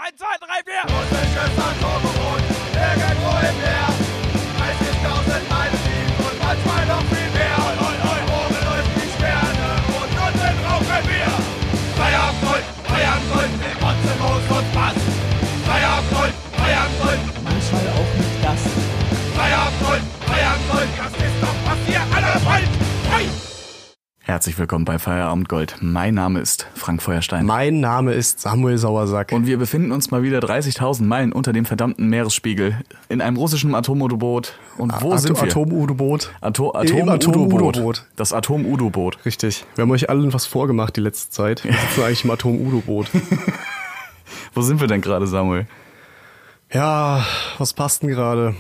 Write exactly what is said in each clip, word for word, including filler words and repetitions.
eins, zwei, drei, vier. Russisches Atomboot, irgendwo im Meer. dreißigtausend Meilen tief und manchmal noch viel mehr. Oben läuft die Sterne und unten rauchen wir. Feierabend Gold, Feierabend Gold, Kotze, Moos und Spaß. Feierabend Gold, Feierabend Gold. Manchmal auch nicht das. Feierabend Gold, Feierabend Gold, das ist doch, was ihr alle wollt. Hey! Herzlich willkommen bei Feierabend Gold. Mein Name ist Frank Feuerstein. Mein Name ist Samuel Sauersack. Und wir befinden uns mal wieder dreißigtausend Meilen unter dem verdammten Meeresspiegel in einem russischen Atom-U-Boot. Und wo Atom- sind wir? Atom-U-Boot. Ato- Im Atom-U-Boot. Atom-U-Boot. Das Atom-U-Boot. Richtig. Wir haben euch allen was vorgemacht die letzte Zeit. Wir sitzen eigentlich im Atom-U-Boot. Wo sind wir denn gerade, Samuel? Ja, was passt denn gerade?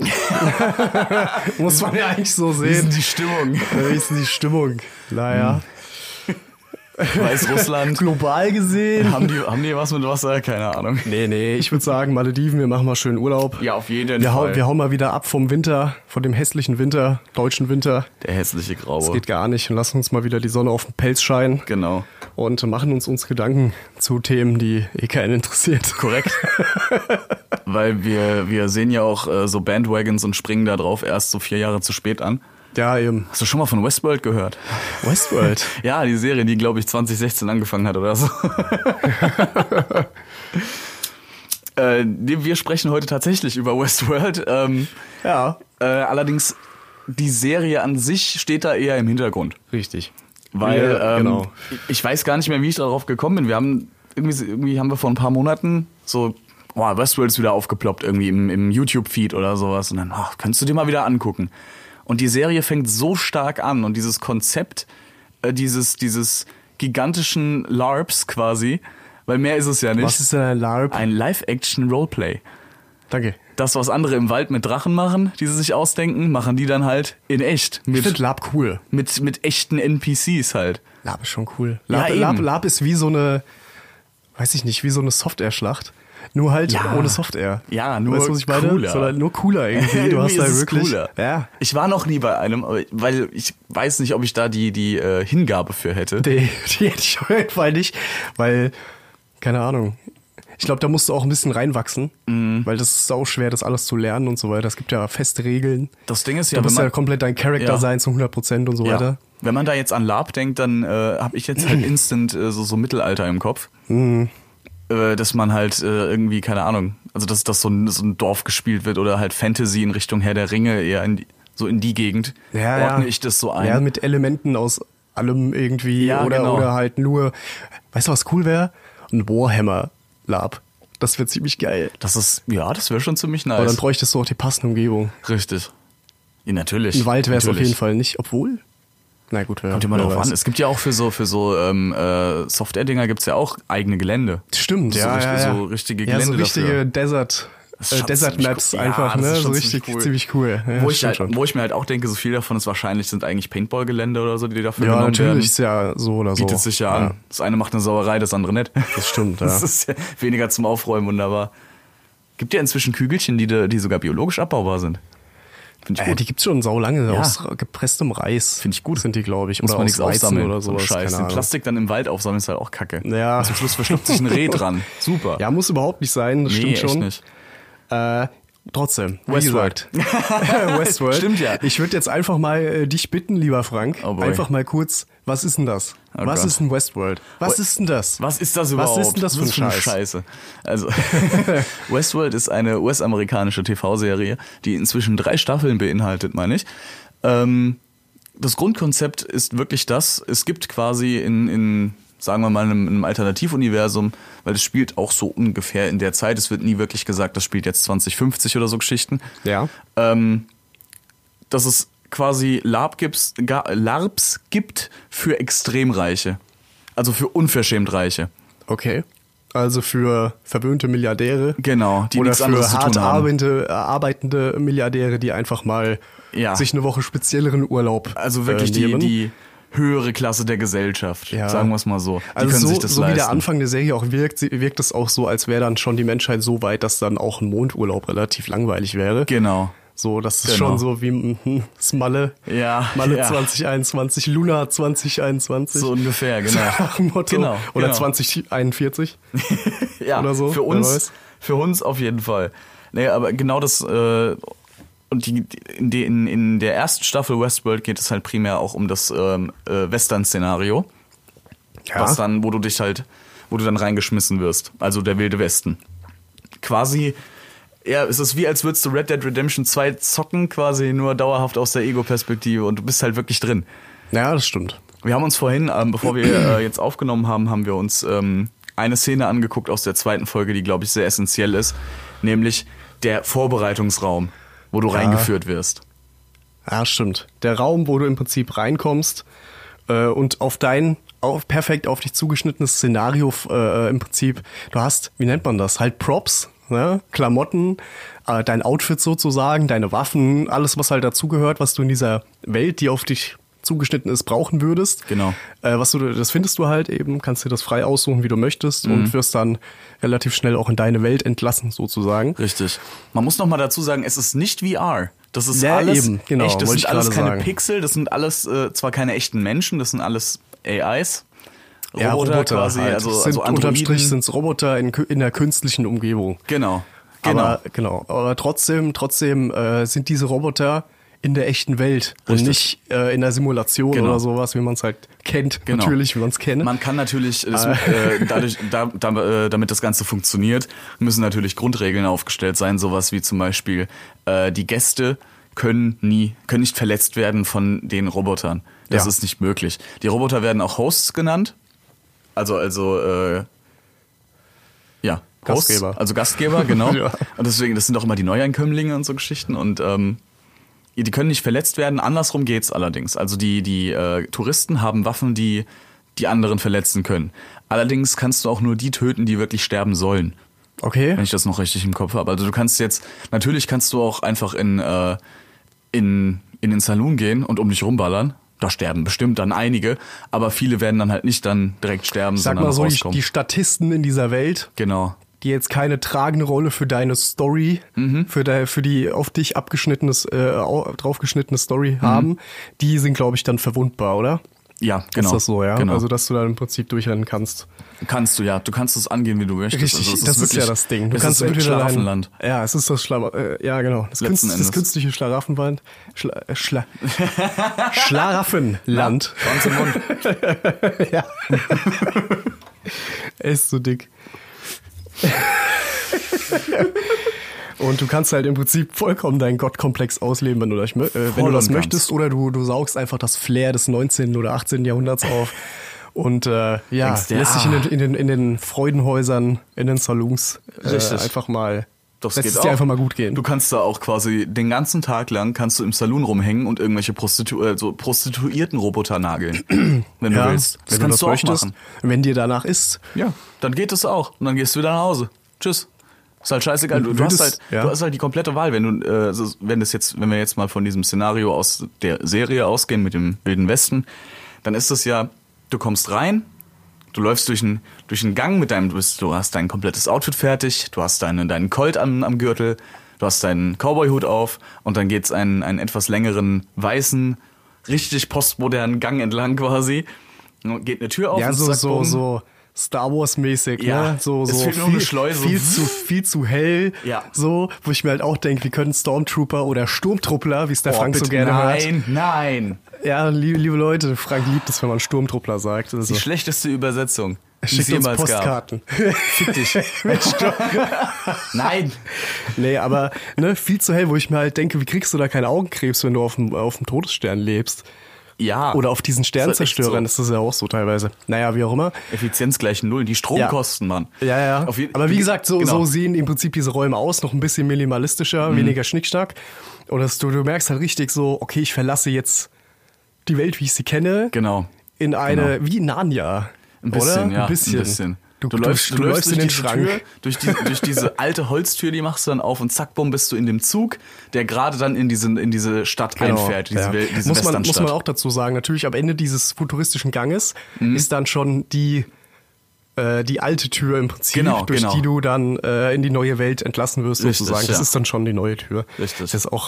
Muss man ja eigentlich so sehen. Wie ist denn die Stimmung? Wie ist denn die Stimmung? Naja. Weißrussland. Global gesehen. Haben die, haben die was mit Wasser? Keine Ahnung. Nee, nee, ich würde sagen, Malediven, wir machen mal schön Urlaub. Ja, auf jeden Wir, hau, Fall. wir hauen mal wieder ab vom Winter, von dem hässlichen Winter, deutschen Winter. Der hässliche Graue. Das geht gar nicht. Und lassen uns mal wieder die Sonne auf den Pelz scheinen. Genau. Und machen uns uns Gedanken zu Themen, die eh keinen interessiert. Korrekt. Weil wir, wir sehen ja auch äh, so Bandwagons und springen da drauf erst so vier Jahre zu spät an. Ja, eben. Hast du schon mal von Westworld gehört? Westworld? Ja, die Serie, die, glaube ich, zwanzig sechzehn angefangen hat oder so. äh, wir sprechen heute tatsächlich über Westworld. Ähm, Ja. äh, allerdings, die Serie an sich steht da eher im Hintergrund. Richtig. Weil Ja, ähm, genau. ich weiß gar nicht mehr, wie ich darauf gekommen bin. Wir haben irgendwie, irgendwie haben wir vor ein paar Monaten so, boah, Westworld ist wieder aufgeploppt irgendwie im, im YouTube-Feed oder sowas. Und dann, ach, kannst du dir mal wieder angucken. Und die Serie fängt so stark an und dieses Konzept, äh, dieses, dieses gigantischen LARPs quasi, weil mehr ist es ja nicht. Was ist denn ein LARP? Ein Live-Action-Roleplay. Danke. Das, was andere im Wald mit Drachen machen, die sie sich ausdenken, machen die dann halt in echt. Ich Mit, finde LARP cool. mit, mit echten N P Cs halt. LARP ist schon cool. Ja, LARP, eben. LARP, LARP ist wie so eine, weiß ich nicht, wie so eine Software-Schlacht. Nur halt Ja. ohne Software. Ja, nur weißt du, was ich meine? cooler. Sondern nur cooler irgendwie. Irgendwie Du hast da ist es wirklich. cooler. Ja. Ich war noch nie bei einem, aber- weil ich weiß nicht, ob ich da die, die äh, Hingabe für hätte. Die, die hätte ich auf jeden Fall nicht, weil, keine Ahnung. Ich glaube, da musst du auch ein bisschen reinwachsen, Mhm. weil das ist sau schwer, das alles zu lernen und so weiter. Es gibt ja feste Regeln. Das Ding ist Du ja, musst wenn ja man, komplett dein Charakter Ja. sein zu hundert Prozent und so ja, weiter. wenn man da jetzt an LARP denkt, dann äh, habe ich jetzt halt instant äh, so, so Mittelalter im Kopf. Mhm. Äh, dass man halt äh, irgendwie, keine Ahnung, also dass, dass so, ein, so ein Dorf gespielt wird oder halt Fantasy in Richtung Herr der Ringe, eher in die, so in die Gegend. Ja, Ordne ja. ich das so ein. Ja, mit Elementen aus allem irgendwie Ja, oder, genau. oder halt nur, weißt du, was cool wäre? Ein Warhammer-Lab. Das wäre ziemlich geil. Das ist, ja, das wäre schon ziemlich nice. Aber dann bräuchtest du auch die passende Umgebung. Richtig. Ja, natürlich. Ein Wald wäre es auf Natürlich. jeden Fall nicht, obwohl. Na gut, ja, Kommt immer wer drauf weiß. an. Es gibt ja auch für so für so ähm, äh, Software-Dinger gibt's ja auch eigene Gelände. Stimmt, So ja, richtig- ja, ja. so richtige Ja, so Gelände richtige dafür. Desert, Das ist äh, schon Desert ziemlich Maps cool. Ja, einfach, das ne? ist So schon richtig ziemlich cool. ziemlich cool. Ja, wo, ich stimmt halt, schon. wo ich mir halt auch denke, so viel davon ist wahrscheinlich sind eigentlich Paintball-Gelände oder so, die dafür Ja, genommen natürlich werden. ist ja so oder so. Bietet sich ja an. Das eine macht eine Sauerei, das andere nicht. Das stimmt, ja. Das ist ja weniger zum Aufräumen, wunderbar. Gibt ja inzwischen Kügelchen, die, die sogar biologisch abbaubar sind. Finde ich Äh, gut. die gibt's schon saulange Ja. aus gepresstem Reis. Finde ich gut. Sind die, glaube ich. Muss Oder man aus nichts Weizen aufsammeln oder so ein sowas. Scheiß. keine Den Ahnung. Plastik dann im Wald aufsammeln ist halt auch kacke. Ja. Und zum Schluss verschluckt sich ein Reh dran. Super. Ja, muss überhaupt nicht sein, das nee, stimmt echt schon. nicht. Äh, trotzdem, wie Westworld. gesagt. Westworld. Stimmt ja. Ich würde jetzt einfach mal äh, dich bitten, lieber Frank, Oh boy. einfach mal kurz, was ist denn das? Oh was Gott. ist ein Westworld? Was ist denn das? Was ist das Was überhaupt? ist denn das für ein eine Scheiß? Scheiße? Also, Westworld ist eine U S-amerikanische T V-Serie, die inzwischen drei Staffeln beinhaltet, meine ich. Ähm, das Grundkonzept ist wirklich das, es gibt quasi in, in sagen wir mal, einem, einem Alternativuniversum, weil es spielt auch so ungefähr in der Zeit, es wird nie wirklich gesagt, das spielt jetzt zwanzig fünfzig oder so Geschichten. Ja. Ähm, dass es quasi LARP gibt's, ga, LARPs gibt für Extremreiche. Also für unverschämt Reiche. Okay. Also für verwöhnte Milliardäre. Genau, die Oder nichts für anderes zu hart tun haben. arbeitende, arbeitende Milliardäre, die einfach mal Ja. sich eine Woche spezielleren Urlaub Also wirklich äh, die, nehmen. die höhere Klasse der Gesellschaft, Ja. sagen wir es mal so. Die Also können so, sich das so leisten. wie der Anfang der Serie auch wirkt, sie- wirkt es auch so, als wäre dann schon die Menschheit so weit, dass dann auch ein Mondurlaub relativ langweilig wäre. Genau. So, das ist Genau. schon so wie hm, das Malle, Ja, Malle ja. zwanzig einundzwanzig, Luna zwanzig einundzwanzig. So ungefähr, genau. Nach dem Motto. Genau, Oder genau. zwanzig einundvierzig. Ja, oder so, für wer uns, weiß. für uns auf jeden Fall. Nee, aber genau das, äh, und die, in, die, in, in der ersten Staffel Westworld geht es halt primär auch um das ähm, äh, Western-Szenario, Ja. was dann, wo du dich halt, wo du dann reingeschmissen wirst. Also der Wilde Westen. Quasi, ja, es ist wie, als würdest du Red Dead Redemption zwei zocken, quasi nur dauerhaft aus der Ego-Perspektive und du bist halt wirklich drin. Ja, das stimmt. Wir haben uns vorhin, ähm, bevor wir äh, jetzt aufgenommen haben, haben wir uns ähm, eine Szene angeguckt aus der zweiten Folge, die, glaube ich, sehr essentiell ist, nämlich der Vorbereitungsraum, wo du Ja. reingeführt wirst. Ja, stimmt. Der Raum, wo du im Prinzip reinkommst äh, und auf dein auf, perfekt auf dich zugeschnittenes Szenario äh, im Prinzip, du hast, wie nennt man das, halt Props, ne? Klamotten, äh, dein Outfit sozusagen, deine Waffen, alles, was halt dazugehört, was du in dieser Welt, die auf dich zugeschnitten ist, brauchen würdest. Genau. Äh, was du, das findest du halt eben, kannst dir das frei aussuchen, wie du möchtest Mhm. und wirst dann relativ schnell auch in deine Welt entlassen, sozusagen. Richtig. Man muss noch mal dazu sagen, es ist nicht V R. Das ist Ja, alles eben, genau, echt. Das wollte sind ich alles gerade keine sagen. Pixel, das sind alles äh, zwar keine echten Menschen, das sind alles A Is. Ja, Roboter, quasi, halt. also, sind, also unterm Androiden. Strich sind es Roboter in, kü- in der künstlichen Umgebung. Genau. Genau. Aber, genau. Aber trotzdem, trotzdem äh, sind diese Roboter in der echten Welt und Richtig. nicht äh, in der Simulation Genau. oder sowas, wie man es halt kennt. Genau. Natürlich, wie man es kennt. Man kann natürlich, das, äh, dadurch, da, da, äh, damit das Ganze funktioniert, müssen natürlich Grundregeln aufgestellt sein, sowas wie zum Beispiel äh, die Gäste können nie, können nicht verletzt werden von den Robotern. Das Ja. ist nicht möglich. Die Roboter werden auch Hosts genannt, also also äh, ja Hosts, Gastgeber. also Gastgeber, genau. Ja. Und deswegen, das sind auch immer die Neuankömmlinge und so Geschichten und ähm, die können nicht verletzt werden. Andersrum geht's allerdings. Also die die äh, Touristen haben Waffen, die die anderen verletzen können. Allerdings kannst du auch nur die töten, die wirklich sterben sollen, Okay. wenn ich das noch richtig im Kopf habe. Also du kannst jetzt, natürlich kannst du auch einfach in äh, in in den Saloon gehen und um dich rumballern. Da sterben bestimmt dann einige, aber viele werden dann halt nicht dann direkt sterben, Ich sag sondern mal so, die, rauskommen. die Statisten in dieser Welt, Genau. die jetzt keine tragende Rolle für deine Story, Mhm. für, de, für die auf dich abgeschnittenes, äh, au- draufgeschnittene Story Mhm. haben, die sind, glaube ich, dann verwundbar, oder? Ja, genau. Ist das so, ja? Genau. Also, dass du dann im Prinzip durchrennen kannst. Kannst du, ja. Du kannst es angehen, wie du möchtest. Richtig, also es das ist, wirklich, ja das Ding. Du es kannst ist wirklich entweder dein, Schlaraffenland. ja, es ist das Schla äh, ja genau, das, Letzten Künst, das Endes. künstliche Schlaraffenland, Schla äh, Schla Schlaraffenland. Schwanz im Mund. Ja. Er ist so dick. Und du kannst halt im Prinzip vollkommen deinen Gottkomplex ausleben, wenn du das, mö- äh, wenn Voll du das und ganz. möchtest, oder du, du saugst einfach das Flair des neunzehnten oder achtzehnten Jahrhunderts auf und äh, ja, Denkst dir, lässt sich in ah. den, in, den, in den Freudenhäusern, in den Saloons äh, Richtig. einfach mal, Das lässt geht es auch. dir einfach mal gut gehen. Du kannst da auch quasi den ganzen Tag lang kannst du im Saloon rumhängen und irgendwelche Prostitu äh, so Prostituierten-Roboter nageln, wenn du willst. Das wenn kannst du du, das auch möchtest, machen. wenn dir danach ist. Ja, dann geht es auch. Und dann gehst du wieder nach Hause. Tschüss. Ist halt scheißegal. Du, du, Würdest- hast halt, ja. du hast halt die komplette Wahl. Wenn du, äh, so- wenn das jetzt, wenn wir jetzt mal von diesem Szenario aus der Serie ausgehen mit dem Wilden Westen, dann ist es ja, du kommst rein, du läufst durch einen durch einen Gang mit deinem, du, bist, du hast dein komplettes Outfit fertig, du hast deinen deinen Colt am, am Gürtel, du hast deinen Cowboy-Hut auf und dann geht's einen einen etwas längeren weißen, richtig postmodernen Gang entlang quasi. Geht eine Tür auf Ja, und so, zack, so, bumm. so Star Wars mäßig, Ja, ne? So, es so fehlt nur viel, eine Schleuse. viel zu, viel zu hell. Ja. So, wo ich mir halt auch denke, wie können Stormtrooper oder Sturmtruppler, wie es der Oh, Frank so bitte, gerne nein, nein. hört. Ja, liebe, liebe Leute, Frank liebt es, wenn man Sturmtruppler sagt. Also, Die schlechteste Übersetzung, die es schickt uns jemals gab. Postkarten. Fick dich. Nein. Nee, aber ne, viel zu hell, wo ich mir halt denke, wie kriegst du da keinen Augenkrebs, wenn du auf dem, auf dem Todesstern lebst? Ja. Oder auf diesen Das ist halt echt Sternzerstörern, so. ist das ja auch so teilweise. Naja, wie auch immer. Effizienz gleich null. Die Stromkosten, Mann. Ja, ja. Auf je- Aber wie gesagt, so, genau. so sehen im Prinzip diese Räume aus, noch ein bisschen minimalistischer, Mhm. weniger Schnickschnack. Und das, du, du merkst halt richtig so, okay, ich verlasse jetzt die Welt, wie ich sie kenne, Genau. in eine, Genau. wie Narnia. Ein bisschen, oder? ja. Ein bisschen. Ein bisschen. Du, Du, du, läufst, du, du läufst läufst in durch den diese Schrank. Tür, durch, die, durch diese alte Holztür, die machst du dann auf und zack, bumm, bist du in dem Zug, der gerade dann in diese, in diese Stadt einfährt, diese, ja. Welt, diese muss, man, muss Westernstadt. man auch dazu sagen, natürlich am Ende dieses futuristischen Ganges Mhm. ist dann schon die, äh, die alte Tür im Prinzip, Genau, durch genau. die du dann äh, in die neue Welt entlassen wirst, Richtig, sozusagen. Das ja. ist dann schon die neue Tür. Richtig. Das ist auch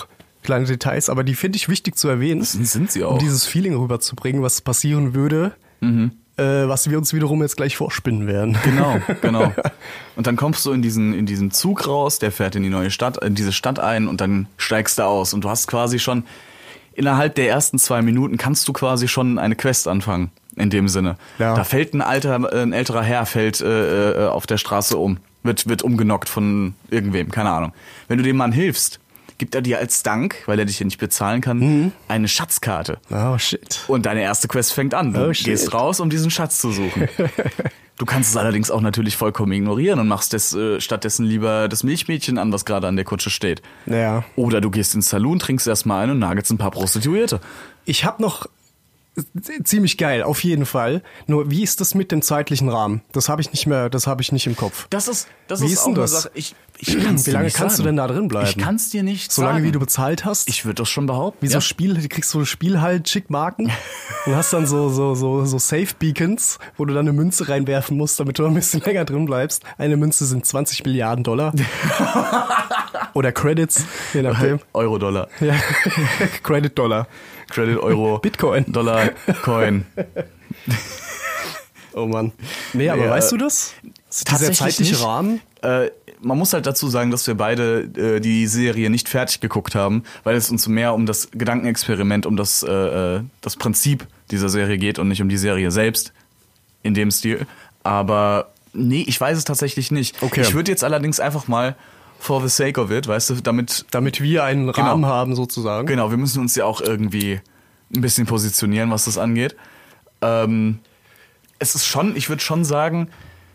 kleine Details, aber die finde ich wichtig zu erwähnen. Das sind, sind sie auch. Um dieses Feeling rüberzubringen, was passieren würde, mhm. äh, was wir uns wiederum jetzt gleich vorspinnen werden. Genau, genau. Und dann kommst du in diesen, in diesen Zug raus, der fährt in die neue Stadt, in diese Stadt ein und dann steigst du aus. Und du hast quasi schon, innerhalb der ersten zwei Minuten kannst du quasi schon eine Quest anfangen. In dem Sinne. Ja. Da fällt ein alter, ein älterer Herr fällt äh, auf der Straße um. Wird, wird umgenockt von irgendwem, keine Ahnung. Wenn du dem Mann hilfst, gibt er dir als Dank, weil er dich hier nicht bezahlen kann, mhm. eine Schatzkarte. Oh shit. Und deine erste Quest fängt an. Du oh, gehst raus, um diesen Schatz zu suchen. Du kannst es allerdings auch natürlich vollkommen ignorieren und machst des, äh, stattdessen lieber das Milchmädchen an, was gerade an der Kutsche steht. Ja. Oder du gehst ins Saloon, trinkst erstmal ein und nagelst ein paar Prostituierte. Ich hab noch... Ziemlich geil, auf jeden Fall. Nur wie ist das mit dem zeitlichen Rahmen? Das habe ich nicht mehr, das habe ich nicht im Kopf. Das ist, das wie ist, ist auch denn eine das? Sache. Ich, ich kann's wie lange nicht kannst sagen. du denn da drin bleiben? Ich kann es dir nicht Solange sagen. wie du bezahlt hast? Ich würde das schon behaupten. Wie ja. so Spiel, du kriegst so Spielhalt-Schickmarken und hast dann so, so, so, so Safe-Beacons, wo du dann eine Münze reinwerfen musst, damit du ein bisschen länger drin bleibst. Eine Münze sind zwanzig Milliarden Dollar. Oder Credits, je nachdem. Euro-Dollar. Ja. Credit-Dollar. Credit, Euro, Bitcoin. Dollar, Coin. Oh Mann. Nee, aber ja, weißt du das? Dieser zeitliche nicht. Rahmen? Äh, man muss halt dazu sagen, dass wir beide äh, die Serie nicht fertig geguckt haben, weil es uns mehr um das Gedankenexperiment, um das, äh, das Prinzip dieser Serie geht und nicht um die Serie selbst in dem Stil. Aber nee, ich weiß es tatsächlich nicht. Okay. Ich würde jetzt allerdings einfach mal for the sake of it, weißt du, damit... Damit wir einen genau. Rahmen haben sozusagen. Genau, wir müssen uns ja auch irgendwie ein bisschen positionieren, was das angeht. Ähm, es ist schon, ich würde schon sagen,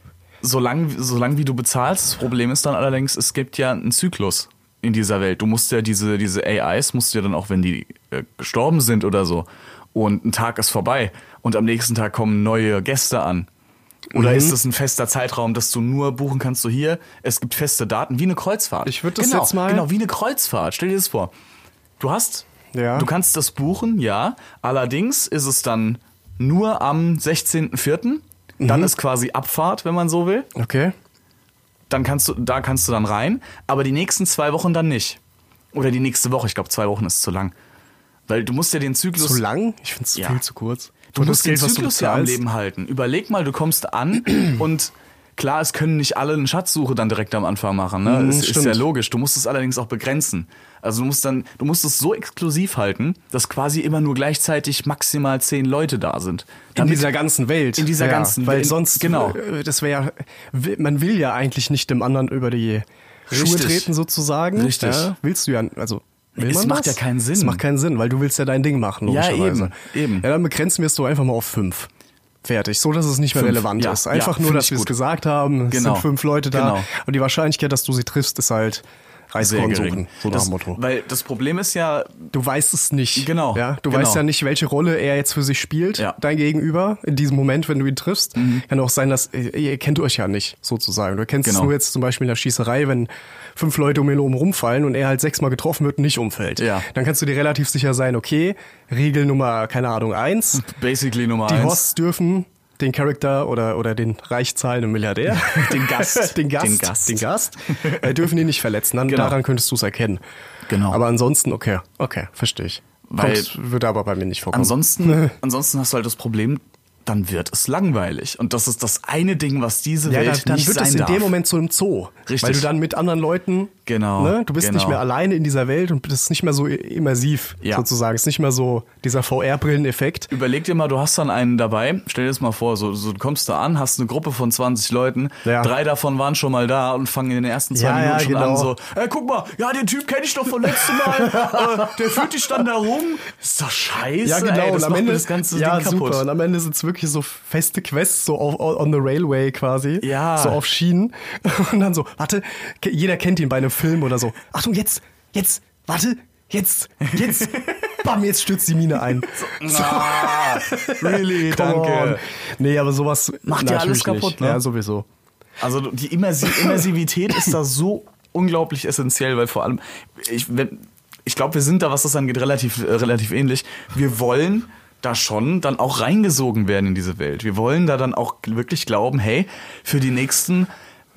solange solang wie du bezahlst, das Problem ist dann allerdings, es gibt ja einen Zyklus in dieser Welt. Du musst ja diese, diese A Is, musst du ja dann auch, wenn die äh, gestorben sind oder so, und ein Tag ist vorbei und am nächsten Tag kommen neue Gäste an. Oder mhm. ist es ein fester Zeitraum, dass du nur buchen kannst, so hier, es gibt feste Daten, wie eine Kreuzfahrt. Ich würde das genau, jetzt mal... Genau, wie eine Kreuzfahrt, stell dir das vor. Du hast, ja. du kannst das buchen, ja, allerdings ist es dann nur am sechzehnten vierten Mhm. Dann ist quasi Abfahrt, wenn man so will. Okay. Dann kannst du, da kannst du dann rein, aber die nächsten zwei Wochen dann nicht. Oder die nächste Woche, ich glaube zwei Wochen ist zu lang. Weil du musst ja den Zyklus... Zu lang? Ich finde es ja. viel zu kurz. Du musst den Geld, was Zyklus du ja am Leben halten. Überleg mal, du kommst an und klar, es können nicht alle eine Schatzsuche dann direkt am Anfang machen. Ne? Mm, es stimmt. ist ja logisch. Du musst es allerdings auch begrenzen. Also du musst dann, du musst es so exklusiv halten, dass quasi immer nur gleichzeitig maximal zehn Leute da sind. In dieser ganzen Welt. In dieser ja, ganzen weil Welt. sonst, genau. Das wäre ja, man will ja eigentlich nicht dem anderen über die Schuhe Richtig. treten sozusagen. Richtig. Ja, willst du ja, also will Es man macht das? ja keinen Sinn. Es macht keinen Sinn, weil du willst ja dein Ding machen, Ja, logischerweise. eben, eben. Ja, dann begrenzen wir es doch einfach mal auf fünf. Fertig, so dass es nicht mehr Fünf, relevant ja, ist. Einfach ja, nur, find dass ich wir es gut. gesagt haben, es Genau. sind fünf Leute da. Genau. Und die Wahrscheinlichkeit, dass du sie triffst, ist halt Reiskorn Sehr gering. suchen, so nach das, dem Motto. Weil das Problem ist ja, Du weißt es nicht. Genau, Ja, du genau. weißt ja nicht, welche Rolle er jetzt für sich spielt, Ja. dein Gegenüber, in diesem Moment, wenn du ihn triffst. Mhm. Kann auch sein, dass ihr, ihr kennt euch ja nicht, sozusagen. Du kennst Genau. es nur jetzt zum Beispiel in der Schießerei, wenn fünf Leute um ihn herum rumfallen und er halt sechsmal getroffen wird und nicht umfällt. Ja. Dann kannst du dir relativ sicher sein, okay, Regel Nummer, keine Ahnung, eins. basically Nummer Die eins. Hosts dürfen den Charakter oder, oder den reich zahlenden Milliardär, Den Gast. den Gast, Den Gast. den Gast, äh, dürfen ihn nicht verletzen. Dann, Genau. Daran könntest du es erkennen. Genau. Aber ansonsten, okay, okay, verstehe ich. Weil- Kommt, würde aber bei mir nicht vorkommen. Ansonsten, ansonsten hast du halt das Problem, dann wird es langweilig. Und das ist das eine Ding, was diese ja, Welt dann, dann nicht wird sein es in darf. dem Moment zu einem Zoo. Richtig. Weil du dann mit anderen Leuten, Genau, ne, du bist genau. nicht mehr alleine in dieser Welt und bist nicht mehr so immersiv, Ja. sozusagen. Es ist nicht mehr so dieser V R-Brillen-Effekt. Überleg dir mal, du hast dann einen dabei, stell dir das mal vor, so, so du kommst da an, hast eine Gruppe von zwanzig Leuten, Ja. drei davon waren schon mal da und fangen in den ersten zwei Ja, Minuten ja, schon genau. an so, ey, guck mal, ja, den Typ kenne ich doch von letztem Mal, äh, der führt dich dann da rum. Ist doch scheiße, Ja, genau. ey, das und am macht Ende mir das ganze ja, Ding kaputt. super. Und am Ende sind es wirklich so feste Quests, so auf, on the railway quasi. Ja. So auf Schienen. Und dann so, warte, ke- jeder kennt ihn bei einem Film oder so. Achtung, jetzt, jetzt, warte, jetzt, jetzt. Bam, jetzt stürzt die Mine ein. So. Ah, really, Come on. danke. Nee, aber sowas Macht ja alles natürlich nicht. kaputt, ne? Ja, sowieso. Also die Immersi Immersivität ist da so unglaublich essentiell, weil vor allem, ich, wenn, ich glaube, wir sind da, was das angeht, relativ, äh, relativ ähnlich. Wir wollen da schon dann auch reingesogen werden in diese Welt. Wir wollen da dann auch wirklich glauben, hey, für die nächsten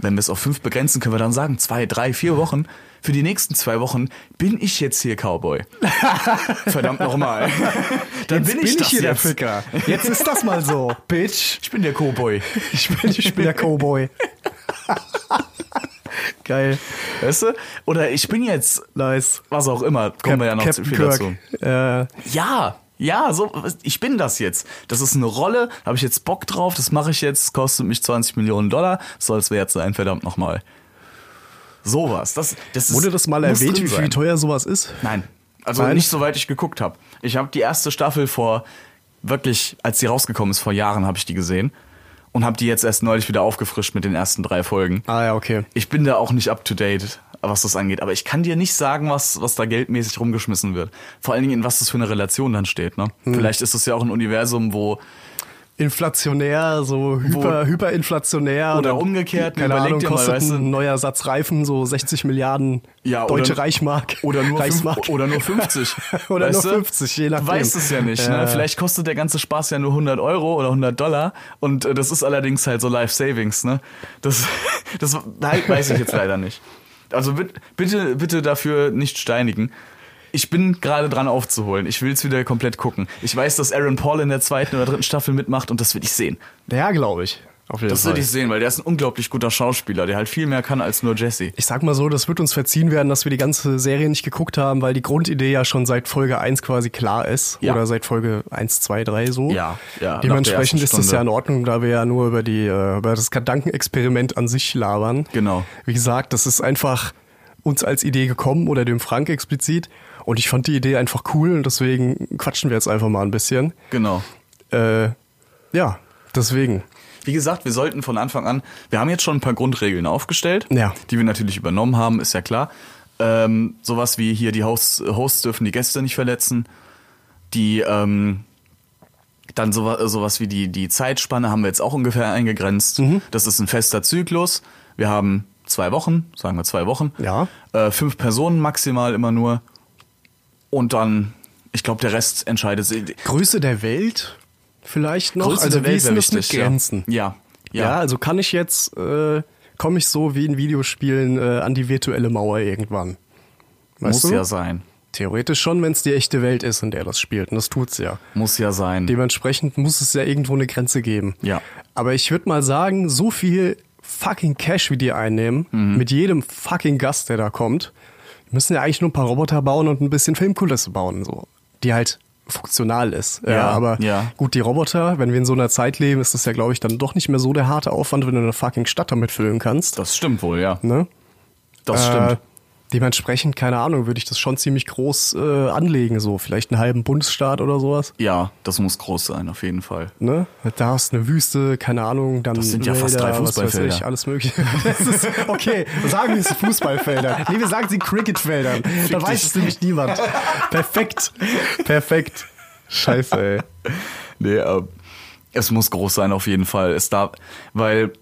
wenn wir es auf fünf begrenzen, können wir dann sagen, zwei, drei, vier Wochen. Für die nächsten zwei Wochen bin ich jetzt hier Cowboy. Verdammt nochmal. Dann Jetzt bin ich, bin das ich hier der jetzt. Ficker. Jetzt ist das mal so, Bitch. Ich bin der Cowboy. Ich bin, ich bin der Cowboy. Geil. Weißt du? Oder ich bin jetzt, Nice. was auch immer, kommen wir ja noch Captain viel Kirk. dazu. Äh, Ja, ja, so, ich bin das jetzt. Das ist eine Rolle, habe ich jetzt Bock drauf, das mache ich jetzt, kostet mich zwanzig Millionen Dollar, soll es wert sein, verdammt nochmal. Sowas. Das, das ist, wurde das mal muss erwähnt, drin wie viel sein. teuer sowas ist? Nein. Also Nein? nicht soweit ich geguckt habe. Ich habe die erste Staffel vor, wirklich, als die rausgekommen ist, vor Jahren habe ich die gesehen. Und habe die jetzt erst neulich wieder aufgefrischt mit den ersten drei Folgen. Ah ja, okay. Ich bin da auch nicht up to date, was das angeht. Aber ich kann dir nicht sagen, was, was da geldmäßig rumgeschmissen wird. Vor allen Dingen, in was das für eine Relation dann steht. Ne? Hm. Vielleicht ist es ja auch ein Universum, wo... Inflationär, so hyper, Wo- hyperinflationär. Oder und, umgekehrt, keine überleg Ahnung, dir mal, kostet weißt du- ein neuer Satz Reifen so sechzig Milliarden Ja, deutsche oder- Reichsmark. Oder nur, fünf, Reichsmark. oder nur fünfzig. Oder weißt nur du? fünfzig, je nachdem. Du weißt es ja nicht. Ja. Ne? Vielleicht kostet der ganze Spaß ja nur hundert Euro oder hundert Dollar. Und äh, das ist allerdings halt so Life Savings. Ne? Das, das halt, weiß ich jetzt leider nicht. Also bit- bitte, bitte dafür nicht steinigen. Ich bin gerade dran aufzuholen. Ich will es wieder komplett gucken. Ich weiß, dass Aaron Paul in der zweiten oder dritten Staffel mitmacht und das will ich sehen. Ja, glaube ich. Auf jeden Das Fall. will ich sehen, weil der ist ein unglaublich guter Schauspieler, der halt viel mehr kann als nur Jesse. Ich sag mal so, das wird uns verziehen werden, dass wir die ganze Serie nicht geguckt haben, weil die Grundidee ja schon seit Folge eins quasi klar ist. Ja. Oder seit Folge eins, zwei, drei so. Ja, ja, nach der Dementsprechend ersten ist das Stunde. ja in Ordnung, da wir ja nur über die äh, über das Gedankenexperiment an sich labern. Genau. Wie gesagt, das ist einfach uns als Idee gekommen oder dem Frank explizit. Und ich fand die Idee einfach cool und deswegen quatschen wir jetzt einfach mal ein bisschen. Genau. Äh, ja, deswegen. Wie gesagt, wir sollten von Anfang an, wir haben jetzt schon ein paar Grundregeln aufgestellt, Ja. die wir natürlich übernommen haben, ist ja klar. Ähm, sowas wie hier die Hosts, Hosts dürfen die Gäste nicht verletzen. Die, ähm, dann sowas, sowas wie die, die Zeitspanne haben wir jetzt auch ungefähr eingegrenzt. Mhm. Das ist ein fester Zyklus. Wir haben zwei Wochen, sagen wir zwei Wochen. Ja. Äh, fünf Personen maximal immer nur. Und dann, ich glaube, der Rest entscheidet sich. Größe der Welt vielleicht noch? Größe also der wie Welt ist wäre denn das mit wichtig, ja. Grenzen? Ja. Ja, Ja. also kann ich jetzt, äh, komme ich so wie in Videospielen äh, an die virtuelle Mauer irgendwann? Weißt Muss du? ja sein. Theoretisch schon, wenn es die echte Welt ist, in der das spielt. Und das tut's ja. Muss ja sein. Dementsprechend muss es ja irgendwo eine Grenze geben. Ja. Aber ich würde mal sagen, so viel fucking Cash, wie die einnehmen, Mhm. mit jedem fucking Gast, der da kommt, die müssen ja eigentlich nur ein paar Roboter bauen und ein bisschen Filmkulisse bauen, so, die halt funktional ist. Ja, Ja, aber ja. gut, die Roboter, wenn wir in so einer Zeit leben, ist das ja, glaube ich, dann doch nicht mehr so der harte Aufwand, wenn du eine fucking Stadt damit füllen kannst. Das stimmt wohl, ja. Ne? Das Äh, stimmt. Dementsprechend, keine Ahnung, würde ich das schon ziemlich groß äh, anlegen, so vielleicht einen halben Bundesstaat oder sowas. Ja, das muss groß sein, auf jeden Fall. Ne? Da hast du eine Wüste, keine Ahnung, dann Das sind ja fast drei was weiß Fußballfelder. ich, alles mögliche. Das ist, okay, sagen wir es Fußballfelder. Nee, wir sagen sie Cricketfeldern. Da weiß es nämlich niemand. Perfekt. Perfekt. Scheiße, ey. Nee, äh, es muss groß sein, auf jeden Fall. Es darf, weil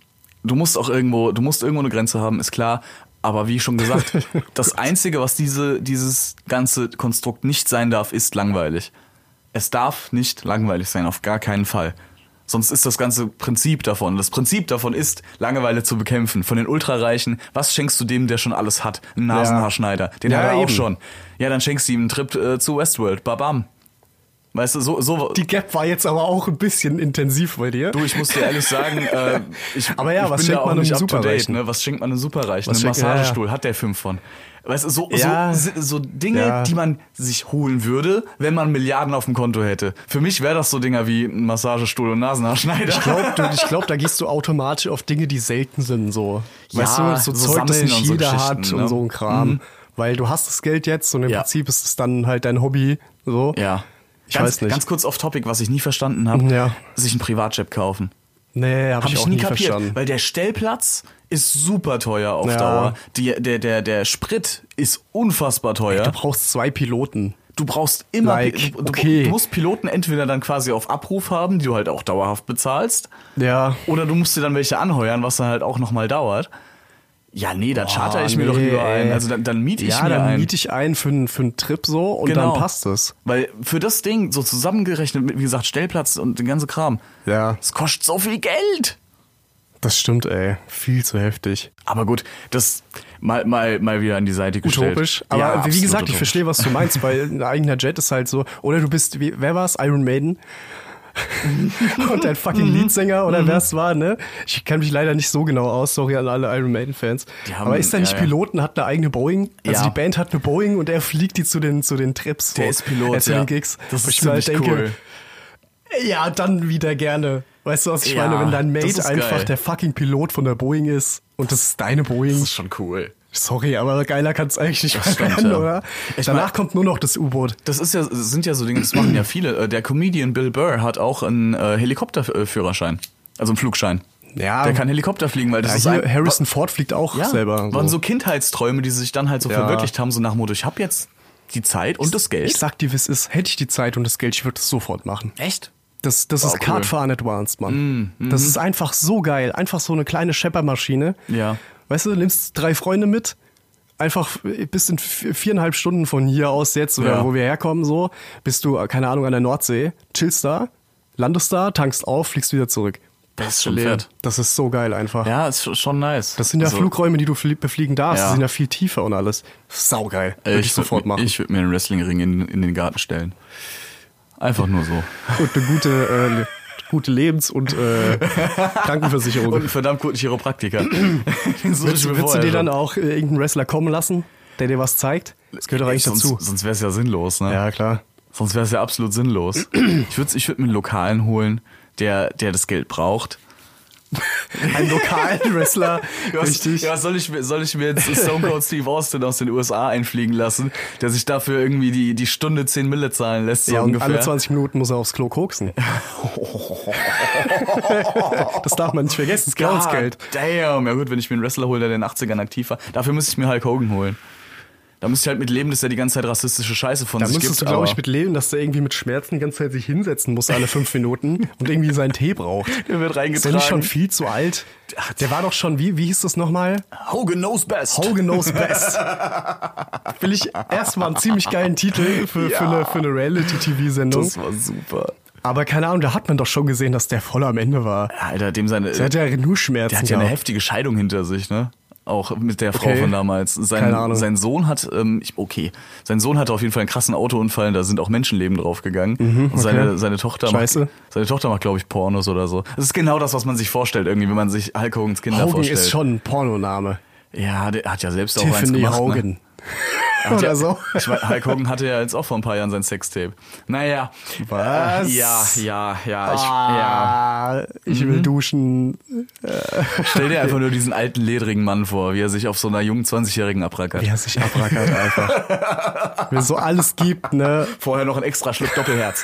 du musst auch irgendwo, du musst irgendwo eine Grenze haben, ist klar. Aber wie schon gesagt, das Einzige, was diese, dieses ganze Konstrukt nicht sein darf, ist langweilig. Es darf nicht langweilig sein, auf gar keinen Fall. Sonst ist das ganze Prinzip davon. Das Prinzip davon ist, Langeweile zu bekämpfen. Von den Ultrareichen, was schenkst du dem, der schon alles hat? Einen Nasenhaarschneider. Den Ja, hat er auch eben. schon. Ja, dann schenkst du ihm einen Trip äh, zu Westworld. Babam. Weißt du, so, so. Die Gap war jetzt aber auch ein bisschen intensiv bei dir. Du, ich muss dir ehrlich sagen, äh, ich, Aber ja, ich was bin schenkt da auch man nicht einem up to date, Superreichen? ne? Was schenkt man einem Superreichen? Was Einen schenkt- Massagestuhl, hat der fünf von. Weißt du, so, Ja. so, so Dinge, Ja. die man sich holen würde, wenn man Milliarden auf dem Konto hätte. Für mich wäre das so Dinger wie ein Massagestuhl und Nasenhaarschneider. Ich glaube, ich glaub, da gehst du automatisch auf Dinge, die selten sind, so. Weißt Ja, du, so, so Zeug, das sammeln nicht und so jeder Geschichten, hat ne? und so ein Kram. Mhm. Weil du hast das Geld jetzt und im Ja. Prinzip ist es dann halt dein Hobby, so. Ja. Ich ganz, weiß nicht. Ganz kurz off topic, was ich nie verstanden habe. Ja. Sich einen Privatjet kaufen. Nee, hab, Habe ich ich auch nie nie kapiert, verstanden. weil der Stellplatz ist super teuer auf Ja. Dauer. Die, der, der, der Sprit ist unfassbar teuer. Du brauchst zwei Piloten. Du brauchst immer, Like, du, du- okay. du musst Piloten entweder dann quasi auf Abruf haben, die du halt auch dauerhaft bezahlst, Ja. oder du musst dir dann welche anheuern, was dann halt auch nochmal dauert. Ja, nee, da charter ich mir doch nee, lieber ein. ey. Also dann, dann miete ich Ja, mir dann ein. miete ich ein für, n- für einen Trip so und Genau. dann passt es. Weil für das Ding, so zusammengerechnet mit, wie gesagt, Stellplatz und den ganzen Kram, Ja. es kostet so viel Geld. Das stimmt, ey. Viel zu heftig. Aber gut, das mal, mal, mal wieder an die Seite gestellt. Utopisch. Aber Ja, wie absolut gesagt, utopisch. ich verstehe, was du meinst, weil ein eigener Jet ist halt so. Oder du bist, wie, wer war's? Iron Maiden? Und ein fucking Leadsänger oder wer es war, ne? Ich kenne mich leider nicht so genau aus, sorry an alle Iron Maiden-Fans. Die haben- Aber ist er nicht ja, ja. Pilot und hat eine eigene Boeing? Also Ja. die Band hat eine Boeing und er fliegt die zu den, zu den Trips. Der so. ist Pilot, äh, zu ja. den Gigs. Das Wo ist ich mir halt ziemlich denke, cool. ja, dann wieder gerne. Weißt du, was ich Ja, meine? Wenn dein das Mate ist einfach geil. der fucking Pilot von der Boeing ist und das ist deine Boeing. Das ist schon cool. Sorry, aber geiler kann es eigentlich nicht mehr stimmt, werden, ja. oder? Ich Danach mein- kommt nur noch das U-Boot. Das ist ja, das sind ja so Dinge, das machen ja viele. Äh, Der Comedian Bill Burr hat auch einen äh, Helikopterführerschein. Also einen Flugschein. Ja, Der kann Helikopter fliegen, weil das ja, ist hier, ein, Harrison Ford fliegt auch ja, selber. waren so Kindheitsträume, die sich dann halt so Ja. verwirklicht haben, so nach dem Motto, ich habe jetzt die Zeit und das Geld. Ich sag dir, wie es ist. Hätte ich die Zeit und das Geld, ich würde es sofort machen. Echt? Das, das Oh, ist cool. Kartfahren Advanced, Mann. Mm, Das ist einfach so geil. Einfach so eine kleine Scheppermaschine. Ja. Weißt du, nimmst drei Freunde mit, einfach bis in vi- viereinhalb Stunden von hier aus jetzt, oder Ja. wo wir herkommen, so, bist du, keine Ahnung, an der Nordsee, chillst da, landest da, tankst auf, fliegst wieder zurück. Das ist schon Leben. fett. Das ist so geil einfach. Ja, ist schon- schon nice. Das sind ja Also, Flugräume, die du flie- befliegen darfst. Ja. Die sind ja viel tiefer und alles. Saugeil. äh, Würde ich Ich sofort würd, machen. Ich würde mir einen Wrestlingring in, in den Garten stellen. Einfach nur so. Und eine gute, äh, gute Lebens- und äh, Krankenversicherung. Und einen verdammt guten Chiropraktiker. Den suche Würdest, ich mir würdest du vorher dir dann schon. auch äh, irgendeinen Wrestler kommen lassen, der dir was zeigt? Das gehört doch eigentlich sonst, dazu. Sonst wäre es ja sinnlos, ne? Ja, klar. Sonst wäre es ja absolut sinnlos. Ich würde ich würd mir einen Lokalen holen, der, der das Geld braucht. Ein lokalen Wrestler. Was, Richtig. ja, was soll ich, mir- soll ich mir jetzt Stone Cold Steve Austin aus den U S A einfliegen lassen, der sich dafür irgendwie die, die Stunde zehn Mille zahlen lässt, so Ja, und ungefähr? alle zwanzig Minuten muss er aufs Klo koksen. Das darf man nicht vergessen, das Clownsgeld. God damn. Ja gut, wenn ich mir einen Wrestler hole, der in den achtzigern aktiv war. Dafür müsste ich mir Hulk Hogan holen. Da müsste ich halt mit leben, dass er die ganze Zeit rassistische Scheiße von Da sich müsstest gibt. du, glaube ich, aber mit leben, dass der irgendwie mit Schmerzen die ganze Zeit sich hinsetzen muss, alle fünf Minuten und irgendwie seinen Tee braucht. der wird Ist der reingetragen. nicht schon viel zu alt? Der war doch schon, wie, wie hieß das nochmal? Hogan knows best. Hogan knows best. Will ich erstmal einen ziemlich geilen Titel für, Ja. für eine, für eine Reality-T V-Sendung. Das war super. Aber keine Ahnung, da hat man doch schon gesehen, dass der voll am Ende war. Alter, dem seine... Der hat ja nur Schmerzen Der hat ja eine gehabt. heftige Scheidung hinter sich, ne? Auch mit der Frau Okay. von damals. Sein, Keine Ahnung. sein Sohn hat, ähm, ich, okay, sein Sohn hatte auf jeden Fall einen krassen Autounfall, da sind auch Menschenleben draufgegangen. Und seine, seine Tochter Scheiße. macht, seine Tochter macht, glaube ich, Pornos oder so. Das ist genau das, was man sich vorstellt irgendwie, wenn man sich Hulk Hogans Kinder Hogan vorstellt. ist schon ein Pornoname. Ja, der hat ja selbst auch eins Tiffany gemacht. Hogan. Ne? Er hat Oder ja, so. Ich mein, Hulk Hogan hatte ja jetzt auch vor ein paar Jahren sein Sextape. Naja. Was? Äh, ja, ja, ja. Ich, ja. Ah, ich will duschen. Stell dir einfach nur diesen alten, ledrigen Mann vor, wie er sich auf so einer jungen zwanzigjährigen abrackert. Wie er sich abrackert einfach. Wie er so alles gibt, ne? Vorher noch ein extra Schluck Doppelherz.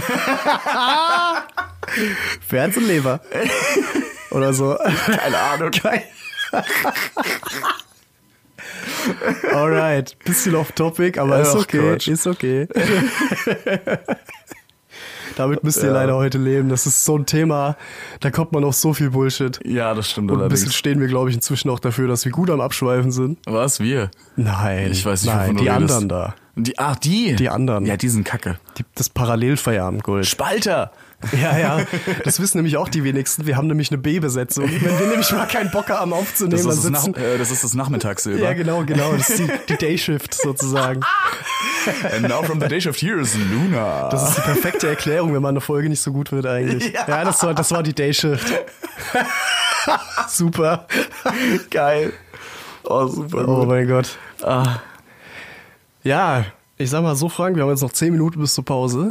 Für Herz und Leber. Oder so. Keine Ahnung. Geil. Alright, bisschen off topic, aber ist Ach, okay, Quatsch. ist okay. Damit müsst ihr Ja. leider heute leben. Das ist so ein Thema, da kommt man auf so viel Bullshit. Ja, das stimmt Und ein bisschen allerdings. stehen wir, glaube ich, inzwischen auch dafür, dass wir gut am Abschweifen sind. Was, wir? Nein, Ich weiß nicht, nein, wovon du die redest. anderen da. Die, ach, die? Die anderen. Ja, die sind kacke. Die, das Parallelfeierabendgold. Spalter! Ja, ja, das wissen nämlich auch die wenigsten. Wir haben nämlich eine B-Besetzung. Wenn wir nämlich mal keinen Bock haben aufzunehmen, Das ist, dann das, sitzen... Nach, äh, das ist das Nachmittagssilber. Ja, genau, genau. Das ist die, die Dayshift sozusagen. And now from the day shift here is Luna. Das ist die perfekte Erklärung, wenn mal eine Folge nicht so gut wird eigentlich. Ja, Ja. das, war, das war die Dayshift. Super. geil. Oh, super Oh gut. mein Gott. Ah, Ja, ich sag mal so, Frank, wir haben jetzt noch zehn Minuten bis zur Pause.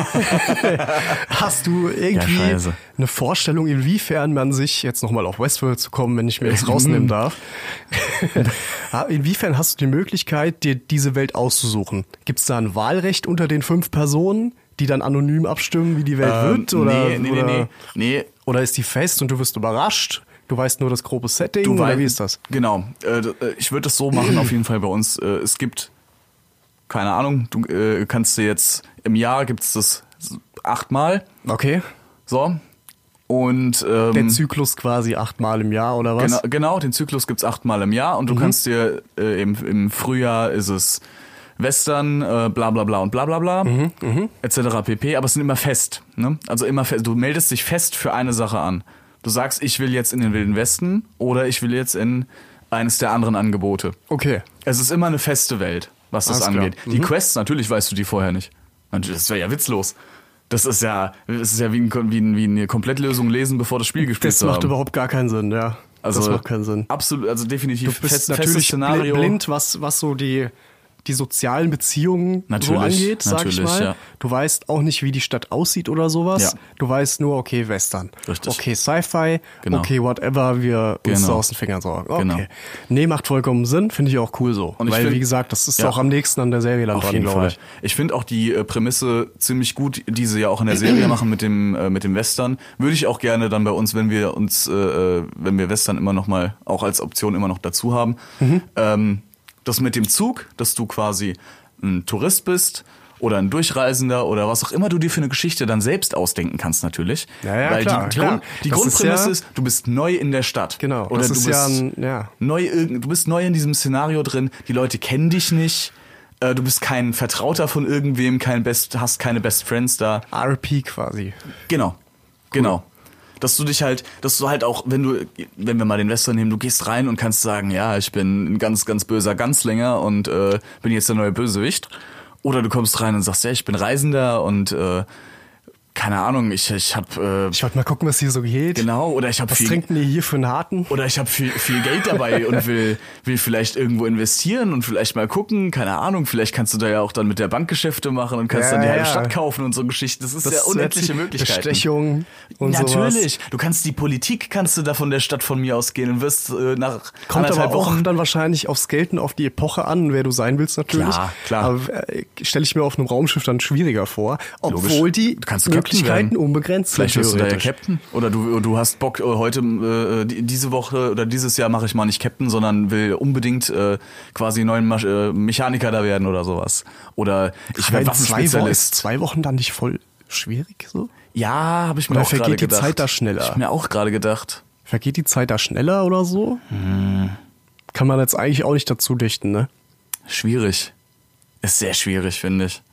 Hast du irgendwie Ja, scheiße. eine Vorstellung, inwiefern man sich, jetzt nochmal auf Westworld zu kommen, wenn ich mir das rausnehmen darf, inwiefern hast du die Möglichkeit, dir diese Welt auszusuchen? Gibt es da ein Wahlrecht unter den fünf Personen, die dann anonym abstimmen, wie die Welt ähm, wird? Oder, nee, nee, oder, nee, nee. nee. oder ist die fest und du wirst überrascht? Du weißt nur das grobe Setting, Du oder weißt, wie ist das? Genau. Äh, d- äh, ich würde das so machen, auf jeden Fall bei uns. Äh, es gibt, keine Ahnung, du äh, kannst dir jetzt, im Jahr gibt's das achtmal. Okay. So. Und ähm, Der Zyklus quasi achtmal im Jahr, oder was? Genau, genau, den Zyklus gibt's achtmal im Jahr und du kannst dir äh, im, im Frühjahr ist es Western, äh, bla bla bla und bla bla bla, et cetera pp. Aber es sind immer fest. Ne? Also immer fest. Du meldest dich fest für eine Sache an. Du sagst, ich will jetzt in den Wilden Westen oder ich will jetzt in eines der anderen Angebote. Okay. Es ist immer eine feste Welt, was das Alles angeht. klar. Die Mhm. Quests, natürlich weißt du die vorher nicht. Das wäre ja witzlos. Das ist ja, das ist ja wie, ein, wie, ein, wie eine Komplettlösung lesen, bevor das Spiel gespielt Das zu macht haben. überhaupt gar keinen Sinn, ja. Also das macht keinen Sinn. Absolut, also definitiv Du bist fest, natürlich festes Szenario. blind, was, was so die, die sozialen Beziehungen Natürlich, so angeht, sag ich natürlich, mal. ja. Du weißt auch nicht, wie die Stadt aussieht oder sowas. Ja. Du weißt nur, okay, Western. Richtig. Okay, Sci-Fi. Genau. Okay, whatever, wir uns Genau. da aus den Fingern saugen. Okay. Genau. Nee, macht vollkommen Sinn, finde ich auch cool so. Und ich Weil, find- wie gesagt, das ist Ja. auch am nächsten an der Serie dann Auf dran, jeden glaube Fall. ich. Ich finde auch die äh, Prämisse ziemlich gut, die sie ja auch in der Serie machen mit dem äh, mit dem Western. Würde ich auch gerne dann bei uns, wenn wir uns, äh, äh, wenn wir Western immer noch mal auch als Option immer noch dazu haben, Mhm. ähm, das mit dem Zug, dass du quasi ein Tourist bist oder ein Durchreisender oder was auch immer du dir für eine Geschichte dann selbst ausdenken kannst natürlich. Ja, ja, Weil klar, die, die, klar. Grund, die Das ist Grundprämisse ja- ist, du bist neu in der Stadt. Genau, Oder das du ist bist ja ein- ja. neu irgend- du bist neu in diesem Szenario drin, die Leute kennen dich nicht. äh, Du bist kein Vertrauter von irgendwem, kein Best, hast keine Best Friends da. R P quasi. Genau, genau. Dass du dich halt, dass du halt auch, wenn du, wenn wir mal den Western nehmen, du gehst rein und kannst sagen, ja, ich bin ein ganz, ganz böser Ganzlänger und äh, bin jetzt der neue Bösewicht. Oder du kommst rein und sagst, ja, ich bin Reisender und äh, keine Ahnung, ich ich hab äh, Ich wollte mal gucken, was hier so geht. genau oder ich hab Was viel trinken die hier für einen Harten? oder ich habe viel, viel Geld dabei und will, will vielleicht irgendwo investieren und vielleicht mal gucken, keine Ahnung, vielleicht kannst du da ja auch dann mit der Bank Geschäfte machen und kannst Ja, dann die halbe ja. Stadt kaufen und so Geschichten. Das ist ja unendliche Möglichkeiten. Bestechung und Natürlich. sowas. Du kannst die Politik, kannst du da von der Stadt von mir ausgehen und wirst äh, nach Kommt anderthalb aber auch Wochen dann wahrscheinlich aufs Geld und auf die Epoche an, wer du sein willst natürlich. Klar, klar. Aber äh, stelle ich mir auf einem Raumschiff dann schwieriger vor, obwohl Logisch. die Du kannst Captain Möglichkeiten werden. unbegrenzt Vielleicht sind. wirst du da ja theoretisch. Captain. Oder du, du hast Bock, äh, heute, äh, die- diese Woche oder dieses Jahr mache ich mal nicht Captain, sondern will unbedingt äh, quasi neuen Masch äh, Mechaniker da werden oder sowas. Oder ich Aber werde in zwei Wochen, ist Waffenspezialist. zwei Wochen dann nicht voll schwierig so? Ja, habe ich mir Oder auch gerade vergeht die gedacht. Zeit da schneller? Ich hab mir auch gerade gedacht. Vergeht die Zeit da schneller oder so? Hm. Kann man jetzt eigentlich auch nicht dazu dichten, ne? Schwierig. Ist sehr schwierig, finde ich.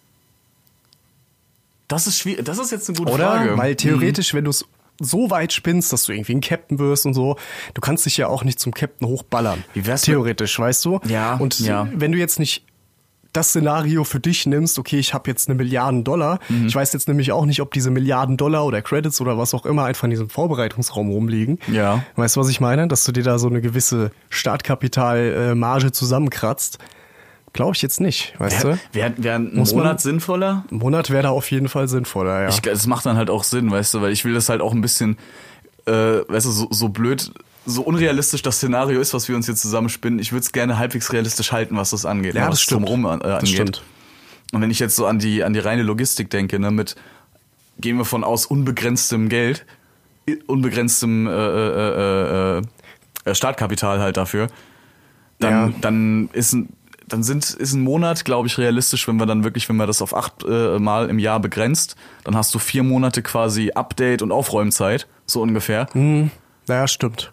Das ist schwierig. Das ist jetzt eine gute Oder? Frage. Weil theoretisch, wenn du es so weit spinnst, dass du irgendwie ein Captain wirst und so, du kannst dich ja auch nicht zum Captain hochballern. Wie wär's mit- theoretisch, weißt du? Ja, Und ja. wenn du jetzt nicht das Szenario für dich nimmst, okay, ich habe jetzt eine Milliarden Dollar. Mhm. Ich weiß jetzt nämlich auch nicht, ob diese Milliarden Dollar oder Credits oder was auch immer einfach in diesem Vorbereitungsraum rumliegen. Ja. Weißt du, was ich meine? Dass du dir da so eine gewisse Startkapitalmarge zusammenkratzt. Glaube ich jetzt nicht, weißt Wäre du? wär, wär ein Muss man- Monat sinnvoller? Ein Monat wäre da auf jeden Fall sinnvoller, ja. Ich, das macht dann halt auch Sinn, weißt du, weil ich will das halt auch ein bisschen, äh, weißt du, so, so blöd, so unrealistisch das Szenario ist, was wir uns jetzt zusammenspinnen. Ich würde es gerne halbwegs realistisch halten, was das angeht. Ja, ne, das was stimmt. Drumherum, äh, angeht. Das stimmt. Und wenn ich jetzt so an die, an die reine Logistik denke, ne, mit, gehen wir von aus unbegrenztem Geld, i- unbegrenztem äh, äh, äh, äh, Startkapital halt dafür, dann, Ja. dann ist ein, dann sind, ist ein Monat, glaube ich, realistisch, wenn wir dann wirklich, wenn man das auf acht äh, Mal im Jahr begrenzt, dann hast du vier Monate quasi Update und Aufräumzeit, so ungefähr. Hm, ja, stimmt.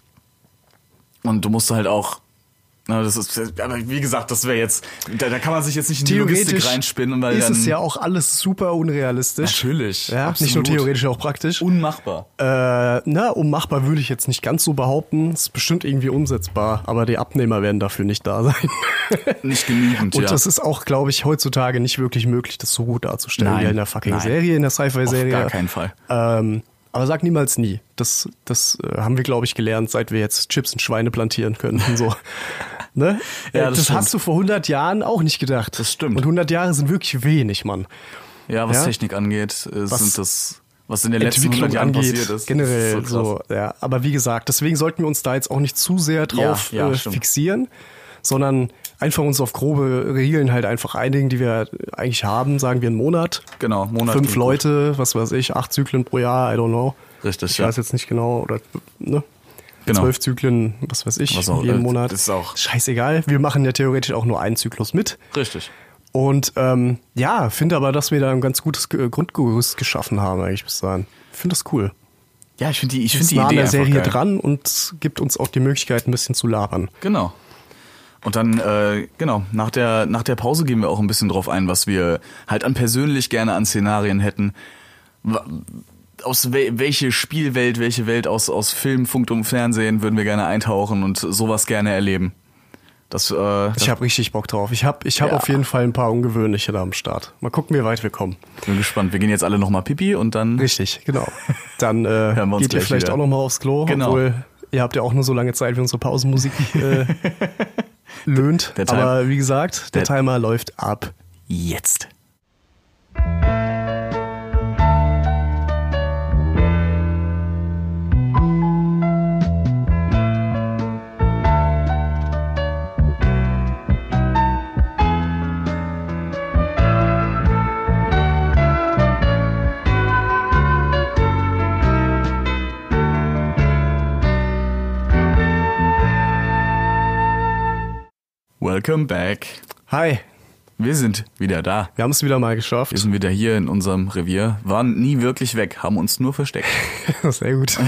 Und du musst halt auch, na, das ist, aber wie gesagt, das wäre jetzt, da, da kann man sich jetzt nicht in die Logistik reinspinnen, weil ist dann, es ja auch alles super unrealistisch. natürlich, Ja, absolut. nicht nur theoretisch, auch praktisch. unmachbar. Äh, na, unmachbar würde ich jetzt nicht ganz so behaupten. Ist bestimmt irgendwie umsetzbar, aber die Abnehmer werden dafür nicht da sein. Nicht genügend, Und ja. das ist auch, glaube ich, heutzutage nicht wirklich möglich, das so gut darzustellen Nein, wie in der fucking nein. Serie, in der Sci-Fi-Serie. Auf gar keinen Fall. Ähm, aber sag niemals nie. Das, das äh, haben wir, glaube ich, gelernt, seit wir jetzt Chips in Schweine plantieren können und so. Ne? Ja, Äh, das das stimmt. hast du vor hundert Jahren auch nicht gedacht. Das stimmt. Und hundert Jahre sind wirklich wenig, Mann. Ja, was Ja? Technik angeht, äh, Was sind das, was in den letzten hundert Entwicklung Jahren angeht, passiert ist. generell das ist so. so, ja. Aber wie gesagt, deswegen sollten wir uns da jetzt auch nicht zu sehr drauf Ja, ja, äh, stimmt. fixieren, sondern einfach uns auf grobe Regeln halt einfach einigen, die wir eigentlich haben. Sagen wir einen Monat, Genau, Monat. fünf klingt Leute, was weiß ich, acht Zyklen pro Jahr, I don't know. gut. Richtig, Ich ja. weiß jetzt nicht genau, oder ne? Genau. Zwölf Zyklen, was weiß ich, Was auch, jeden äh, Monat. das ist auch- Scheißegal, wir machen ja theoretisch auch nur einen Zyklus mit. Richtig. Und ähm, ja, finde aber, dass wir da ein ganz gutes Ge- Grundgerüst geschaffen haben, eigentlich bis dahin. Ich finde das cool. Ja, ich finde die, ich Ist finde die nah an Idee der einfach Serie geil. dran und gibt uns auch die Möglichkeit, ein bisschen zu labern. Genau. Und dann, äh, genau, nach der, nach der Pause gehen wir auch ein bisschen drauf ein, was wir halt an persönlich gerne an Szenarien hätten. Wa- aus wel- welche Spielwelt, welche Welt aus, aus Film, Funk und Fernsehen würden wir gerne eintauchen und sowas gerne erleben? Das, äh, Ich habe richtig Bock drauf. Ich habe ich hab Ja. auf jeden Fall ein paar ungewöhnliche da am Start. Mal gucken, wie weit wir kommen. bin gespannt. Wir gehen jetzt alle nochmal Pipi und dann... Richtig, genau. Dann äh, Hören wir uns geht ihr gleich vielleicht wieder. auch nochmal aufs Klo, Genau. obwohl ihr habt ja auch nur so lange Zeit, wie unsere Pausenmusik äh, löhnt. Der Time- Aber wie gesagt, der, der- Timer läuft ab. Jetzt. Welcome back. Hi, Wir sind wieder da. wir haben es wieder mal geschafft. Wir sind wieder hier in unserem Revier. Waren nie wirklich weg, haben uns nur versteckt. Sehr gut.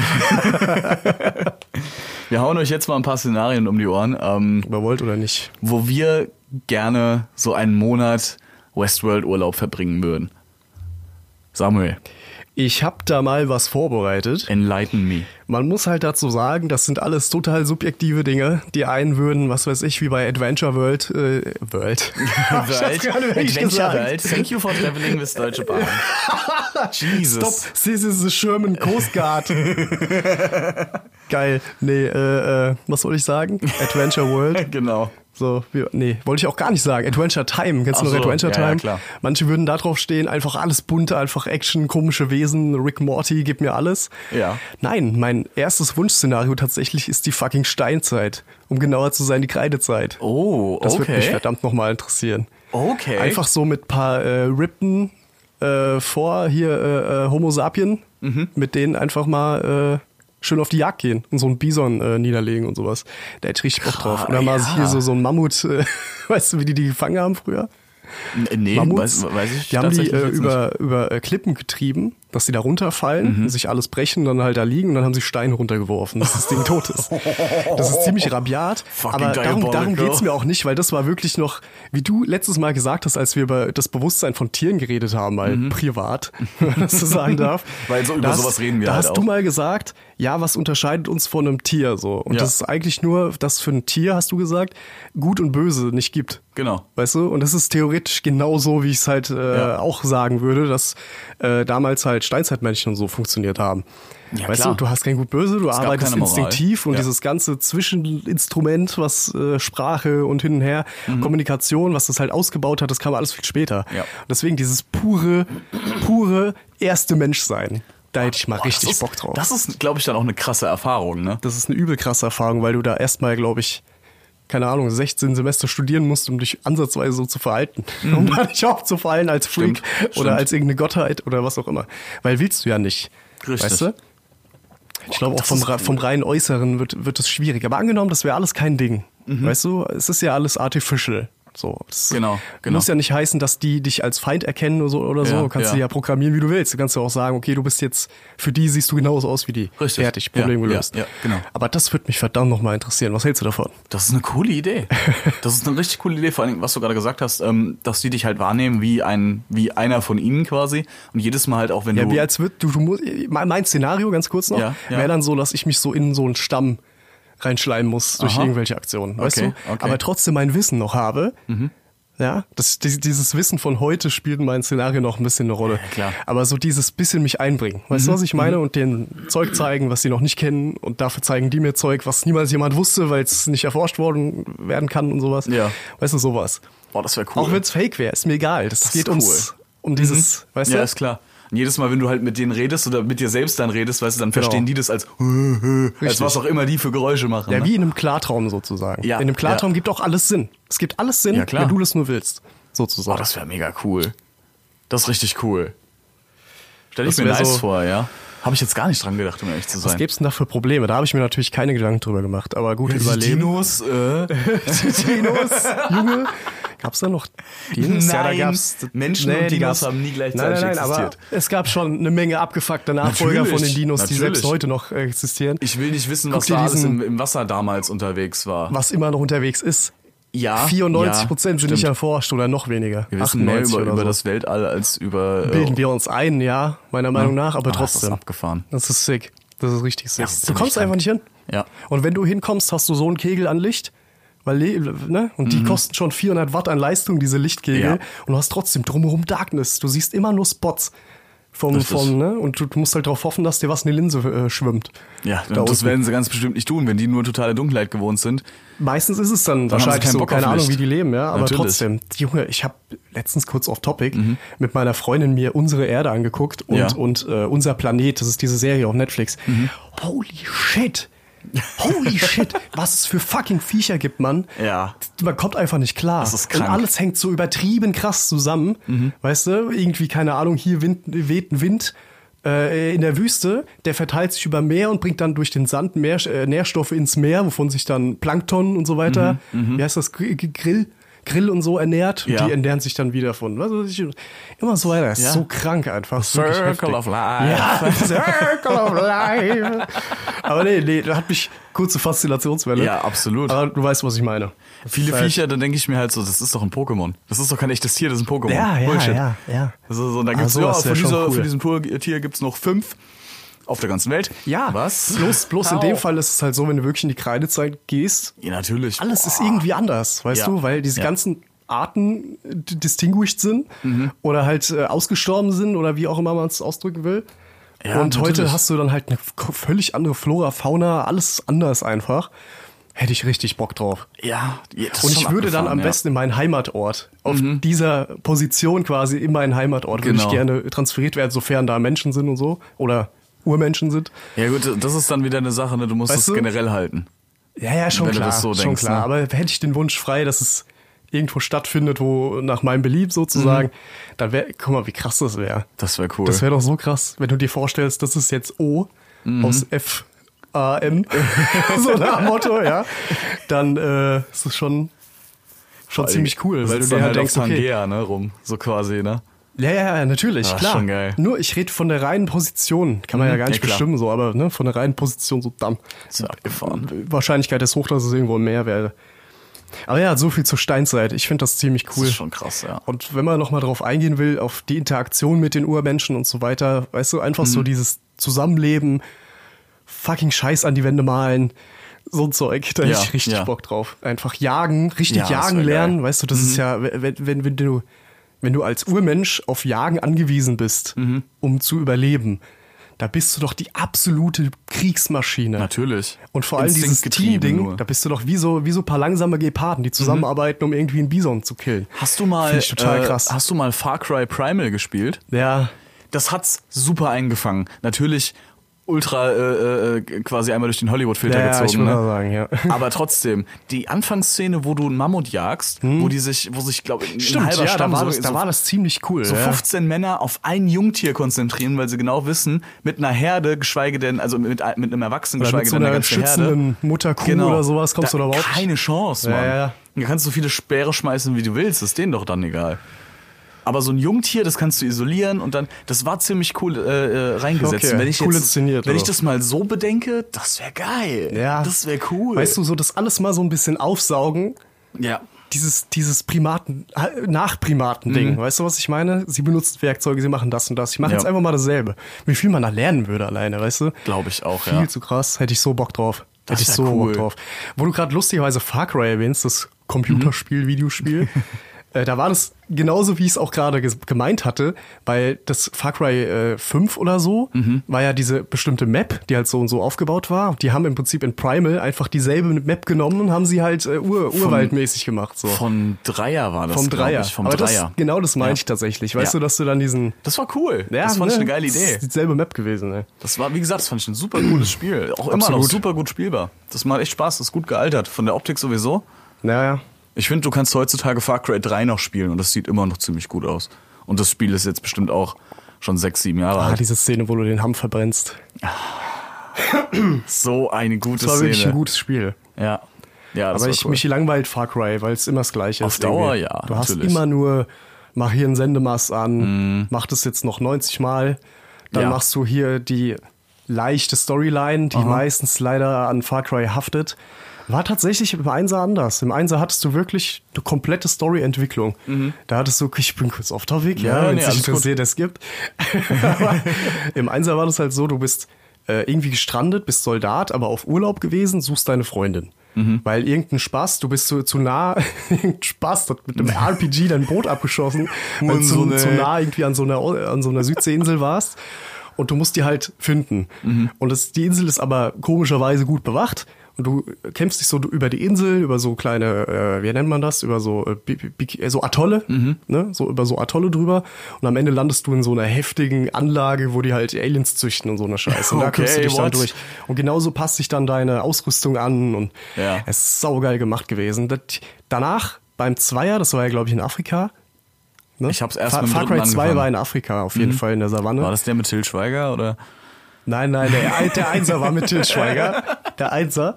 Wir hauen euch jetzt mal ein paar Szenarien um die Ohren, ähm, Ob ihr wollt oder nicht. wo wir gerne so einen Monat Westworld-Urlaub verbringen würden. Samuel, Ich habe da mal was vorbereitet. enlighten me. Man muss halt dazu sagen, das sind alles total subjektive Dinge. Die einen würden, was weiß ich, wie bei Adventure World, äh, World. Ich hab's gerade wirklich Adventure gesagt. World. Thank you for traveling with Deutsche Bahn. Jesus. Stop, this is the Sherman Coast Guard. Geil. Nee, äh, äh, was soll ich sagen? Adventure World. Genau. So, wie, nee, wollte ich auch gar nicht sagen. Adventure Time, kennst du Ach noch so, Adventure ja, ja, Time? klar. Manche würden da drauf stehen, einfach alles bunt, einfach Action, komische Wesen, Rick Morty, gib mir alles. Ja. Nein, mein erstes Wunschszenario tatsächlich ist die fucking Steinzeit. Um genauer zu sein, die Kreidezeit. Oh, Das würde mich okay. verdammt nochmal interessieren. Okay. Einfach so mit paar äh, Rippen äh, vor hier äh, äh, Homo sapien, Mhm. mit denen einfach mal äh, schön auf die Jagd gehen und so einen Bison äh, niederlegen und sowas. Da hätte ich richtig Bock drauf. Oder mal ja. hier so, so ein Mammut, äh, weißt du, wie die die gefangen haben früher? N- Nee, Mammuts. weiß, weiß ich Die haben die tatsächlich äh, jetzt über, über äh, Klippen getrieben, dass die da runterfallen, Mhm. sich alles brechen, dann halt da liegen und dann haben sie Steine runtergeworfen, dass das Ding tot ist. Das ist ziemlich rabiat, Fucking aber darum, darum diabolical. geht's mir auch nicht, weil das war wirklich noch, wie du letztes Mal gesagt hast, als wir über das Bewusstsein von Tieren geredet haben, mal privat, wenn man das so sagen darf. Mhm. Weil so über Da hast- sowas reden wir Da halt hast auch. du mal gesagt, ja, was unterscheidet uns von einem Tier so? Und Ja. das ist eigentlich nur, dass für ein Tier, hast du gesagt, Gut und Böse nicht gibt. Genau. Weißt du? Und das ist theoretisch genauso, wie ich es halt äh, Ja. auch sagen würde, dass äh, damals halt Steinzeitmännchen und so funktioniert haben. Ja, weißt klar. du, du hast kein Gut-Böse, du gab arbeitest keine Moral. instinktiv und Ja. dieses ganze Zwischeninstrument, was äh, Sprache und hin und her, Kommunikation, was das halt ausgebaut hat, das kam alles viel später. Mhm. Ja. Deswegen dieses pure, pure erste Menschsein. Da hätte ich mal Boah, richtig das ist, Bock drauf. Das ist, glaube ich, dann auch eine krasse Erfahrung, ne? Das ist eine übel krasse Erfahrung, weil du da erstmal, glaube ich, keine Ahnung, sechzehn Semester studieren musst, um dich ansatzweise so zu verhalten. Um da nicht aufzufallen als Freak Mhm. Stimmt, oder stimmt. als irgendeine Gottheit oder was auch immer. Weil willst du ja nicht. Richtig. Weißt du? Ich glaube, auch das vom, ist Ra- cool. vom reinen Äußeren wird, wird es schwierig. Aber angenommen, das wäre alles kein Ding. Weißt du, es ist ja alles artificial. So, das Genau, genau. muss ja nicht heißen, dass die dich als Feind erkennen oder so. Oder so. Ja, Du kannst ja. die ja programmieren, wie du willst. Du kannst ja auch sagen, okay, du bist jetzt, für die siehst du genauso aus wie die. Richtig. Fertig, Problem Ja, gelöst. ja, ja, genau. Aber das würde mich verdammt nochmal interessieren. Was hältst du davon? Das ist eine coole Idee. Das ist eine richtig coole Idee, vor allem, was du gerade gesagt hast, ähm, dass die dich halt wahrnehmen wie ein, wie einer von ihnen quasi. Und jedes Mal halt auch, wenn Ja, du. wie als wird, du, du musst, mein mein Szenario, ganz kurz noch, Ja, ja. wäre dann so, dass ich mich so in so einen Stamm reinschleimen muss durch Aha. irgendwelche Aktionen, weißt Okay, du? okay. Aber trotzdem mein Wissen noch habe. Ja, das, die- dieses Wissen von heute spielt in meinem Szenario noch ein bisschen eine Rolle. Ja, klar. Aber so dieses bisschen mich einbringen. Weißt du, was ich meine? Und denen Zeug zeigen, was sie noch nicht kennen. Und dafür zeigen die mir Zeug, was niemals jemand wusste, weil es nicht erforscht worden werden kann und sowas. Ja. Weißt du, sowas. Boah, das wäre cool. Auch wenn es fake wäre, ist mir egal. Das, Das geht ist ums, cool. um dieses, weißt Ja, du? ist klar. Und jedes Mal, wenn du halt mit denen redest oder mit dir selbst dann redest, weißt du, dann Genau. verstehen die das als, als Richtig. was auch immer die für Geräusche machen. Ja, ne? wie in einem Klartraum sozusagen. Ja, in einem Klartraum ja. gibt auch alles Sinn. Es gibt alles Sinn, Ja, klar. wenn du das nur willst. Boah, Sozusagen. das wäre mega cool. Das ist richtig cool. Stell Das ich mir wär nice so- vor, ja. Habe ich jetzt gar nicht dran gedacht, um ehrlich zu Was sein. gibt's denn da für Probleme? Da habe ich mir natürlich keine Gedanken drüber gemacht. Aber gut, Die überleben. Dinos, äh, Die Dinos, Junge. Gab's da noch Dinos? Ja, da Nein, gab's. Menschen und die Dinos gab's- haben nie gleichzeitig nein, nein, nein, existiert. Aber es gab schon eine Menge abgefuckter Nachfolger Natürlich, von den Dinos, die natürlich. selbst heute noch existieren. Ich will nicht wissen, Guck was dir da alles diesen- im, im Wasser damals unterwegs war. Was immer noch unterwegs ist. Ja, vierundneunzig Prozent ja, sind nicht stimmt. erforscht oder noch weniger. Wir wissen mehr achtundneunzig über, oder über so. das Weltall als über... äh, Bilden wir uns ein, ja, meiner Meinung nach, aber Ah, ist das trotzdem. abgefahren. Das ist sick. Das ist richtig sick. Das ist du ziemlich kommst krank. einfach nicht hin. Ja. Und wenn du hinkommst, hast du so einen Kegel an Licht, weil, ne? Und die kosten schon vierhundert Watt an Leistung, diese Lichtkegel. Ja. Und du hast trotzdem drumherum Darkness. Du siehst immer nur Spots. Vom, Richtig. vom, ne? Und du, du musst halt darauf hoffen, dass dir was in die Linse äh, schwimmt. Ja, Da und das unten. werden sie ganz bestimmt nicht tun, wenn die nur totale Dunkelheit gewohnt sind. Meistens ist es dann, Dann haben sie wahrscheinlich keinen so, Bock auf keine Ahnung, Licht. wie die leben, ja. Aber Natürlich. trotzdem, Junge, ich habe letztens kurz off Topic mit meiner Freundin mir unsere Erde angeguckt und, Ja. und äh, unser Planet, das ist diese Serie auf Netflix. Holy shit! Holy shit! Was es für fucking Viecher gibt, Mann. Ja. Man kommt einfach nicht klar. Das ist und krank. alles hängt so übertrieben krass zusammen. Weißt du, irgendwie, keine Ahnung, hier Wind, weht ein Wind äh, in der Wüste, der verteilt sich über Meer und bringt dann durch den Sand mehr, äh, Nährstoffe ins Meer, wovon sich dann Plankton und so weiter, wie heißt das, Gr- Gr- Grill, Grill und so ernährt. Ja. Die ernähren sich dann wieder von, was weiß ich, immer so weiter. Das ist Ja. so krank einfach. Das ist wirklich heftig. Circle of Life. Ja, Circle of Life. Aber nee, nee, da hat mich kurze Faszinationswelle. Ja, absolut. Aber du weißt, was ich meine. Das Viele ist halt- Viecher, dann denke ich mir halt so, das ist doch ein Pokémon. Das ist doch kein echtes Tier, das ist ein Pokémon. Ja, ja, Bullshit. ja, ja. Das ist so, und da Ah, gibt's ja, sowas wär von, schon dieser, cool. von diesem Pur- Tier gibt's noch fünf auf der ganzen Welt. Ja, Was? Bloß, bloß in Au. dem Fall ist es halt so, wenn du wirklich in die Kreidezeit gehst, Ja, natürlich. alles ist irgendwie anders, weißt Ja. du, weil diese Ja. ganzen Arten d- distinguished sind Mhm. oder halt äh, ausgestorben sind oder wie auch immer man es ausdrücken will. Ja, Und heute natürlich. hast du dann halt eine f- völlig andere Flora, Fauna, alles anders einfach. Hätte ich richtig Bock drauf. Ja, ja, das ist Und ich schon würde dann am abgefahren, ja. besten in meinen Heimatort, auf dieser Position quasi in meinen Heimatort, würde ich Genau. gerne transferiert werden, sofern da Menschen sind und so oder Urmenschen sind. Ja gut, das ist dann wieder eine Sache, ne? Du musst Weißt es du? generell halten. Ja, ja, schon Wenn du klar, das so schon denkst, klar. ne? Aber hätte ich den Wunsch frei, dass es irgendwo stattfindet, wo nach meinem Belieb sozusagen, dann wäre, guck mal, wie krass das wäre. Das wäre cool. Das wäre doch so krass, wenn du dir vorstellst, das ist jetzt O aus F A M, so nach Motto, ja. Dann äh, ist es schon, schon ziemlich cool, weil du dir dann halt halt denkst, auf okay, Pangea, ne, rum. So quasi, ne? ja, ja, ja, natürlich, Ah, klar. schon geil. Nur ich rede von der reinen Position, kann man ja Mhm, gar nicht ja, klar. bestimmen, so, aber ne, von der reinen Position so damm. Das wäre abgefahren. Wahrscheinlichkeit ist hoch, dass es irgendwo mehr werde. Aber ja, so viel zur Steinzeit. Ich finde das ziemlich Das cool. ist schon krass, ja. Und wenn man nochmal drauf eingehen will, auf die Interaktion mit den Urmenschen und so weiter, weißt du, einfach Mhm. so dieses Zusammenleben, fucking Scheiß an die Wände malen, so ein Zeug, da Ja, hätte ich richtig ja. Bock drauf. Einfach jagen, richtig Ja, das jagen wär lernen, geil. weißt du, das ist ja, wenn, wenn, wenn du, wenn du als Urmensch auf Jagen angewiesen bist, Mhm. um zu überleben, da bist du doch die absolute Kriegsmaschine. Natürlich. Und vor allem dieses Instinktgetrieben Team-Ding, nur. da bist du doch wie so, wie so ein paar langsame Geparden, die zusammenarbeiten, um irgendwie einen Bison zu killen. Hast du mal, Find ich total äh, krass. hast du mal Far Cry Primal gespielt? Ja, Das hat's super eingefangen. Natürlich ultra äh, äh, quasi einmal durch den Hollywood-Filter ja, ja, ich gezogen. würde Ne? mal sagen, ja. Aber trotzdem, die Anfangsszene, wo du einen Mammut jagst, wo die sich, wo sich, glaube ich, ein Stimmt, halber ja, Stamm, da war, so, das, da so, war das ziemlich cool. so ja. fünfzehn Männer auf ein Jungtier konzentrieren, weil sie genau wissen, mit einer Herde, geschweige denn, also mit, mit einem Erwachsenen, Oder mit geschweige so denn einer einer ganzen Herde. schützenden Mutterkuh oder sowas kommst du da überhaupt nicht. Keine Chance, Ja, Mann. ja, ja. Da kannst du so viele Speere schmeißen, wie du willst, ist denen doch dann egal. Aber so ein Jungtier, das kannst du isolieren und dann, das war ziemlich cool äh, äh, reingesetzt. Okay, Und wenn ich cool jetzt, inszeniert, wenn ich oder? das mal so bedenke, das wäre geil. Ja. Das wäre cool. Weißt du, so das alles mal so ein bisschen aufsaugen, Ja. dieses, dieses Primaten, Nachprimaten-Ding. Weißt du, was ich meine? Sie benutzen Werkzeuge, sie machen das und das. Ich mache Ja. jetzt einfach mal dasselbe. Wie viel man da lernen würde alleine, weißt du? Glaube ich auch, Viel ja. zu krass. Hätte ich so Bock drauf. Das Hätte ich wär so cool. Bock drauf. Wo du gerade lustigerweise Far Cry erwähnst, das Computerspiel, Videospiel. äh, da war das genauso, wie ich es auch gerade ges- gemeint hatte, weil das Far Cry äh, fünf oder so war ja diese bestimmte Map, die halt so und so aufgebaut war. Die haben im Prinzip in Primal einfach dieselbe Map genommen und haben sie halt äh, ur urwaldmäßig gemacht. So. Vom Dreier war das, Vom glaub Dreier. Ich. Vom Aber Dreier. Das, genau das meine Ja. ich tatsächlich. Weißt Ja. du, dass du dann diesen... Das war cool. Ja, das fand ich ne? eine geile Das Idee. ist dieselbe Map gewesen, ne? Das war, wie gesagt, das fand ich ein super cooles Spiel. Auch immer Absolut. noch super gut spielbar. Das macht echt Spaß, das ist gut gealtert. Von der Optik sowieso. Naja. Ich finde, du kannst heutzutage Far Cry drei noch spielen und das sieht immer noch ziemlich gut aus. Und das Spiel ist jetzt bestimmt auch schon sechs, sieben Jahre Ah, alt. diese Szene, wo du den Hamm verbrennst. So eine gute Das war Szene. wirklich ein gutes Spiel. Ja. Ja, das Aber war ich, cool. mich langweilt Far Cry, weil es immer das Gleiche Auf ist. Dauer, irgendwie. ja, Du hast natürlich. immer nur, mach hier einen Sendemast an, mach das jetzt noch neunzig Mal, dann Ja. machst du hier die leichte Storyline, die Aha. meistens leider an Far Cry haftet. War tatsächlich im Einser anders. Im Einser hattest du wirklich eine komplette Story-Entwicklung. Mhm. Da hattest du, ich bin kurz off topic, ja, ja wenn es nee, dich interessiert, es gibt. Aber im Einser war das halt so, du bist äh, irgendwie gestrandet, bist Soldat, aber auf Urlaub gewesen, suchst deine Freundin. Mhm. Weil irgendein Spaß, du bist zu, zu nah, irgendein Spaß, hat mit einem R P G dein Boot abgeschossen, weil du so zu, zu nah irgendwie an so einer, an so einer Südseeinsel warst. Und du musst die halt finden. Mhm. Und das, die Insel ist aber komischerweise gut bewacht. Und du kämpfst dich so über die Insel, über so kleine, äh, wie nennt man das, über so, äh, so Atolle, mhm. ne? So über so Atolle drüber. Und am Ende landest du in so einer heftigen Anlage, wo die halt Aliens züchten und so eine Scheiße. Und da okay, kommst du dich what? dann durch. Und genauso passt sich dann deine Ausrüstung an. Und ja. es ist saugeil gemacht gewesen. Das, danach, beim Zweier, das war ja, glaube ich, in Afrika. Ne? Ich hab's erst Far, mit dem Far Cry zwei angefangen. war in Afrika, auf jeden mhm. Fall in der Savanne. War das der mit Til Schweiger, oder? Nein, nein, der, der Einser war mit Til Schweiger. Der Einser.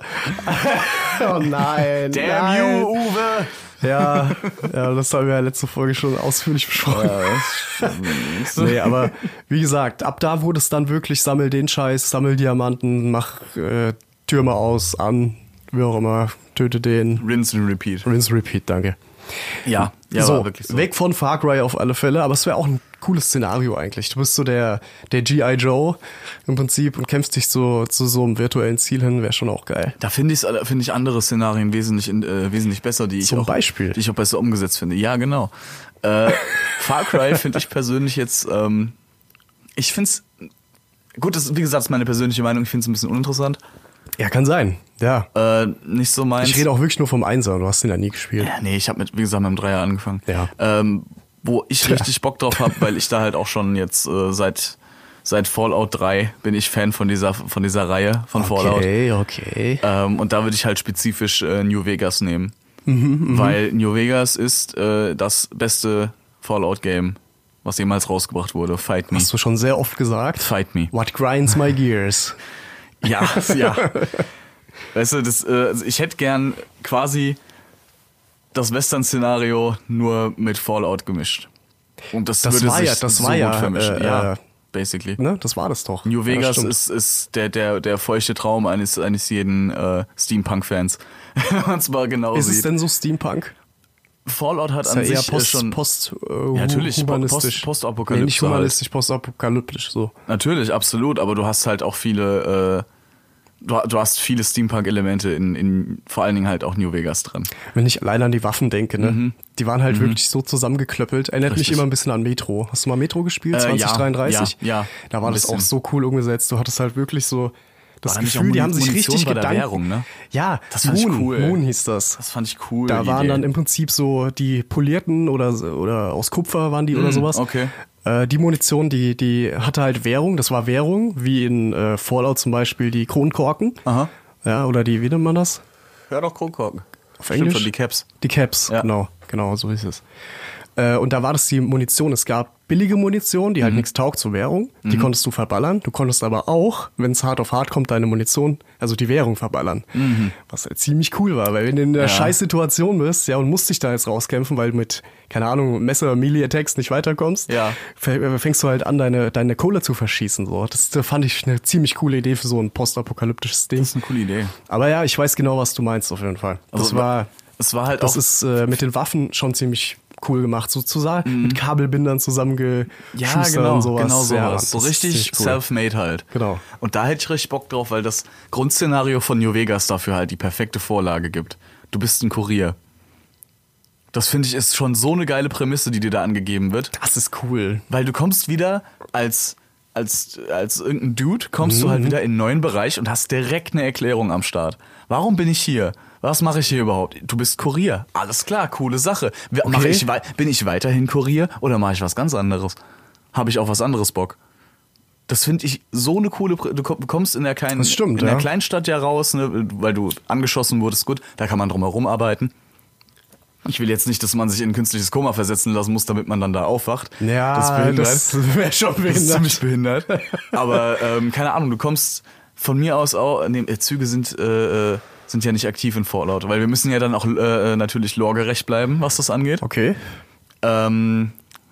Oh nein. Damn nein. you, Uwe. Ja, ja, das haben wir ja letzte Folge schon ausführlich besprochen. Ja, nee, aber wie gesagt, ab da wurde es dann wirklich, sammel den Scheiß, sammel Diamanten, mach äh, Türme aus, an, wie auch immer, töte den. Rinse and repeat. Rinse and repeat, danke. Ja, ja, so, war wirklich so. Weg von Far Cry auf alle Fälle, aber es wäre auch ein cooles Szenario eigentlich. Du bist so der, der G I Joe im Prinzip und kämpfst dich so zu so einem virtuellen Ziel hin, wäre schon auch geil. Da finde ich finde ich andere Szenarien wesentlich äh, wesentlich besser, die ich Zum auch, Beispiel. die ich auch besser umgesetzt finde. Ja, genau. Äh, Far Cry finde ich persönlich jetzt, ähm, ich finde es, gut, das, wie gesagt, das ist meine persönliche Meinung, ich finde es ein bisschen uninteressant. Ja, kann sein, ja. Äh, nicht so meins. Ich rede auch wirklich nur vom Einser, du hast den ja nie gespielt. Ja, nee, ich habe mit, wie gesagt, mit dem Dreier angefangen. Ja. Ähm, wo ich richtig Bock drauf habe, weil ich da halt auch schon jetzt äh, seit seit Fallout drei bin ich Fan von dieser von dieser Reihe von Fallout. Okay, okay. Ähm, und da würde ich halt spezifisch äh, New Vegas nehmen. Mhm, weil New Vegas ist äh, das beste Fallout-Game, was jemals rausgebracht wurde. Fight me. Hast du schon sehr oft gesagt. Fight me. What grinds my gears. Ja, ja. Weißt du, das, äh, ich hätte gern quasi das Western-Szenario nur mit Fallout gemischt. Und das, das würde war sich ja, das so war gut ja, vermischen. Äh, ja, basically. Ne, das war das doch. New Vegas ja, ist, ist der, der, der feuchte Traum eines, eines jeden äh, Steampunk-Fans. Wenn man es mal genau ist sieht. Ist es denn so Steampunk? Fallout hat ist an ja sich eher post, schon... Post, äh, ja, natürlich, humanistisch. Post, postapokalyptisch. Nee, nicht humanistisch, halt. Postapokalyptisch, so. Natürlich, absolut, aber du hast halt auch viele... Äh, Du, du hast viele Steampunk-Elemente in, in vor allen Dingen halt auch New Vegas drin. Wenn ich allein an die Waffen denke, ne? Mhm. Die waren halt mhm. wirklich so zusammengeklöppelt. Erinnert Richtig. mich immer ein bisschen an Metro. Hast du mal Metro gespielt? Äh, zwanzig dreiunddreißig? Ja, ja. Da war das auch so cool umgesetzt. Du hattest halt wirklich so das war Gefühl, die haben sich Munition richtig bei der Gedanken. Währung, ne? Ja, das fand Moon, ich cool. Moon hieß das. Das fand ich cool. Da waren Idee. dann im Prinzip so die polierten oder, oder aus Kupfer waren die mhm, oder sowas. Okay. Äh, die Munition, die, die hatte halt Währung. Das war Währung, wie in äh, Fallout zum Beispiel die Kronkorken. Aha. Ja, oder die, wie nennt man das? Ja, doch, Kronkorken. Auf Englisch? Stimmt, die Caps. Die Caps, ja. genau, genau, so ist es. Äh, und da war das die Munition. Es gab billige Munition, die halt mhm. nichts taugt zur Währung. Die mhm. konntest du verballern. Du konntest aber auch, wenn es hart auf hart kommt, deine Munition, also die Währung verballern. Mhm. Was halt ziemlich cool war, weil wenn du in der ja. Scheißsituation bist, ja, und musst dich da jetzt rauskämpfen, weil du mit, keine Ahnung, Messer, Melee-Attacks nicht weiterkommst, ja. fängst du halt an, deine, deine Kohle zu verschießen. So. Das, das fand ich eine ziemlich coole Idee für so ein postapokalyptisches Ding. Das ist eine coole Idee. Aber ja, ich weiß genau, was du meinst, auf jeden Fall. Also, das war, es war halt das auch ist äh, mit den Waffen schon ziemlich cool gemacht, sozusagen mm. mit Kabelbindern zusammengeschustert ja, genau, und sowas. Genau sowas. Ja, so richtig cool. Self-made halt. Genau. Und da hätte ich richtig Bock drauf, weil das Grundszenario von New Vegas dafür halt die perfekte Vorlage gibt. Du bist ein Kurier. Das finde ich ist schon so eine geile Prämisse, die dir da angegeben wird. Das ist cool. Weil du kommst wieder als als als irgendein Dude, kommst mhm. du halt wieder in einen neuen Bereich und hast direkt eine Erklärung am Start. Warum bin ich hier? Was mache ich hier überhaupt? Du bist Kurier. Alles klar, coole Sache. Okay. Mach ich, bin ich weiterhin Kurier oder mache ich was ganz anderes? Habe ich auf was anderes Bock? Das finde ich so eine coole... Du kommst in der kleinen, das stimmt, in der ja. Kleinstadt ja raus, ne, weil du angeschossen wurdest. Gut, da kann man drum herum arbeiten. Ich will jetzt nicht, dass man sich in ein künstliches Koma versetzen lassen muss, damit man dann da aufwacht. Ja, das ist behindert. Das wäre schon behindert. Das ist ziemlich behindert. Aber ähm, keine Ahnung, du kommst von mir aus auch... Nee, Züge sind... Äh, sind ja nicht aktiv in Fallout, weil wir müssen ja dann auch äh, natürlich loregerecht bleiben, was das angeht. Okay. Ähm,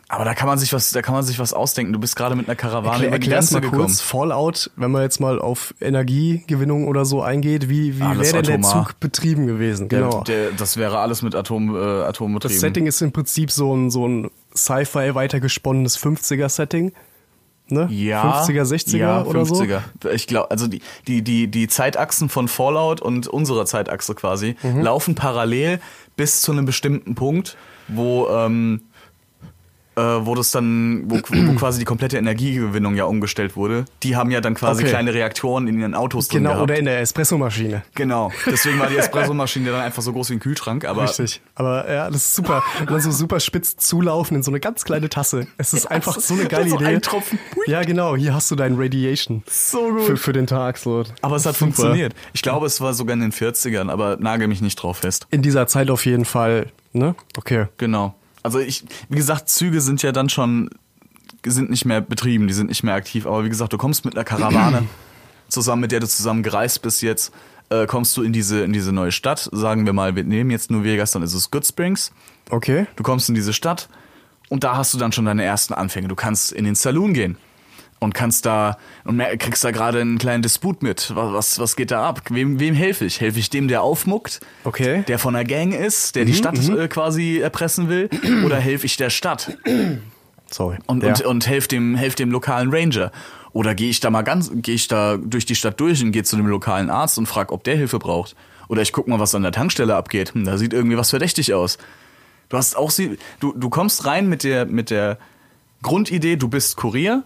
Aber da kann man sich was, da kann man sich was ausdenken. Du bist gerade mit einer Karawane Erklär, über die erklär's Grenze mal gekommen. kurz, Fallout, wenn man jetzt mal auf Energiegewinnung oder so eingeht, wie, wie Alles wäre denn der atomar. Zug betrieben gewesen? Genau. Der, der, das wäre alles mit Atom, äh, Atom betrieben. Das Setting ist im Prinzip so ein, so ein Sci-Fi weitergesponnenes fünfziger-Setting. Ne? Ja, fünfziger, sechziger ja, oder fünfziger. Ich glaube, also die, die, die, die Zeitachsen von Fallout und unserer Zeitachse quasi Mhm. laufen parallel bis zu einem bestimmten Punkt, wo, ähm, äh, wo das dann, wo, wo quasi die komplette Energiegewinnung ja umgestellt wurde. Die haben ja dann quasi Okay. kleine Reaktoren in ihren Autos so. drin Genau, gehabt. oder in der Espressomaschine. Genau. Deswegen war die Espressomaschine dann einfach so groß wie ein Kühlschrank. Aber Richtig. Aber ja, das ist super. Und dann so super spitz zulaufen in so eine ganz kleine Tasse. Es ist einfach so eine geile so Idee. ein Tropfen. Ja, genau. Hier hast du dein Radiation. So gut. Für, für den Tag. So. Aber es hat Super. funktioniert. Ich glaube, es war sogar in den vierzigern, aber nagel mich nicht drauf fest. In dieser Zeit auf jeden Fall. Ne? Okay. Genau. Also ich, wie gesagt, Züge sind ja dann schon, sind nicht mehr betrieben, die sind nicht mehr aktiv. Aber wie gesagt, du kommst mit einer Karawane zusammen, mit der du zusammen gereist bist jetzt, äh, kommst du in diese, in diese neue Stadt. Sagen wir mal, wir nehmen jetzt nur Vegas, dann ist es Goodsprings. Okay. Du kommst in diese Stadt und da hast du dann schon deine ersten Anfänge. Du kannst in den Saloon gehen und kannst da und mer- kriegst da gerade einen kleinen Disput mit. Was, was, was geht da ab? Wem, wem helfe ich? Helfe ich dem, der aufmuckt? Okay. Der von der Gang ist, der die Stadt äh, quasi erpressen will? Oder helfe ich der Stadt? Sorry. Und, ja. und, und helfe dem, helf dem lokalen Ranger? Oder gehe ich da mal ganz, gehe ich da durch die Stadt durch und gehe zu dem lokalen Arzt und frage, ob der Hilfe braucht? Oder ich guck mal, was an der Tankstelle abgeht. Hm, da sieht irgendwie was verdächtig aus. Du hast auch sie, du, du kommst rein mit der, mit der Grundidee, du bist Kurier,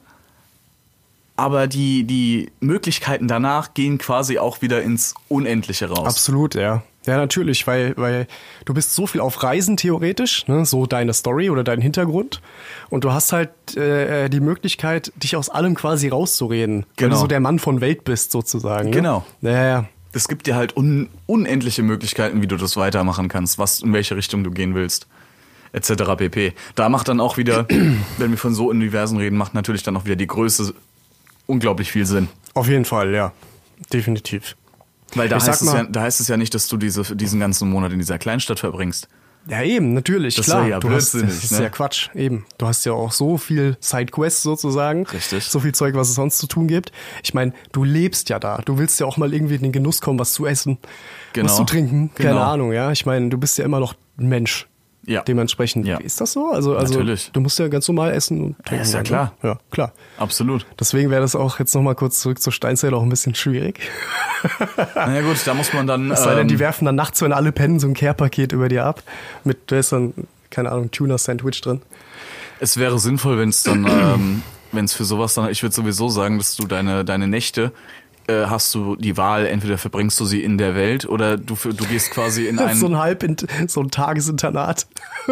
aber die, die Möglichkeiten danach gehen quasi auch wieder ins Unendliche raus. Absolut, ja. Ja, natürlich, weil, weil du bist so viel auf Reisen theoretisch, ne, so deine Story oder dein Hintergrund. Und du hast halt äh, die Möglichkeit, dich aus allem quasi rauszureden. Weil Genau. du so der Mann von Welt bist, sozusagen. Ne? Genau. Ja, ja. Es gibt dir halt un, unendliche Möglichkeiten, wie du das weitermachen kannst, was in welche Richtung du gehen willst, et cetera pp. Da macht dann auch wieder, wenn wir von so Universen reden, macht natürlich dann auch wieder die Größe unglaublich viel Sinn. Auf jeden Fall, ja. Definitiv. Weil da Ich sag heißt, es mal- ja, da heißt es ja nicht, dass du diese, diesen ganzen Monat in dieser Kleinstadt verbringst. Ja, eben, natürlich, Das klar. wäre ja du hast, blödsinnig, das ist ne? ja Quatsch, eben. Du hast ja auch so viel Sidequests sozusagen. Richtig. So viel Zeug, was es sonst zu tun gibt. Ich meine, du lebst ja da. Du willst ja auch mal irgendwie in den Genuss kommen, was zu essen, Genau. was zu trinken. Keine Genau. Ahnung, ja. Ich meine, du bist ja immer noch ein Mensch. Ja. Dementsprechend. Ja. Ist das so? Also, also Natürlich. du musst ja ganz normal essen und trinken. ist ja ne? klar. Ja, klar. Absolut. Deswegen wäre das auch jetzt nochmal kurz zurück zur Steinzeit auch ein bisschen schwierig. Naja gut, da muss man dann... Es sei denn, ähm, die werfen dann nachts, wenn alle pennen, so ein Care-Paket über dir ab. Mit, da ist dann, keine Ahnung, Tuna-Sandwich drin. Es wäre sinnvoll, wenn es dann, ähm, wenn es für sowas dann, ich würde sowieso sagen, dass du deine, deine Nächte, äh, hast du die Wahl, entweder verbringst du sie in der Welt oder du, du gehst quasi in ein... so ein Halb, so ein Tagesinternat.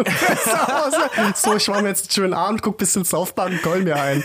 so, ich mache mir jetzt einen schönen Abend, guck bisschen South Park und call mir ein.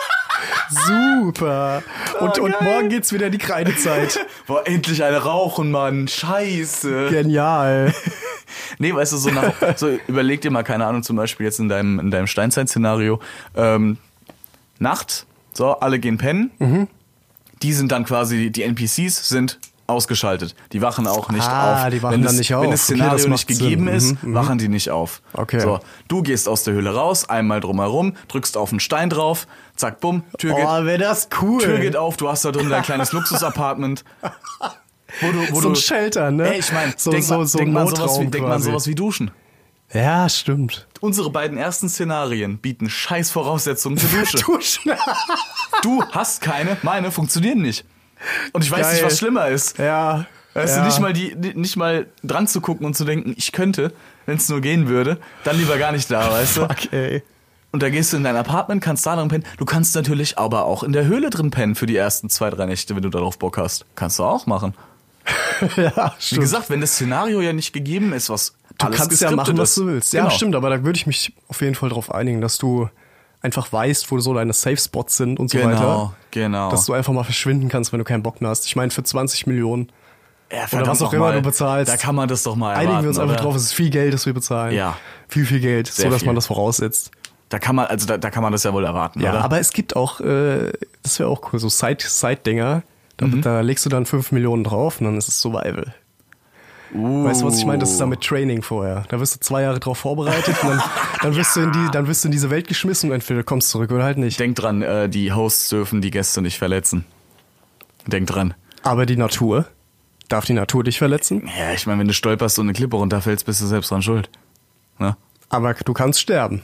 Super. Und, Oh, und geil. morgen geht's wieder in die Kreidezeit. Boah, endlich eine rauchen, Mann. Scheiße. Genial. Nee, weißt du, so, nach, so überleg dir mal, keine Ahnung, zum Beispiel jetzt in deinem, in deinem Steinzeit-Szenario, ähm, Nacht, so, alle gehen pennen, Mhm. die sind dann quasi, die N P Cs sind ausgeschaltet. Die wachen auch nicht Ah, auf. die wachen wenn dann das, nicht Wenn auf. das Okay, Szenario das nicht macht gegeben Sinn. ist, Mhm, mhm. wachen die nicht auf. Okay. So, du gehst aus der Höhle raus, einmal drumherum, drückst auf einen Stein drauf, zack, bumm, Tür geht, Oh, wäre das cool. Tür geht auf, du hast da drin dein kleines Luxus-Apartment. Wo du, wo so ein du, Shelter, ne? Ey, ich meine, so, denk, so, mal, so denk, ein mal sowas wie, Notraum denk mal quasi. sowas wie Duschen. Ja, stimmt. Unsere beiden ersten Szenarien bieten scheiß Voraussetzungen für Dusche. Duschen. Du hast keine, meine funktionieren nicht. Und ich weiß Geil. nicht, was schlimmer ist. Ja. Weißt ja. du, nicht mal, die, nicht mal dran zu gucken und zu denken, ich könnte, wenn es nur gehen würde, dann lieber gar nicht da, weißt du? Fuck, ey. Und da gehst du in dein Apartment, kannst da drin pennen. Du kannst natürlich aber auch in der Höhle drin pennen für die ersten zwei, drei Nächte, wenn du darauf Bock hast. Kannst du auch machen. Ja, Wie stimmt. gesagt, wenn das Szenario ja nicht gegeben ist, was Du alles kannst ja geskriptet machen, was ist. du willst. Genau. Ja, stimmt, aber da würde ich mich auf jeden Fall drauf einigen, dass du einfach weißt, wo so deine Safe-Spots sind und so Genau, weiter. genau. Dass du einfach mal verschwinden kannst, wenn du keinen Bock mehr hast. Ich meine, für zwanzig Millionen Ja, oder was auch immer mal. du bezahlst. Da kann man das doch mal erwarten, einigen wir uns einfach oder? drauf, es ist viel Geld, das wir bezahlen. Ja. Viel, viel Geld, so Sehr dass viel. man das voraussetzt. Da kann man, also da, da kann man das ja wohl erwarten, Ja, oder? aber es gibt auch, äh, das wäre auch cool, so Side- Side-Dinger. Da, Mhm. da legst du dann fünf Millionen drauf und dann ist es Survival. Uh. Weißt du, was ich meine? Das ist dann mit Training vorher. Da wirst du zwei Jahre drauf vorbereitet und dann, dann, wirst, du in die, dann wirst du in diese Welt geschmissen und entweder kommst zurück oder halt nicht. Denk dran, äh, die Hosts dürfen die Gäste nicht verletzen. Denk dran. Aber die Natur? Darf die Natur dich verletzen? Ja, ich meine, wenn du stolperst und eine Klippe runterfällst, bist du selbst dran schuld. Ne? Aber du kannst sterben.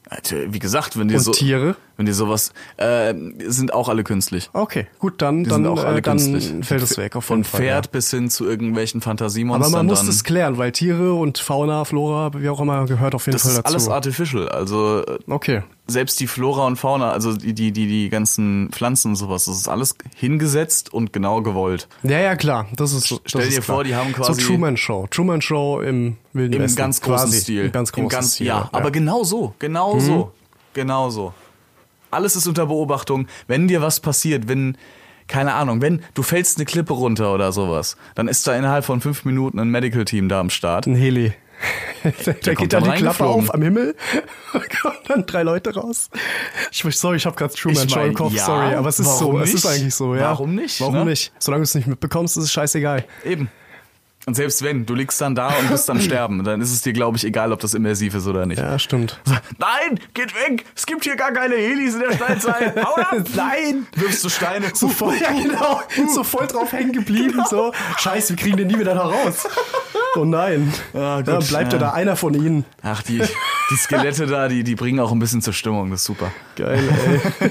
Wie gesagt, wenn dir Und so Tiere? wenn dir sowas äh, sind auch alle künstlich. Okay, gut, dann, Die dann, sind auch alle äh, dann künstlich. fällt es weg. Auf jeden Von Fall, Pferd ja. bis hin zu irgendwelchen Fantasiemonstern. Aber man muss dann, es klären, weil Tiere und Fauna, Flora, wie auch immer, gehört auf jeden das Fall ist dazu. alles artificial. Also äh, Okay. selbst die Flora und Fauna, also die die die die ganzen Pflanzen und sowas, das ist alles hingesetzt und genau gewollt. Ja, ja, klar. Das ist so. Stell das dir ist klar. vor, die haben quasi- So Truman Show. Truman Show im Wilden Im Westen. ganz großen quasi. Stil. Im ganz großen Im ganz, Stil. ja, aber genau so, genau Mhm. so, genau so. Alles ist unter Beobachtung. Wenn dir was passiert, wenn, keine Ahnung, wenn du fällst eine Klippe runter oder sowas, dann ist da innerhalb von fünf Minuten ein Medical-Team da am Start. Ein Heli. Da kommt geht dann dann die Klappe reingeflogen. auf am Himmel, kommen dann drei Leute raus. Ich, sorry, ich habe gerade Truman Ich Show im mein, Kopf, ja, sorry, aber es ist so, warum es ist nicht? eigentlich so, ja. Warum nicht, Warum ne? nicht? Solange du es nicht mitbekommst, ist es scheißegal. Eben. Und selbst wenn, du liegst dann da und bist am Sterben, dann ist es dir, glaube ich, egal, ob das immersiv ist oder nicht. Ja, stimmt. Nein, geht weg! Es gibt hier gar keine Helis in der Steinzeit. Hau ab! Nein! Wirfst du Steine. So voll, ja genau, so voll drauf hängen geblieben, so. Scheiße, wir kriegen den nie wieder da raus. Oh nein. Ah, gut, da bleibt ja ja. da einer von ihnen. Ach, die, die Skelette da, die, die bringen auch ein bisschen zur Stimmung, das ist super. Geil, ey.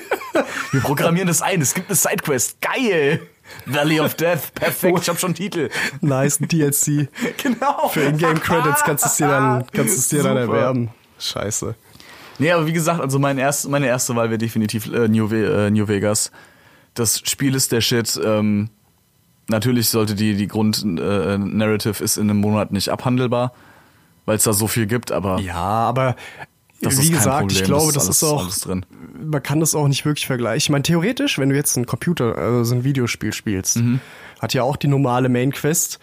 Wir programmieren das ein, es gibt eine Sidequest. Geil! Valley of Death, perfekt, ich hab schon einen Titel. Nice, ein D L C. Genau. Für In-Game-Credits kannst du es dir dann, kannst du es dir dann Super. erwerben. Scheiße. Nee, aber wie gesagt, also mein erst, meine erste Wahl wäre definitiv äh, New, Ve äh, New Vegas. Das Spiel ist der Shit. Ähm, natürlich sollte die, die Grund-Narrative ist in einem Monat nicht abhandelbar, weil es da so viel gibt, aber Ja, aber das wie ist kein gesagt, Problem. ich glaube, das das ist, ist, alles, auch, alles drin. man kann das auch nicht wirklich vergleichen. Ich meine, theoretisch, wenn du jetzt ein Computer, also so ein Videospiel spielst, Mhm. hat ja auch die normale Main-Quest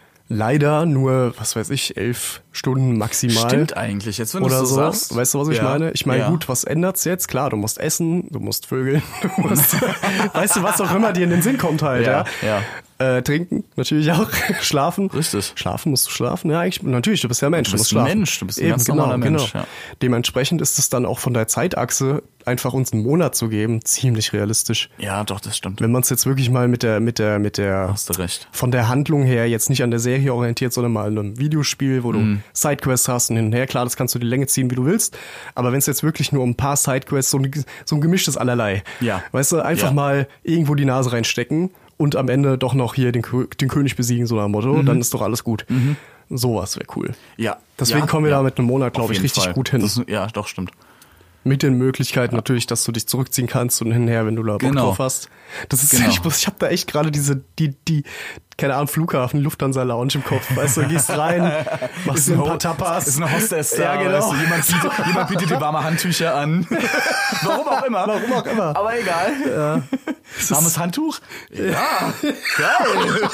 leider nur, was weiß ich, elf Stunden maximal. Stimmt eigentlich, jetzt wenn du Oder so so. sagst. Weißt du, was ich Ja. meine? Ich meine, Ja. gut, was ändert's jetzt? Klar, du musst essen, du musst vögeln, du musst, weißt du, was auch immer dir in den Sinn kommt halt, ja. Ja, ja. Äh, trinken, natürlich auch. Schlafen. Richtig. Schlafen, musst du schlafen? Ja, eigentlich, natürlich, du bist ja Mensch. Du bist musst ein schlafen. Mensch, du bist ein Eben, ganz genau, normaler Mensch, Genau. ja. Dementsprechend ist es dann auch von der Zeitachse, einfach uns einen Monat zu geben, ziemlich realistisch. Ja, doch, das stimmt. Wenn man es jetzt wirklich mal mit der, mit der, mit der, Hast du recht. von der Handlung her jetzt nicht an der Serie orientiert, sondern mal in einem Videospiel, wo du Mhm. Sidequests hast und hin und her, klar, das kannst du die Länge ziehen, wie du willst. Aber wenn es jetzt wirklich nur um ein paar Sidequests, so ein, so ein gemischtes Allerlei. Ja. Weißt du, einfach Ja. mal irgendwo die Nase reinstecken und am Ende doch noch hier den, Kö- den König besiegen, so nach dem Motto, Mhm. dann ist doch alles gut. Sowas wäre cool. Ja. Deswegen ja, kommen wir ja. da mit einem Monat, Auf glaube ich, jeden richtig Fall. gut hin. Das, ja, doch, stimmt. Mit den Möglichkeiten natürlich, dass du dich zurückziehen kannst und hinher, wenn du da Bock Genau. drauf hast. Das ist, Genau. ich, ich habe da echt gerade diese, die, die, keine Ahnung, Flughafen, Lufthansa Lounge im Kopf. Weißt du, gehst rein, machst dir ein paar Tapas. Ist eine Hostess da, Ja, genau. weißt du, jemand, bietet, jemand bietet dir warme Handtücher an. Warum auch immer. Warum auch immer. Aber egal. Warmes Handtuch? Ja, geil.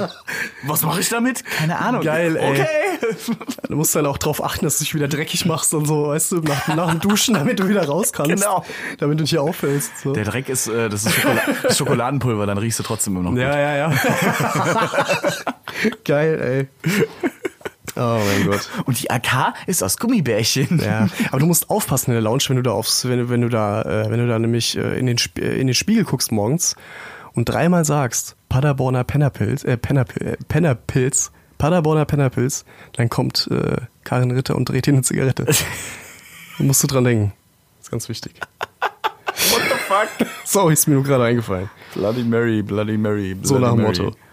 Was mache ich damit? Keine Ahnung. Geil, ey. Okay. Du musst dann auch drauf achten, dass du dich wieder dreckig machst und so, weißt du, nach, nach dem Duschen, damit du wieder raus kannst. Genau. Damit du nicht auffällst. So. Der Dreck ist, äh, das ist Schokola das Schokoladenpulver, dann riechst du trotzdem immer noch Ja, gut. ja, ja. Geil, ey. Oh mein Gott. Und die A K ist aus Gummibärchen. Ja, aber du musst aufpassen in der Lounge, wenn du da aufs, wenn du, wenn du da, äh, wenn du da nämlich äh, in den Sp äh, in den Spiegel guckst morgens und dreimal sagst Paderborner Pennerpilz, äh, Pennerpil äh, Pennerpilz, Paderborner Pennerpilz, dann kommt äh, Karin Ritter und dreht dir eine Zigarette. Da musst du dran denken. Das ist ganz wichtig. What the fuck? Sorry, ist mir nur gerade eingefallen. Bloody Mary, Bloody Mary, Bloody So nach dem Mary. Motto.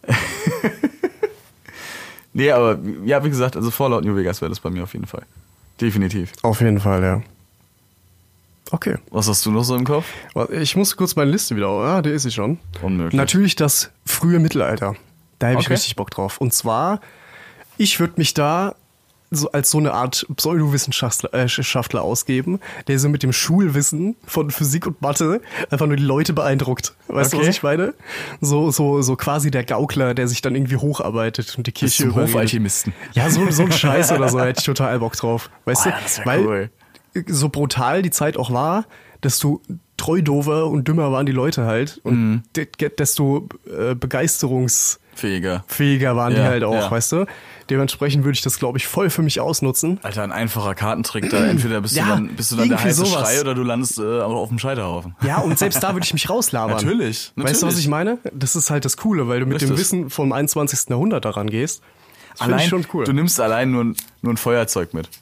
Nee, aber ja, wie gesagt, also Fallout New Vegas wäre das bei mir auf jeden Fall. Definitiv. Auf jeden Fall, ja. Okay. Was hast du noch so im Kopf? Ich muss kurz meine Liste wieder. Ah, der ist sie schon. Unmöglich. Natürlich das frühe Mittelalter. Da habe ich Okay. richtig Bock drauf. Und zwar, ich würde mich da so als so eine Art Pseudowissenschaftler äh, Schaftler ausgeben, der so mit dem Schulwissen von Physik und Mathe einfach nur die Leute beeindruckt. Weißt du, Okay. was ich meine? So, so, so quasi der Gaukler, der sich dann irgendwie hocharbeitet und die Bist Kirche du überredet. Hofalchemisten? Ja, so, so ein Scheiß oder so, hätte ich total Bock drauf. Weißt Oh, du? ja, das wär Weil cool. so brutal die Zeit auch war, desto treu dover und dümmer waren die Leute halt und Mhm. de- desto äh, Begeisterungs Fähiger. Fähiger waren die Ja, halt auch, ja. weißt du? Dementsprechend würde ich das, glaube ich, voll für mich ausnutzen. Alter, ein einfacher Kartentrick da. Entweder bist Ja, du dann, bist du dann der irgendwie heiße sowas. Schrei oder du landest äh, auf dem Scheiterhaufen. Ja, und selbst da würde ich mich rauslabern. Natürlich, Weißt du, was natürlich. ich meine? Das ist halt das Coole, weil du mit dem Richtig. Wissen vom einundzwanzigsten Jahrhundert daran gehst. Das finde Allein, ich schon cool. du nimmst allein nur, ein- nur ein Feuerzeug mit.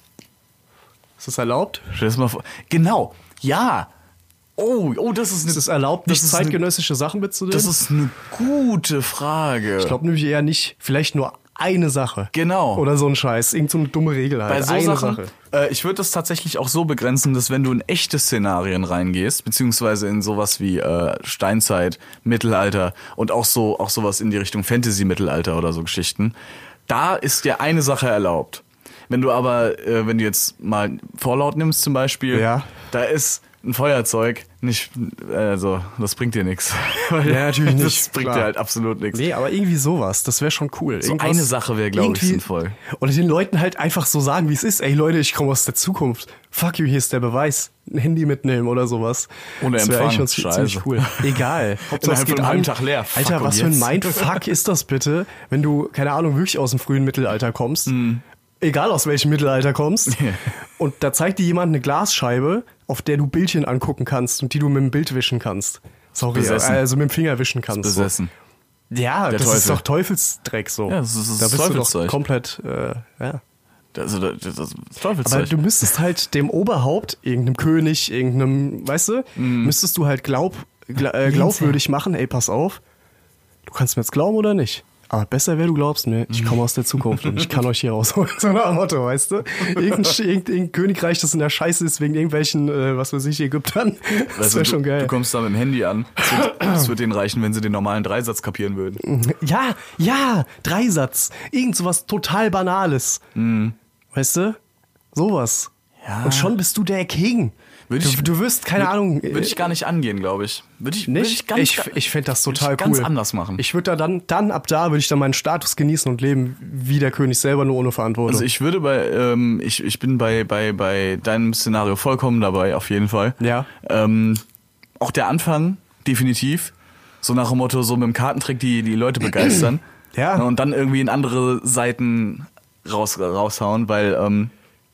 Ist das erlaubt? Stell dir das mal vor. Genau, ja. Oh, oh, das ist eine, Ist es erlaubt, das nicht ist eine, zeitgenössische Sachen mitzunehmen? das ist eine gute Frage. ich glaube nämlich eher nicht. Vielleicht nur eine Sache. Genau. Oder so ein Scheiß. Irgend so eine dumme Regel halt. Bei so eine Sachen, Sache. äh, ich würde das tatsächlich auch so begrenzen, dass wenn du in echte Szenarien reingehst, beziehungsweise in sowas wie äh, Steinzeit, Mittelalter und auch so auch sowas in die Richtung Fantasy-Mittelalter oder so Geschichten, da ist dir eine Sache erlaubt. Wenn du aber, äh, wenn du jetzt mal Fallout nimmst zum Beispiel, Ja. da ist ein Feuerzeug nicht, also das bringt dir nichts. Ja, natürlich nicht, Das bringt klar. dir halt absolut nichts. Nee, aber irgendwie sowas. Das wäre schon cool. So Irgendwas- eine Sache wäre, glaube ich, irgendwie- sinnvoll. Oder den Leuten halt einfach so sagen, wie es ist. Ey Leute, ich komme aus der Zukunft. Fuck you, hier ist der Beweis. Ein Handy mitnehmen oder sowas. Ohne das wäre Empfang. eigentlich schon ziemlich Scheiße. cool. Egal. Hauptsache, es Innerhalb geht von einem halben an. Tag leer. Fuck, Alter, und was für ein jetzt? Mindfuck ist das bitte, wenn du, keine Ahnung, wirklich aus dem frühen Mittelalter kommst. Mhm. Egal aus welchem Mittelalter kommst. Und da zeigt dir jemand eine Glasscheibe, auf der du Bildchen angucken kannst und die du mit dem Bild wischen kannst. Sorry, Besessen. also mit dem Finger wischen kannst. so. Besessen. Ja, Der das Teufel. ist doch Teufelsdreck so. Ja, das ist- das ist da bist du doch Teufelszeug. komplett, äh, ja. Also das, das, das Aber Teufelszeug. du müsstest halt dem Oberhaupt, irgendeinem König, irgendeinem, weißt du, Mhm. müsstest du halt glaub, gla, äh, glaubwürdig machen, ey, pass auf, du kannst mir jetzt glauben oder nicht. Aber besser wäre, du glaubst mir, ich komme aus der Zukunft und ich kann euch hier rausholen. So ein Motto, weißt du? Irgendein, irgendein, irgendein Königreich, das in der Scheiße ist, wegen irgendwelchen, äh, was weiß ich, Ägyptern. Das Also wäre du, schon geil. Du kommst da mit dem Handy an. Es wird, es wird denen reichen, wenn sie den normalen Dreisatz kapieren würden. Ja, ja, Dreisatz. Irgend sowas total Banales. Weißt du? Sowas. Ja. Und schon bist du der King. Würde ich- du, du wirst, keine Ahnung. Würde ich gar nicht angehen, glaube ich. Würde ich, würde nicht? ich ganz, ich ich fände das würde total ich cool. ganz anders machen. Ich würde da dann, dann, ab da würde ich dann meinen Status genießen und leben wie der König selber, nur ohne Verantwortung. Also ich würde bei, ähm, ich, ich bin bei, bei, bei deinem Szenario vollkommen dabei, auf jeden Fall. Ja. Ähm, auch der Anfang, definitiv. So nach dem Motto, so mit dem Kartentrick die, die Leute begeistern. Ja. Und dann irgendwie in andere Seiten raus, raushauen, weil ähm,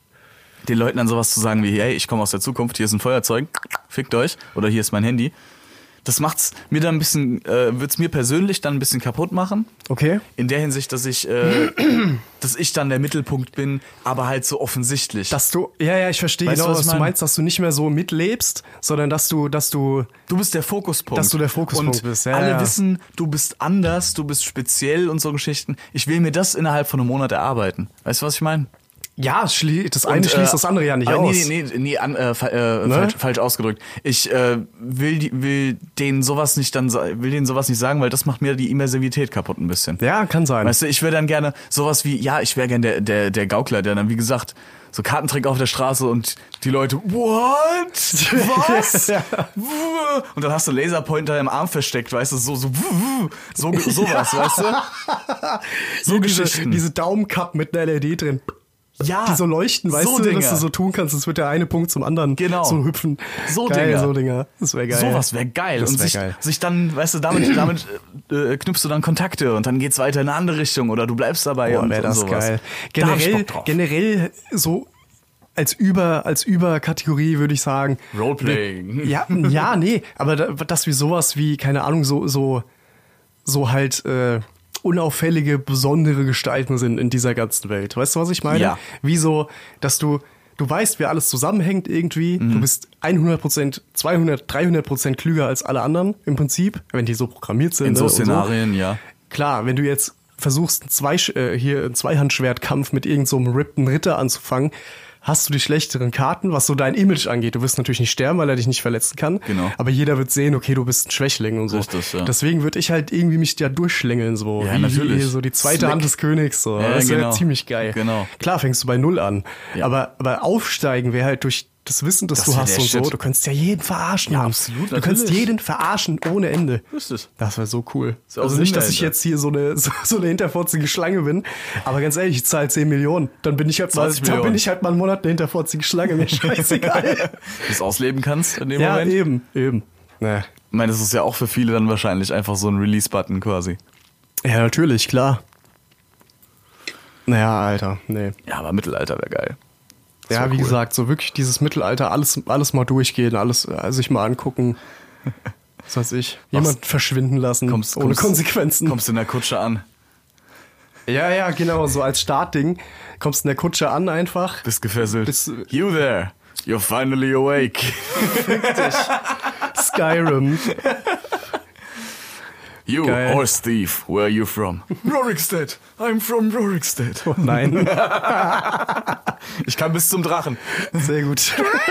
den Leuten dann sowas zu sagen wie, hey, ich komme aus der Zukunft, hier ist ein Feuerzeug, fickt euch, oder hier ist mein Handy. Das macht's mir dann ein bisschen, äh, wird's mir persönlich dann ein bisschen kaputt machen. Okay. In der Hinsicht, dass ich, äh, dass ich dann der Mittelpunkt bin, aber halt so offensichtlich. Dass du, ja, ja, ich verstehe Weißt du, genau, was was, ich du meine? meinst, dass du nicht mehr so mitlebst, sondern dass du, dass du, Du bist der Fokuspunkt. Dass du der Fokuspunkt und bist, ja, alle ja. wissen, du bist anders, du bist speziell und so Geschichten. Ich will mir das innerhalb von einem Monat erarbeiten. Weißt du, was ich meine? ja, schlie das eine Und, schließt äh, das andere ja nicht aber aus. Nee, nee, nee, nee an, äh, fa äh, Ne? falsch, falsch ausgedrückt. Ich äh, will, die, will denen sowas nicht dann sa- will denen sowas nicht sagen, weil das macht mir die Immersivität kaputt ein bisschen. Ja, kann sein. Weißt du, ich wäre dann gerne sowas wie, ja, ich wäre gerne der, der, der Gaukler, der dann, wie gesagt, so Kartentrick auf der Straße und die Leute, what? Was? Ja. Und dann hast du einen Laserpointer im Arm versteckt, weißt du, so, so, so, sowas, weißt du? So diese, Geschichten. diese Daumencup mit einer L E D drin. Ja, Die so leuchten, weißt so du, Dinger. dass du so tun kannst, es wird der eine Punkt zum anderen Genau. so hüpfen. So geil, Dinger. so Dinger. Das wäre geil. Sowas wäre geil. Das und wär sich, geil. sich dann, weißt du, damit, damit äh, knüpfst du dann Kontakte und dann geht's weiter in eine andere Richtung oder du bleibst dabei Boah, und, wäre und das sowas. geil. Da hab ich Generell, Bock drauf. generell so als Über, als Überkategorie würde ich sagen. Roleplaying. Ja, ja, nee, aber da, dass wir sowas wie, keine Ahnung, so, so, so halt, äh, unauffällige, besondere Gestalten sind in dieser ganzen Welt. Weißt du, was ich meine? Ja. Wie so, dass du, du weißt, wie alles zusammenhängt irgendwie. Mhm. Du bist hundert Prozent, zweihundert, dreihundert Prozent klüger als alle anderen im Prinzip, wenn die so programmiert sind. In so ne, und Szenarien, ja. Klar, wenn du jetzt versuchst, einen Zwei, äh, hier einen Zweihandschwertkampf mit irgendeinem so einem rippten Ritter anzufangen, hast du die schlechteren Karten, was so dein Image angeht. Du wirst natürlich nicht sterben, weil er dich nicht verletzen kann. Genau. Aber jeder wird sehen, okay, du bist ein Schwächling und so. Richtig, ja. Deswegen würde ich halt irgendwie mich da durchschlängeln, so. Ja, wie, natürlich. Wie so die zweite Slick. Hand des Königs, so. Ja, das wäre genau. ziemlich geil. Genau. Klar, fängst du bei Null an. Ja. Aber, aber aufsteigen wäre halt durch das Wissen, das, Das du wär hast der und so. Shit. Du könntest ja jeden verarschen. Ja, Mann. absolut, Du kannst natürlich. jeden verarschen ohne Ende. Richtig. Das wäre so cool. Ist auch Also Sinn nicht, dass ich dahinter. jetzt hier so eine, so, so eine hinterfotzige Schlange bin, aber ganz ehrlich, ich zahle zehn Millionen. Dann bin ich halt mal, zwanzig dann bin Millionen. ich halt mal einen Monat eine hinterfotzige Schlange. Mir scheißegal. Du es ausleben kannst in dem ja, Moment. eben, eben. Na. Ich meine, das ist ja auch für viele dann wahrscheinlich einfach so ein Release-Button quasi. Ja, natürlich, klar. Naja, Alter, nee. Ja, aber Mittelalter wäre geil. Das Ja, wär wie cool. gesagt, so wirklich dieses Mittelalter, alles, alles mal durchgehen, alles äh, sich mal angucken. Was weiß ich. Jemand verschwinden lassen, Kommst- ohne kommst- Konsequenzen. Kommst in der Kutsche an, Ja, ja, genau, so als Startding. Kommst in der Kutsche an einfach. bist gefesselt. Bist- You there, you're finally awake. Skyrim. You, Geil. horse thief, where are you from? Rorikstead, I'm from Rorikstead. Nein, Ich kann bis zum Drachen. sehr gut.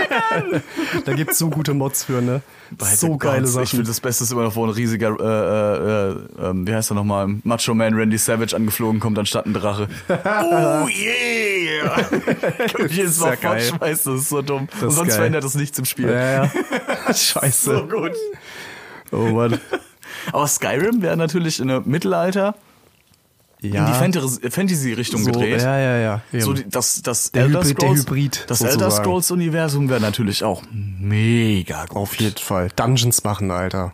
Da gibt's so gute Mods für, ne? So By the geile gods. Ich Sachen. finde, das Beste ist immer noch, wo ein riesiger, äh, äh, äh, wie heißt er nochmal, Macho Man Randy Savage angeflogen kommt, anstatt ein Drache. Oh yeah! Kann ich jetzt Sehr mal geil. fortschmeißen, das ist so dumm. Das Und ist sonst geil. verändert das nichts im Spiel. Ja, ja. Scheiße. So gut. Oh Mann. Aber Skyrim wäre natürlich in der Mittelalter in die Fantasy- Fantasy-Richtung so, gedreht. Ja, ja, ja. Eben. So die, das, das Der Elder Hybrid- der Scrolls, Hybrid, das sozusagen. Elder Scrolls-Universum wäre natürlich auch mega gut. Auf jeden Fall. Dungeons machen, Alter.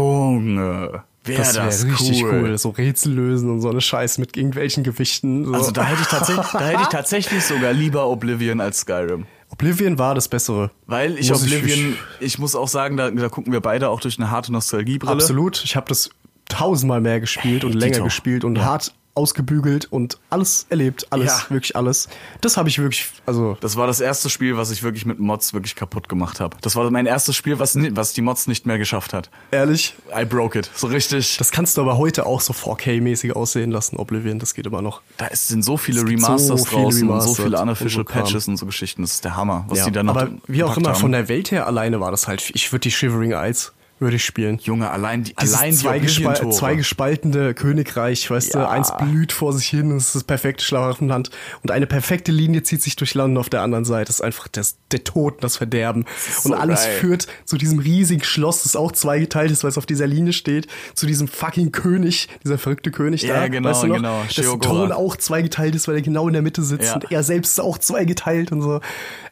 Junge, wäre Das das, wäre richtig cool. cool. So Rätsel lösen und so eine Scheiß mit irgendwelchen Gewichten. So. Also da hätte ich tatsächlich, da hätte ich tatsächlich sogar lieber Oblivion als Skyrim. Oblivion war das Bessere. Weil ich Muss ich- Oblivion, ich, muss auch sagen, da, da gucken wir beide auch durch eine harte Nostalgiebrille. Absolut. Ich habe das tausendmal mehr gespielt und Hey, länger Tito. gespielt und Ja. hart ausgebügelt und alles erlebt. Alles, Ja. wirklich alles. Das habe ich wirklich, also Das war das erste Spiel, was ich wirklich mit Mods wirklich kaputt gemacht habe. Das war mein erstes Spiel, was, ni- was die Mods nicht mehr geschafft hat. ehrlich, I broke it. So richtig. das kannst du aber heute auch so vier K-mäßig aussehen lassen, Oblivion. Das geht immer noch. Da ist, sind so viele Es gibt Remasters so viele draußen und so Remastered viele und unofficial so Kram. Patches und so Geschichten. Das ist der Hammer, was die da noch aber wie auch gepackt immer, haben. von der Welt her alleine war das halt, ich würde die Shivering Isles, würde ich spielen. Junge, allein die, Dieses allein die zwei, gespal Oblivion-Tore. zwei gespaltene Königreich, weißt Ja. du, eins blüht vor sich hin, es ist das perfekte Schlaraffenland und eine perfekte Linie zieht sich durch Land und auf der anderen Seite ist einfach das, der Tod und das Verderben. so Und alles geil. führt zu diesem riesigen Schloss, das auch zweigeteilt ist, weil es auf dieser Linie steht, zu diesem fucking König, dieser verrückte König Ja, da, genau, weißt du noch? genau, Dessen Sheogorath. Thron auch zweigeteilt ist, weil er genau in der Mitte sitzt Ja. und er selbst ist auch zweigeteilt und so.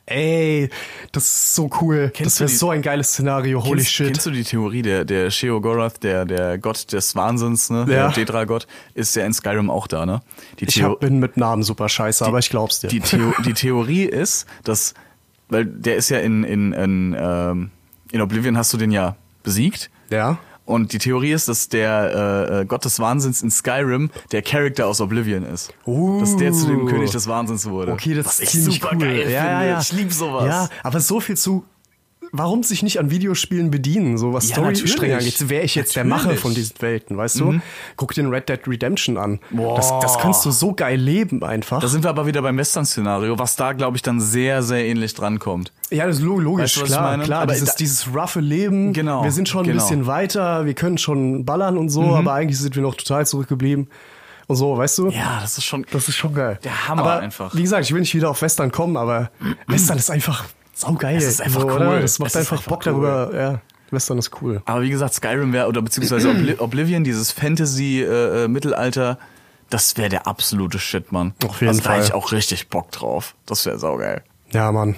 Ey, das ist so cool. Kennst das du wäre die- so ein geiles Szenario, holy Kennst, shit. kennst du die Theorie, der, der Sheogorath, der, der Gott des Wahnsinns, ne? Ja. Der Dedra-Gott, ist ja in Skyrim auch da, ne? Die Ich Theo- hab, bin mit Namen super scheiße, aber ich glaub's dir. Die, Theo die Theorie ist, dass, weil der ist ja in, in, in, ähm, in Oblivion hast du den ja besiegt. Ja? Und die Theorie ist, dass der äh, Gott des Wahnsinns in Skyrim der Charakter aus Oblivion ist. Uh. Dass der zu dem König des Wahnsinns wurde. Okay, das Was ist ich ziemlich super cool. geil ja, ja, finde. ja. Ich lieb sowas. Ja, aber so viel zu. Warum sich nicht an Videospielen bedienen, so was Ja, Storystränge natürlich. angeht? Wäre ich jetzt der Natürlich. Macher von diesen Welten, weißt du? Guck dir den Red Dead Redemption an. Boah. Das, das kannst du so geil leben einfach. Da sind wir aber wieder beim Western-Szenario, was da, glaube ich, dann sehr, sehr ähnlich drankommt. Ja, das ist lo- logisch, Weißt du, was ich klar, meine? klar. Aber dieses, da- dieses roughe Leben. Genau, Wir sind schon ein genau. bisschen weiter, wir können schon ballern und so, aber eigentlich sind wir noch total zurückgeblieben. Und so, weißt du? Ja, das ist schon... Das ist schon geil. Der Hammer aber, einfach. Wie gesagt, ich will nicht wieder auf Western kommen, aber Western ist einfach saugeil. Es ist einfach so, cool. Oder? Das macht Es ist einfach einfach Bock cool. darüber. Ja, Western ist cool. Aber wie gesagt, Skyrim wäre, oder beziehungsweise Obli Oblivion, dieses Fantasy-Mittelalter, das wäre der absolute Shit, Mann. Auf jeden also, Da Fall. hätte ich auch richtig Bock drauf. Das wäre saugeil. Ja, Mann.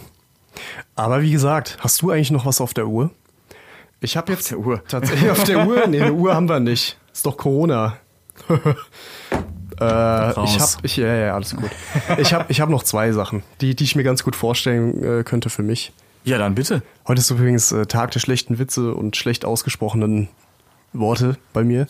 Aber wie gesagt, hast du eigentlich noch was auf der Uhr? Ich habe jetzt der Uhr. tatsächlich auf der Uhr. Nee, eine Uhr haben wir nicht. Ist doch Corona. äh, Raus. ich habe, ich, ja, ja, alles gut. Ich habe, ich habe noch zwei Sachen, die, die ich mir ganz gut vorstellen äh, könnte für mich. Ja, dann bitte. Heute ist übrigens äh, Tag der schlechten Witze und schlecht ausgesprochenen Worte bei mir.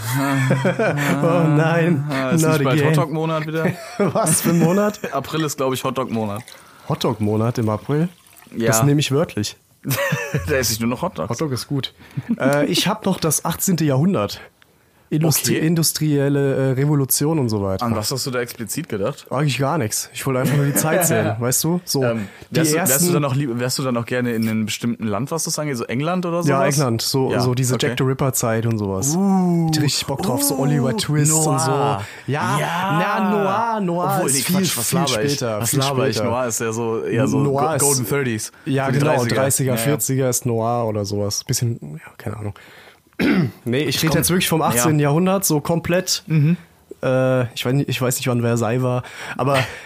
Oh nein, Ah, ist not nicht bald again. Hotdog-Monat wieder? Was für ein Monat? April ist, glaube ich, Hotdog-Monat. Hotdog-Monat im April? Ja. Das nehme ich wörtlich. Da esse ich nur noch Hotdogs. Hotdog ist gut. äh, ich habe noch das achtzehnte. Jahrhundert. Industrie Okay. Industrielle äh, Revolution und so weiter. An was hast du da explizit gedacht? Eigentlich gar nichts. Ich wollte einfach nur die Zeit sehen, weißt du? So, Ähm, die wärst, du, ersten, wärst, du dann auch lieb, wärst du dann auch gerne in einem bestimmten Land, was das angeht? So England oder so? ja, England, so, Ja, so diese okay. Jack the Ripper Zeit und sowas. Uh, Hätte richtig Bock drauf, so uh, Oliver Twist Noir. und so. Ja, Ja. na, Noir, Noir Obwohl, ist nee, viel, Quatsch, was viel laber ich? später. Was viel laber ich? später. Noir ist ja so eher so Noir Go- ist- Golden dreißiger. Ja, so die genau, dreißiger. dreißiger, Ja, ja. vierziger ist Noir oder sowas. Bisschen, ja, keine Ahnung. Nee, ich rede komm- jetzt wirklich vom achtzehnten. Jahrhundert, so komplett. Äh, ich, weiß nicht, ich weiß nicht, wann Versailles war, aber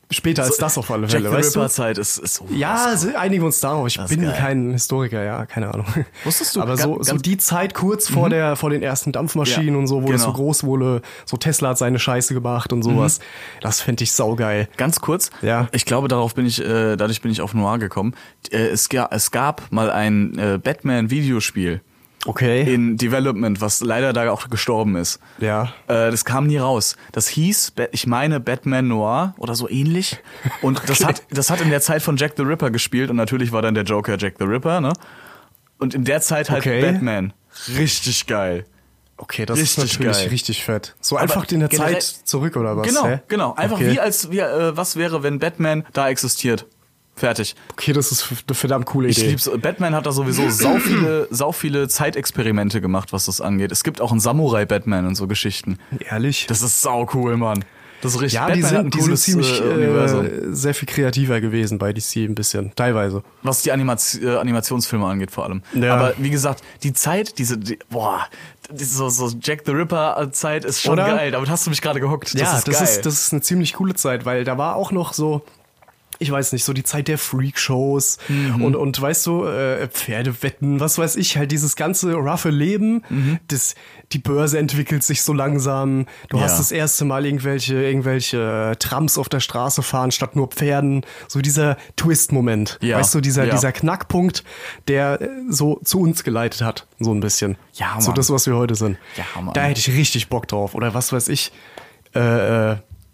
später als So, das auf alle Jack Fälle, the weißt du? Ripper-Zeit ist, ist so. Ja, se- einigen wir uns darauf. Ich Das ist bin geil. kein Historiker, ja, keine Ahnung. Wusstest du, Aber so, ganz- so ganz- die Zeit kurz vor der, vor den ersten Dampfmaschinen Ja, und so, wo das so genau. groß wurde, so Tesla hat seine Scheiße gemacht und sowas. Das fände ich saugeil. Ganz kurz, Ja. ich glaube, darauf bin ich, äh, dadurch bin ich auf Noir gekommen. Äh, es, ga, es gab mal ein äh, Batman-Videospiel Okay. in Development, was leider da auch gestorben ist. Ja. Äh, das kam nie raus. Das hieß, Ba- ich meine, Batman Noir oder so ähnlich. Und das hat, das hat in der Zeit von Jack the Ripper gespielt und natürlich war dann der Joker Jack the Ripper, ne? Und in der Zeit halt Okay. Batman. Richtig geil. Okay, das Richtig ist natürlich geil. richtig fett. So Aber einfach in der generell- Zeit zurück oder was? Genau, hä? genau. Einfach okay. wie als, wie, äh, was wäre, wenn Batman da existiert. Fertig. Okay, das ist eine verdammt coole Ich Idee. lieb's. Batman hat da sowieso sau viele, sau viele Zeitexperimente gemacht, was das angeht. Es gibt auch einen Samurai-Batman und so Geschichten. Ehrlich? Das ist sau cool, Mann. Das ist richtig. ja, Batman die hat ein sind, die sind cooles, ziemlich äh, Universum. äh, sehr viel kreativer gewesen bei D C ein bisschen, teilweise. Was die Animaz äh, Animationsfilme angeht vor allem. Ja. Aber wie gesagt, die Zeit, diese, die, boah, die, so, so Jack the Ripper Zeit ist schon Oder? geil. Damit hast du mich gerade gehuckt. Das ja, ist das geil. ist das ist eine ziemlich coole Zeit, weil da war auch noch so, ich weiß nicht, so die Zeit der Freakshows Mhm. und und weißt du, äh, Pferdewetten, was weiß ich, halt dieses ganze roughe Leben, Mhm. das die Börse entwickelt sich so langsam. Du Ja. hast das erste Mal irgendwelche irgendwelche Trams auf der Straße fahren statt nur Pferden, so dieser Twist-Moment. Ja. Weißt du, dieser Ja. dieser Knackpunkt, der äh, so zu uns geleitet hat, so ein bisschen. Ja, so Mann. das, was wir heute sind. Ja, Mann. Da hätte ich richtig Bock drauf. Oder was weiß ich. Äh, äh,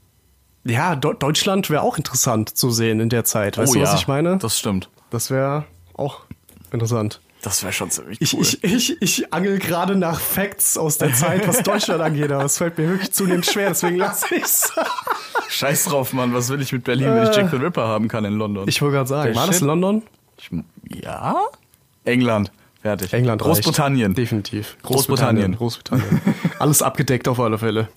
ja, Do- Deutschland wäre auch interessant zu sehen in der Zeit. Weißt oh du, ja, was ich meine? Das stimmt. Das wäre auch interessant. Das wäre schon ziemlich Ich, cool. ich, ich, ich angel gerade nach Facts aus der Zeit, was Deutschland angeht, aber es fällt mir wirklich zunehmend schwer, deswegen lasse ich's. Scheiß drauf, Mann. Was will ich mit Berlin, wenn ich Jack the Ripper haben kann in London? Ich wollte gerade sagen, Der war das Shit. in London? Ich, ja? England. Fertig. England reicht. Großbritannien. Definitiv. Großbritannien. Großbritannien. Alles abgedeckt auf alle Fälle.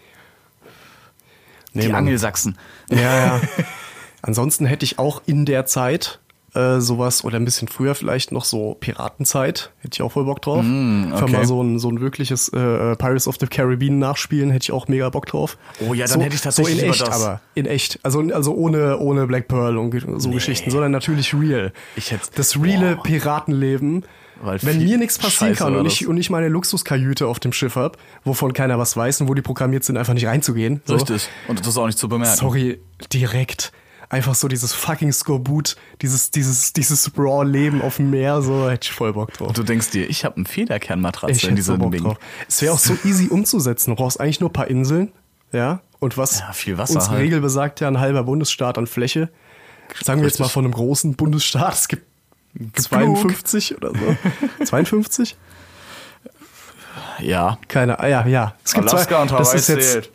Nee, Die Mann. Angelsachsen. Ja, ja. Ansonsten hätte ich auch in der Zeit äh, sowas oder ein bisschen früher vielleicht noch so Piratenzeit. Hätte ich auch voll Bock drauf. Mm, Für okay. mal so ein, so ein wirkliches äh, Pirates of the Caribbean nachspielen, hätte ich auch mega Bock drauf. Oh ja, dann so, hätte ich tatsächlich so in lieber echt, das. aber in echt. Also, also ohne, ohne Black Pearl und ge- so Geschichten, sondern natürlich real. Ich hätte- das reale Boah. Piratenleben. Weil Wenn viel mir nichts passieren Scheiße kann war und ich, das. und ich meine Luxuskajüte auf dem Schiff hab, wovon keiner was weiß und wo die programmiert sind, einfach nicht reinzugehen. So. Richtig. Und das ist auch nicht zu bemerken. Sorry, direkt. Einfach so dieses fucking Skorbut, dieses, dieses, dieses Raw-Leben auf dem Meer, so hätte ich voll Bock drauf. Und du denkst dir, ich habe eine Federkernmatratze Ich in hätte so diesem Bock Ding. drauf. Es wäre auch so easy umzusetzen. Du brauchst eigentlich nur ein paar Inseln, ja. Und was Ja, viel Wasser unsere halt. Regel besagt ja ein halber Bundesstaat an Fläche. Sagen wir jetzt Richtig. mal von einem großen Bundesstaat. Es gibt zweiundfünfzig oder so. zweiundfünfzig? Ja. Keine, ah, ja, ja. Es gibt Alaska zwei, und das Hawaii ist jetzt, zählt.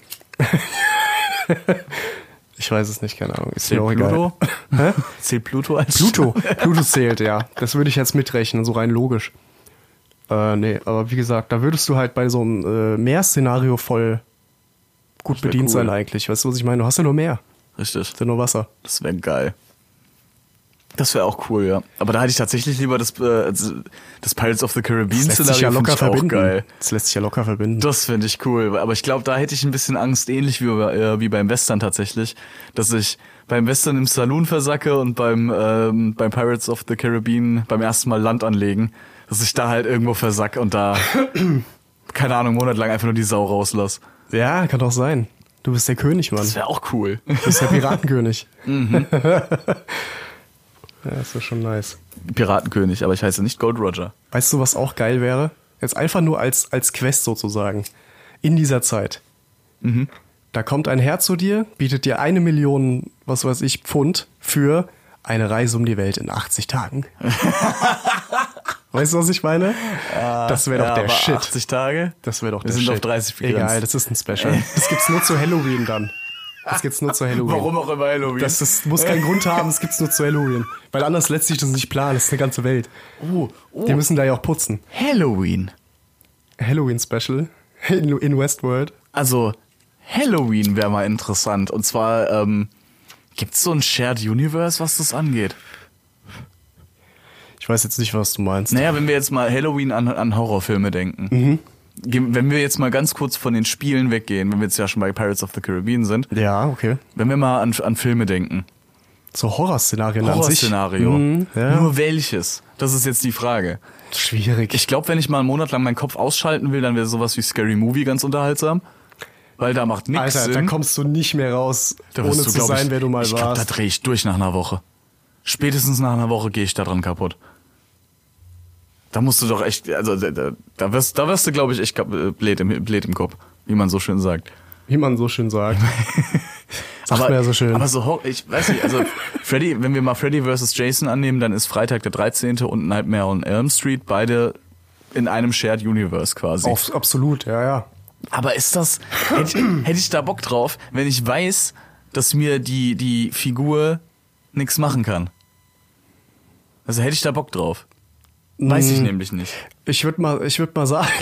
ich weiß es nicht, keine Ahnung. Ist Zählt mir auch egal. Pluto? Hä? Zählt Pluto als Pluto. Pluto zählt, ja. Das würde ich jetzt mitrechnen, so rein logisch. Äh, nee, aber wie gesagt, da würdest du halt bei so einem äh, Meerszenario voll gut Das wär bedient cool. sein eigentlich. Weißt du, was ich meine? Du hast ja nur Meer. Richtig. Du hast ja nur Wasser. Das wäre geil. Das wäre auch cool, ja. Aber da hätte ich tatsächlich lieber das, äh, das Pirates of the Caribbean Das lässt sich ja Szenario, locker find ich auch verbinden. geil. Das lässt sich ja locker verbinden. Das finde ich cool. Aber ich glaube, da hätte ich ein bisschen Angst, ähnlich wie, bei- äh, wie beim Western tatsächlich, dass ich beim Western im Saloon versacke und beim, ähm, beim Pirates of the Caribbean beim ersten Mal Land anlegen, dass ich da halt irgendwo versacke und da, keine Ahnung, monatelang einfach nur die Sau rauslass. Ja, kann doch sein. Du bist der König, Mann. Das wäre auch cool. Du bist der Piratenkönig. Ja, das wäre schon nice. Piratenkönig, aber ich heiße nicht Gold Roger. Weißt du, was auch geil wäre? Jetzt einfach nur als, als Quest sozusagen. In dieser Zeit. Mhm. Da kommt ein Herr zu dir, bietet dir eine Million, was weiß ich, Pfund für eine Reise um die Welt in achtzig Tagen. Weißt du, was ich meine? Das wäre doch Ja, der aber Shit. achtzig Tage? Das wäre doch Wir der sind Shit. auf dreißig begrenzt. Egal, das ist ein Special. Das gibt's nur zu Halloween dann. Das gibt's nur zu Halloween. Warum auch immer Halloween? Das, das muss keinen Grund haben, das gibt's nur zu Halloween. Weil anders lässt sich das nicht planen, das ist eine ganze Welt. oh, oh. Die müssen da ja auch putzen. Halloween. Halloween-Special in, in Westworld. Also, Halloween wäre mal interessant. Und zwar, ähm, gibt's so ein Shared Universe, was das angeht? Ich weiß jetzt nicht, was du meinst. Naja, wenn wir jetzt mal Halloween an, an Horrorfilme denken. wenn wir jetzt mal ganz kurz von den Spielen weggehen, wenn wir jetzt ja schon bei Pirates of the Caribbean sind. Ja, okay. Wenn wir mal an, an Filme denken. So Horrorszenarien an sich. Horrorszenario. Mhm, ja. Nur welches? Das ist jetzt die Frage. Schwierig. Ich glaube, wenn ich mal einen Monat lang meinen Kopf ausschalten will, dann wäre sowas wie Scary Movie ganz unterhaltsam. Weil da macht nichts Alter, Sinn. da kommst du nicht mehr raus, Da ohne wirst du, zu glaub sein, ich, wer du mal ich glaub, warst. da drehe ich durch nach einer Woche. Spätestens nach einer Woche gehe ich da dran kaputt. Da musst du doch echt, also da, da wirst, da wirst du, glaube ich, echt blöd im, blöd im Kopf, wie man so schön sagt. Wie man so schön sagt. Sagt aber, man ja so schön. Aber so, ich weiß nicht, also Freddy, wenn wir mal Freddy versus. Jason annehmen, dann ist Freitag der dreizehnte und Nightmare on Elm Street beide in einem Shared Universe quasi. Auf, absolut, ja, ja. Aber ist das, hätte, hätte ich da Bock drauf, wenn ich weiß, dass mir die, die Figur nichts machen kann? Also hätte ich da Bock drauf? Weiß ich nämlich nicht. Ich würde mal, ich würde mal sagen,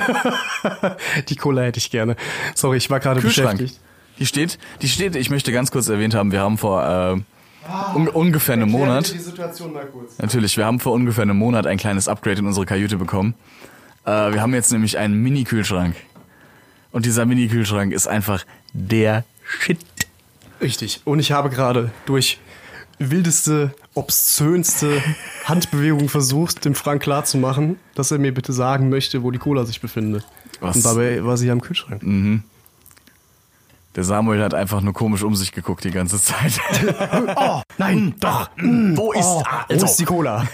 die Cola hätte ich gerne. Sorry, ich war gerade Kühlschrank. beschäftigt. Die steht, die steht, ich möchte ganz kurz erwähnt haben, wir haben vor äh, un, ungefähr einem Monat, Die Situation mal kurz. natürlich, wir haben vor ungefähr einem Monat ein kleines Upgrade in unsere Kajüte bekommen. Äh, wir haben jetzt nämlich einen Mini-Kühlschrank. Und dieser Mini-Kühlschrank ist einfach der Shit. Richtig. Und ich habe gerade durch wildeste, obszönste Handbewegung versucht, dem Frank klarzumachen, dass er mir bitte sagen möchte, wo die Cola sich befindet. Was? Und dabei war sie am Kühlschrank. Der Samuel hat einfach nur komisch um sich geguckt die ganze Zeit. Oh, nein, doch. Wo ist, Oh, ah, wo also, ist die Cola?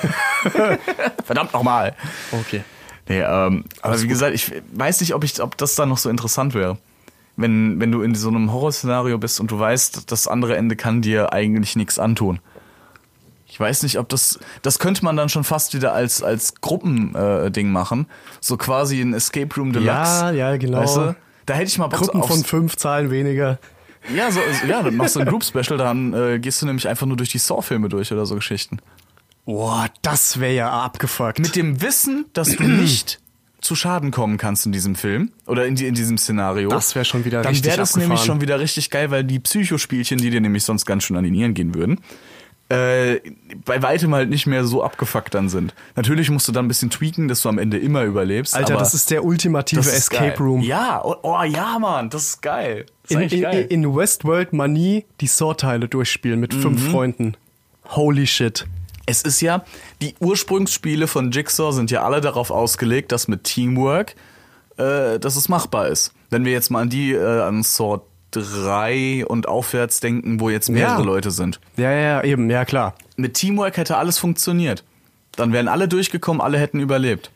verdammt nochmal. Okay. Nee, ähm, aber wie gesagt, ich weiß nicht, ob ich, ob das dann noch so interessant wäre. Wenn, wenn du in so einem Horrorszenario bist und du weißt, das andere Ende kann dir eigentlich nichts antun. Ich weiß nicht, ob das, das könnte man dann schon fast wieder als, als Gruppending äh, Ding machen. So quasi ein Escape Room Deluxe. Ja, ja, genau. Weißt du? Da hätte ich mal Bock Gruppen aufs- von fünf Zahlen weniger. Ja, so, ja, dann machst du ein Group Special, dann äh, gehst du nämlich einfach nur durch die Saw-Filme durch oder so Geschichten. Boah, das wäre ja abgefuckt. Mit dem Wissen, dass du nicht zu Schaden kommen kannst in diesem Film oder in, die, in diesem Szenario. Das wäre schon wieder dann richtig wäre das abgefahren. nämlich schon wieder richtig geil, weil die Psychospielchen, die dir nämlich sonst ganz schön an die Nieren gehen würden, äh, bei weitem halt nicht mehr so abgefuckt dann sind. Natürlich musst du dann ein bisschen tweaken, dass du am Ende immer überlebst. Alter, aber das ist der ultimative das ist Escape geil. Room. Ja, oh, oh ja, Mann, das ist geil. Das ist In, eigentlich in, geil. in Westworld Manie die Saw-Teile durchspielen mit Mhm. fünf Freunden. Holy shit. Es ist ja, die Ursprungsspiele von Jigsaw sind ja alle darauf ausgelegt, dass mit Teamwork, äh, dass es machbar ist. Wenn wir jetzt mal an die, äh, an Saw drei und aufwärts denken, wo jetzt mehrere Ja. Leute sind. Ja, ja, ja, eben, ja klar. Mit Teamwork hätte alles funktioniert. Dann wären alle durchgekommen, alle hätten überlebt.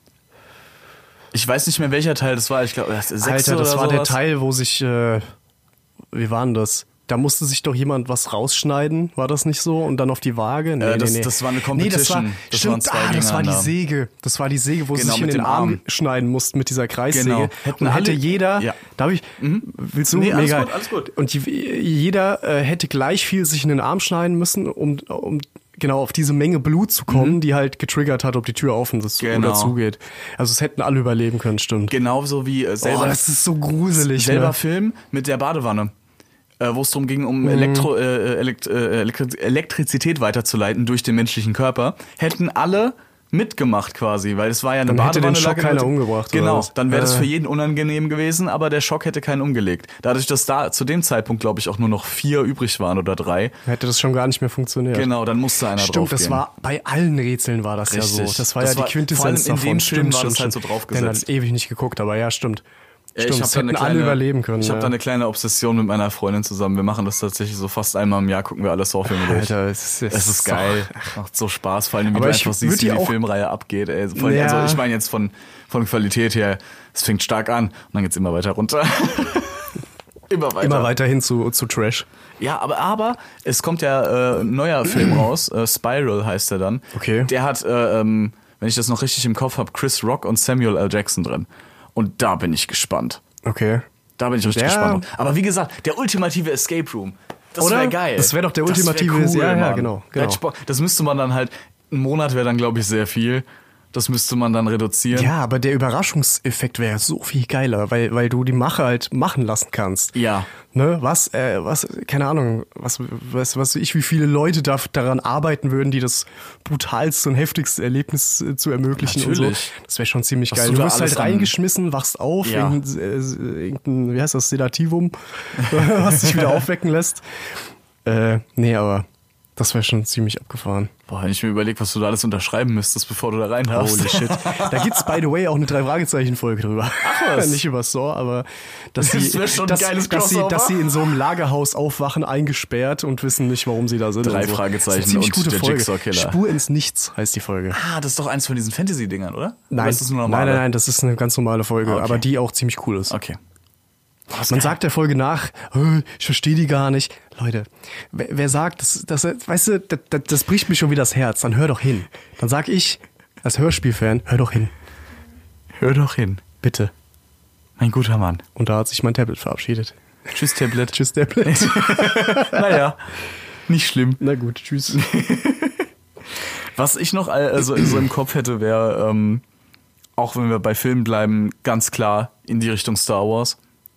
Ich weiß nicht mehr, welcher Teil das war. Ich glaube, das sechste Alter, das oder war der sowas. Teil, wo sich, äh, wie war denn das? Da musste sich doch jemand was rausschneiden, war das nicht so? Und dann auf die Waage? Nee, Äh, das- nee, nee. das war eine Nee, das war, Competition. Das stimmt, waren zwei ah, das war die gegeneinander. Säge. Das war die Säge, wo sie Genau, sich in mit den dem Arm, Arm. schneiden mussten mit dieser Kreissäge. Genau. Hätten Und hätte alle- jeder, Ja. darf ich, willst du? Nee, alles Mega. gut, alles gut. Und je- jeder äh, hätte gleich viel sich in den Arm schneiden müssen, um, um genau auf diese Menge Blut zu kommen, die halt getriggert hat, ob die Tür auf und das Genau. oder zugeht. Also es hätten alle überleben können, stimmt. Genauso wie äh, selber, Oh, das ist so gruselig. selber ne? Film mit der Badewanne. Äh, wo es darum ging, Mhm. um Elektro, äh, Elekt, äh, Elektri- Elektrizität weiterzuleiten durch den menschlichen Körper, hätten alle mitgemacht quasi, weil es war ja eine Dann hätte Badewanne. den Schock lag in- keiner umgebracht, oder Genau, was? dann wäre das Äh. für jeden unangenehm gewesen, aber der Schock hätte keinen umgelegt. Dadurch, dass da zu dem Zeitpunkt, glaube ich, auch nur noch vier übrig waren oder drei, Hätte das schon gar nicht mehr funktioniert. genau, dann musste einer Stimmt, das draufgehen. war bei allen Rätseln war das ja Richtig. so. Das war Das ja war- die Quintessenz vor allem in davon. dem Stimmt, Film war stimmt, das halt stimmt. so draufgesetzt. Den hat ewig nicht geguckt, aber ja, stimmt. Ja, Stimmt, ich das habe da hätten eine alle kleine, überleben können. Ich habe ja. da eine kleine Obsession mit meiner Freundin zusammen. Wir machen das tatsächlich so fast einmal im Jahr, gucken wir alle Saw-Filme durch. Alter, es ist, Es ist geil. Macht so Spaß, vor allem, wie Aber du ich einfach siehst, würd wie die die auch- Filmreihe abgeht. Ey. Vor allem, Ja. Also ich meine jetzt von, von Qualität her, es fängt stark an und dann geht's immer weiter runter. immer weiter. Immer weiter hin zu, zu Trash. Ja, aber, aber es kommt ja äh, ein neuer Film raus, äh, Spiral heißt er dann. Okay. Der hat, äh, ähm, wenn ich das noch richtig im Kopf habe, Chris Rock und Samuel L. Jackson drin. Und da bin ich gespannt. Okay. Da bin ich richtig Der- gespannt. Aber wie gesagt, der ultimative Escape Room. Das Oder? wäre geil. Das wär doch der Das wär ultimative- ja, ja, Mann. genau, Da hätte genau. ich Bock. Das müsste man dann halt, ein Monat wäre dann, glaube ich, sehr viel. Das müsste man dann reduzieren. Ja, aber der Überraschungseffekt wäre so viel geiler, weil, weil du die Macher halt machen lassen kannst. Ja. Ne, was, äh, was, keine Ahnung, was, was, was ich, wie viele Leute da, daran arbeiten würden, die das brutalste und heftigste Erlebnis äh, zu ermöglichen. Natürlich. Und so. Das wäre schon ziemlich Was geil. du Du da wirst alles halt an- reingeschmissen, wachst auf, Ja. irgendein, äh, irgendein, wie heißt das, Sedativum, was dich wieder aufwecken lässt. Äh, nee, aber das wäre schon ziemlich abgefahren. Boah, wenn ich mir überlege, was du da alles unterschreiben müsstest, bevor du da rein darfst. Holy shit. Da gibt's, by the way, auch eine Drei-Fragezeichen-Folge drüber. Ach was. Nicht über Saw, aber dass Das sie, wär schon ein dass, geiles dass, sie, Crossover. dass sie in so einem Lagerhaus aufwachen, eingesperrt und wissen nicht, warum sie da sind. Drei und so. Fragezeichen Das ist eine ziemlich und gute der Folge. Jigsaw-Killer. Spur ins Nichts heißt die Folge. Ah, das ist doch eins von diesen Fantasy-Dingern, oder? Nein, Oder ist das nur nein, normale? nein, nein, das ist eine ganz normale Folge, Okay. aber die auch ziemlich cool ist. Okay. Man sagt der Folge nach, "Äh, ich verstehe die gar nicht. Leute, wer, wer sagt, das, das, weißt du, das, das, das bricht mir schon wieder das Herz, dann hör doch hin. Dann sag ich, als Hörspielfan, hör doch hin. Hör doch hin. Bitte. Mein guter Mann. Und da hat sich mein Tablet verabschiedet. Tschüss, Tablet. Tschüss, Tablet. Naja, nicht schlimm. Na gut, tschüss. Was ich noch also so im Kopf hätte, wäre, ähm, auch wenn wir bei Filmen bleiben, ganz klar in die Richtung Star Wars.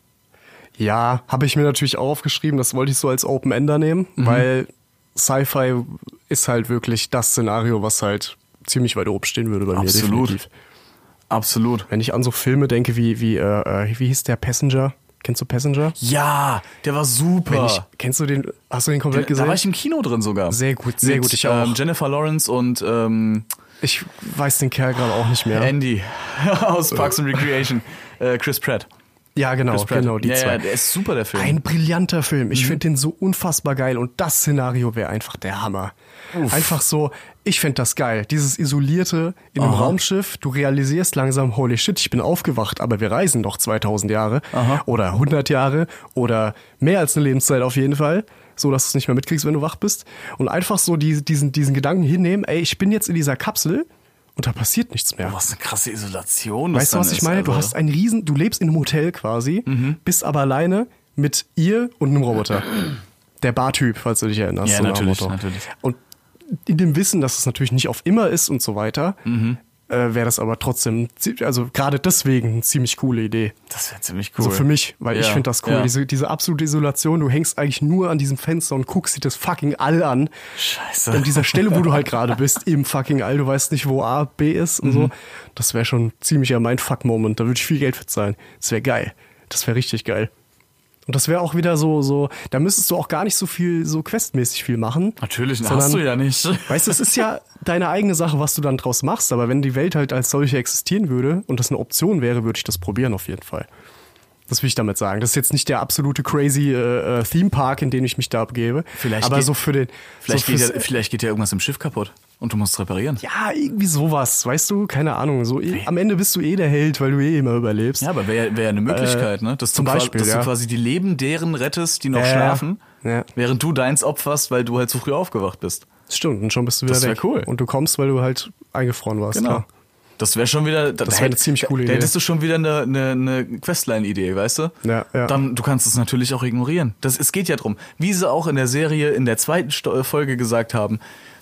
Ja, habe ich mir natürlich auch aufgeschrieben, das wollte ich so als Open-Ender nehmen, Mhm. weil Sci-Fi ist halt wirklich das Szenario, was halt ziemlich weit oben stehen würde bei mir. Absolut. Definitiv. Absolut. Wenn ich an so Filme denke wie, wie, äh, wie hieß der Passenger? Kennst du Passenger? Ja, der war super. Wenn ich, kennst du den, hast du den komplett da gesehen? war ich im Kino drin sogar. Sehr gut, sehr Mit, gut, ich auch. Ähm, Jennifer Lawrence und ähm, Ich weiß den Kerl gerade auch nicht mehr. Andy aus Parks and Recreation. Äh, Chris Pratt. Ja, genau, Chris Pratt. genau, die ja, zwei. Ja, der ist super, der Film. Ein brillanter Film. Ich Mhm. finde den so unfassbar geil und das Szenario wäre einfach der Hammer. Einfach so, ich finde das geil. Dieses Isolierte in einem Aha. Raumschiff, du realisierst langsam, holy shit, ich bin aufgewacht, aber wir reisen doch zweitausend Jahre Aha. oder hundert Jahre oder mehr als eine Lebenszeit auf jeden Fall, so dass du es nicht mehr mitkriegst, wenn du wach bist. Und einfach so die, diesen, diesen Gedanken hinnehmen, ey, ich bin jetzt in dieser Kapsel und da passiert nichts mehr. Boah, was eine krasse Isolation. das Weißt du, was dann ich ist, meine? Du also. hast einen riesen, du lebst in einem Hotel quasi, bist aber alleine mit ihr und einem Roboter. Der Bartyp, falls du dich erinnerst. Ja, so nach dem natürlich, Motto. natürlich. Und in dem Wissen, dass es natürlich nicht auf immer ist und so weiter, Mhm. äh, wäre das aber trotzdem, zie- also gerade deswegen eine ziemlich coole Idee. Das wäre ziemlich cool. Also für mich, weil ich Ja, finde das cool. ja. Diese, diese absolute Isolation, du hängst eigentlich nur an diesem Fenster und guckst dir das fucking All an. Scheiße. An dieser Stelle, wo du halt gerade bist, im fucking All, du weißt nicht, wo A, B ist und Mhm. so. Das wäre schon ziemlicher Mindfuck-Moment. Da würde ich viel Geld für zahlen. Das wäre geil. Das wäre richtig geil. Und das wäre auch wieder so, so, da müsstest du auch gar nicht so viel, so questmäßig viel machen. Natürlich, Sondern- hast du ja nicht. Weißt du, es ist ja deine eigene Sache, was du dann draus machst, aber wenn die Welt halt als solche existieren würde und das eine Option wäre, würde ich das probieren auf jeden Fall. Das will ich damit sagen. Das ist jetzt nicht der absolute crazy äh, äh, Theme Park, in den ich mich da begebe. Vielleicht aber geht- so für den. Vielleicht, so geht fürs- ja, vielleicht geht ja irgendwas im Schiff kaputt und du musst reparieren. ja, irgendwie sowas, weißt du? Keine Ahnung. So, eh, am Ende bist du eh der Held, weil du eh immer überlebst. Ja, aber wäre wär ja eine Möglichkeit, Äh, ne? Dass, zum du, qua- Beispiel, dass ja. du quasi die Leben deren rettest, die noch Ja, ja. schlafen, Ja. während du deins opferst, weil du halt zu früh aufgewacht bist. Das stimmt, und schon bist du wieder Das wär weg. cool. Und du kommst, weil du halt eingefroren warst. Klar. Das wäre schon wieder. Das wär eine ziemlich coole Da Idee. hättest du schon wieder eine, eine, eine Questline-Idee, weißt du? Ja, ja. Dann, du kannst es natürlich auch ignorieren. Das, es geht ja drum. Wie sie auch in der Serie in der zweiten Sto- Folge gesagt haben,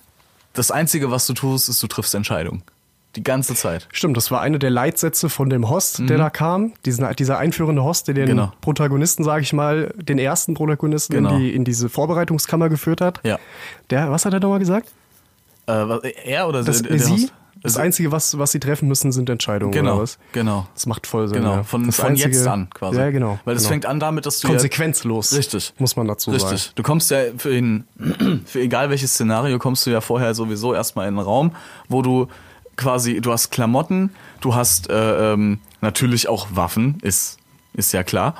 das Einzige, was du tust, ist, du triffst Entscheidungen. Die ganze Zeit. Stimmt, das war einer der Leitsätze von dem Host, der da kam. Diesen, dieser einführende Host, der den Mhm. Genau. Protagonisten, sage ich mal, den ersten Protagonisten Genau. in, die, in diese Vorbereitungskammer geführt hat. Ja. Der, was hat er nochmal gesagt? Äh, was, er oder Das, der, der sie? Host? Das Also- Einzige, was, was sie treffen müssen, sind Entscheidungen Genau, oder was? genau. Das macht voll Sinn. Genau, ja. von, das von Einzige, jetzt an quasi. Ja, genau. Weil das genau. fängt an damit, dass du konsequenzlos. Richtig. Muss man dazu ja, sagen. Richtig. Du kommst ja für, ihn, für egal welches Szenario, kommst du ja vorher sowieso erstmal in einen Raum, wo du quasi, du hast Klamotten, du hast äh, ähm, natürlich auch Waffen, ist, ist ja klar.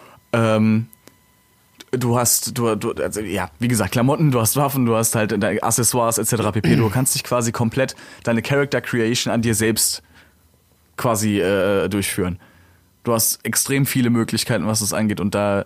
Ähm, Du hast, du, du, also ja, wie gesagt, Klamotten, du hast Waffen, du hast halt deine Accessoires et cetera pp. Du kannst dich quasi komplett deine Character Creation an dir selbst quasi äh, durchführen. Du hast extrem viele Möglichkeiten, was das angeht, und da,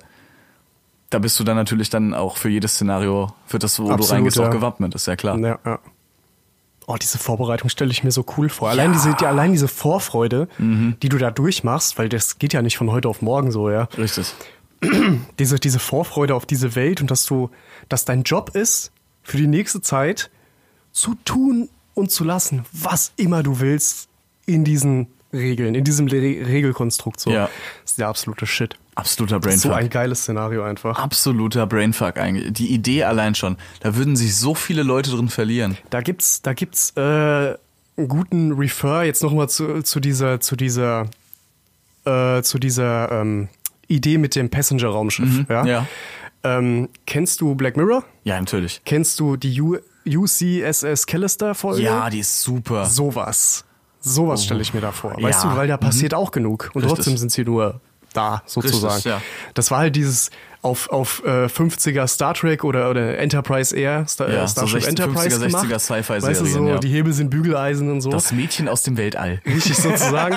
da bist du dann natürlich dann auch für jedes Szenario, für das, wo Absolut, du reingehst, ja. auch gewappnet, ist ja klar. Ja, ja. Oh, diese Vorbereitung stelle ich mir so cool vor. Allein, diese, die, allein diese Vorfreude, Mhm. die du da durchmachst, weil das geht ja nicht von heute auf morgen so, ja. Richtig. Diese, diese Vorfreude auf diese Welt und dass du, dass dein Job ist, für die nächste Zeit zu tun und zu lassen, was immer du willst in diesen Regeln, in diesem Re- Regelkonstrukt. So. Ja. Das ist der absolute Shit. Absoluter Das ist so Brainfuck. ein geiles Szenario einfach. Absoluter Brainfuck eigentlich. Die Idee allein schon. Da würden sich so viele Leute drin verlieren. Da gibt's, da gibt's äh, einen guten Refer jetzt nochmal zu, zu dieser, zu dieser, äh, zu dieser ähm, Idee mit dem Passenger-Raumschiff. Mhm, ja. ja. Ähm, kennst du Black Mirror? Ja, natürlich. Kennst du die U- U C S S Callister-Folge? Ja, die ist super. Sowas. Sowas stelle ich mir da vor. Weißt Ja. du, weil da passiert auch genug. Und Richtig. trotzdem sind sie nur da, sozusagen. Richtig, ja. Das war halt dieses auf, auf äh, fünfziger Star Trek oder, oder Enterprise Air, Star, Ja, äh, so Starship sechziger, Enterprise sechziger gemacht. Sci-Fi-Serien, Weißt du, so, ja. die Hebel sind Bügeleisen und so. Das Mädchen aus dem Weltall. Richtig sozusagen.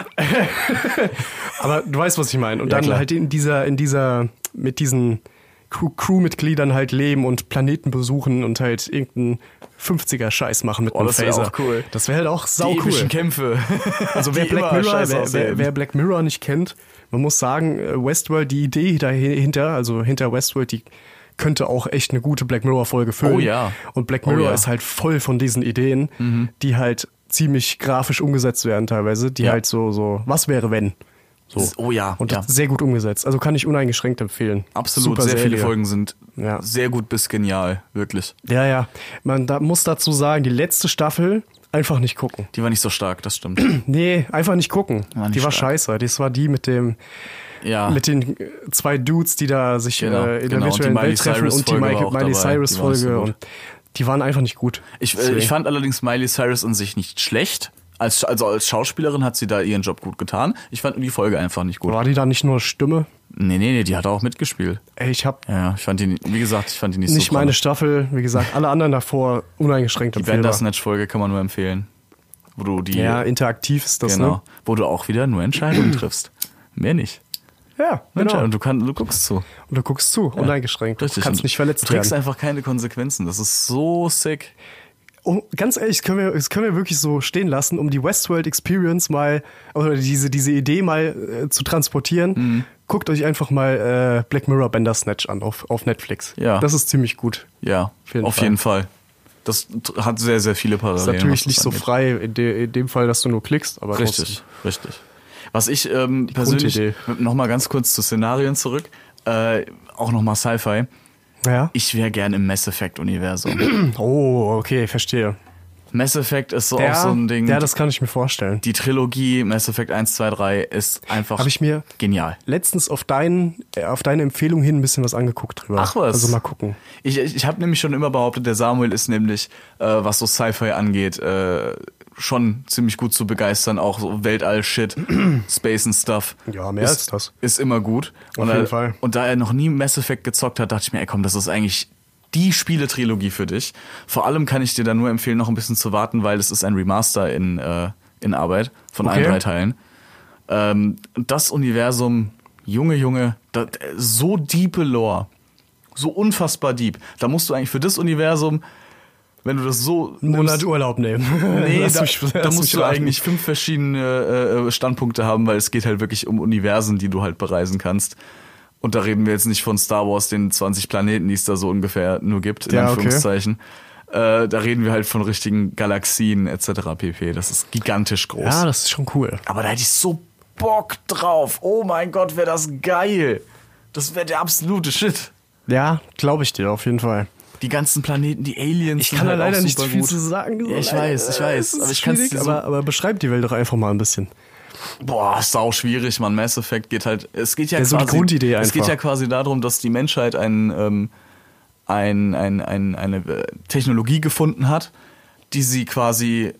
Aber du weißt, was ich meine. Und Ja, dann klar. halt in dieser, in dieser, mit diesen Crew- Crewmitgliedern halt leben und Planeten besuchen und halt irgendeinen fünfziger-Scheiß machen mit Oh, einem das wär Phaser. auch cool. Das wäre halt auch sau Die cool. epischen Kämpfe. Also wer Die Black, immer Mirror, scheiße wer, aussehen. wer, wer Black Mirror nicht kennt, man muss sagen, äh, Westworld, die Idee dahinter, also hinter Westworld, die könnte auch echt eine gute Black Mirror-Folge füllen. Oh ja. Und Black Oh Mirror ja. ist halt voll von diesen Ideen, die halt ziemlich grafisch umgesetzt werden teilweise, die Ja. halt so, so, was wäre wenn? So. Oh ja, Und ja. das ist sehr gut umgesetzt. Also kann ich uneingeschränkt empfehlen. Absolut, Super sehr viele Serie. Folgen sind Ja. sehr gut bis genial, wirklich. Ja, ja. Man da muss dazu sagen, die letzte Staffel einfach nicht gucken. Die war nicht so stark, das stimmt. Nee, einfach nicht gucken. War nicht die war stark. scheiße. Das war die mit dem Ja, mit den äh, zwei Dudes, die da sich Genau, äh, in genau. der Und die virtuellen Miley Welt treffen Cyrus und die Folge Miley, war auch Miley dabei. Cyrus Die war nicht so Folge gut. und die waren einfach nicht gut. ich, äh, Deswegen. ich fand allerdings Miley Cyrus an sich nicht schlecht. Als, also als Schauspielerin hat sie da ihren Job gut getan. Ich fand nur die Folge einfach nicht gut. War die da nicht nur Stimme? Nee, nee, nee, die hat auch mitgespielt. Ey, ich hab Ja, ich fand die, wie gesagt, ich fand die nicht, nicht so meine pralle. Staffel, wie gesagt, alle anderen davor uneingeschränkt Die empfehlbar. Bandersnatch-Folge kann man nur empfehlen. Wo du die, Ja, interaktiv ist das, genau, ne? wo du auch wieder nur Entscheidungen triffst. Mehr nicht. Ja, Nur genau. Entscheidungen. Du, kann, du guckst zu. Und du guckst zu, uneingeschränkt. Richtig. Du kannst Und nicht verletzt Du trägst werden. einfach keine Konsequenzen. Das ist so sick. Oh, ganz ehrlich, das können, wir, das können wir wirklich so stehen lassen, um die Westworld Experience mal, oder diese, diese Idee mal äh, zu transportieren. Mhm. Guckt euch einfach mal äh, Black Mirror Bandersnatch an auf, auf Netflix. Ja. Das ist ziemlich gut. Ja, Auf jeden auf Fall. jeden Fall. Das t- hat sehr, sehr viele Parallelen. Ist natürlich was nicht das so angeht. frei in, de, in dem Fall, dass du nur klickst, aber Richtig, richtig. Was ich ähm, persönlich, Grundidee. nochmal ganz kurz zu Szenarien zurück, äh, auch nochmal Sci-Fi. trotzdem. Ja. Ich wäre gern im Mass Effect-Universum. Oh, okay, verstehe. Mass Effect ist so Ja, auch so ein Ding. ja, das kann ich mir vorstellen. Die Trilogie Mass Effect eins, zwei, drei ist einfach Habe ich mir genial. letztens auf, dein, äh, auf deine Empfehlung hin ein bisschen was angeguckt drüber. Ach was. Also mal gucken. Ich, ich, ich habe nämlich schon immer behauptet, der Samuel ist nämlich, äh, was so Sci-Fi angeht, äh, schon ziemlich gut zu begeistern. Auch so Weltall-Shit, Space and Stuff. Ja, mehr ist, als das. Ist immer gut. Auf und jeden da, Fall. Und da er noch nie Mass Effect gezockt hat, dachte ich mir, ey komm, das ist eigentlich die Spieletrilogie für dich. Vor allem kann ich dir da nur empfehlen, noch ein bisschen zu warten, weil es ist ein Remaster in, äh, in Arbeit von allen Okay. drei Teilen. Ähm, das Universum, Junge, Junge, das, so diepe Lore. So unfassbar deep. Da musst du eigentlich für das Universum, wenn du das so Einen Monat nimmst, Urlaub nehmen. nee, Lass da, mich- da lass musst mich du raten. eigentlich fünf verschiedene äh, Standpunkte haben, weil es geht halt wirklich um Universen, die du halt bereisen kannst. Und da reden wir jetzt nicht von Star Wars, den zwanzig Planeten, die es da so ungefähr nur gibt, in Ja, okay. Anführungszeichen. Äh, da reden wir halt von richtigen Galaxien et cetera pp. Das ist gigantisch groß. Ja, das ist schon cool. Aber da hätte ich so Bock drauf. Oh mein Gott, wäre das geil. Das wäre der absolute Shit. Ja, glaube ich dir auf jeden Fall. Die ganzen Planeten, die Aliens. Ich sind kann da halt leider auch nicht super viel gut. zu sagen. Ja, ich weiß, ich weiß. Es ist Aber ich kann's schwierig, dir so- aber, aber beschreib die Welt doch einfach mal ein bisschen. Boah, ist sau schwierig, man. Mass Effect geht halt, es geht ja Ja, so die quasi, Grundidee es geht einfach. ja quasi darum, dass die Menschheit ein, ähm, ein, ein, ein, eine äh, Technologie gefunden hat, die sie quasi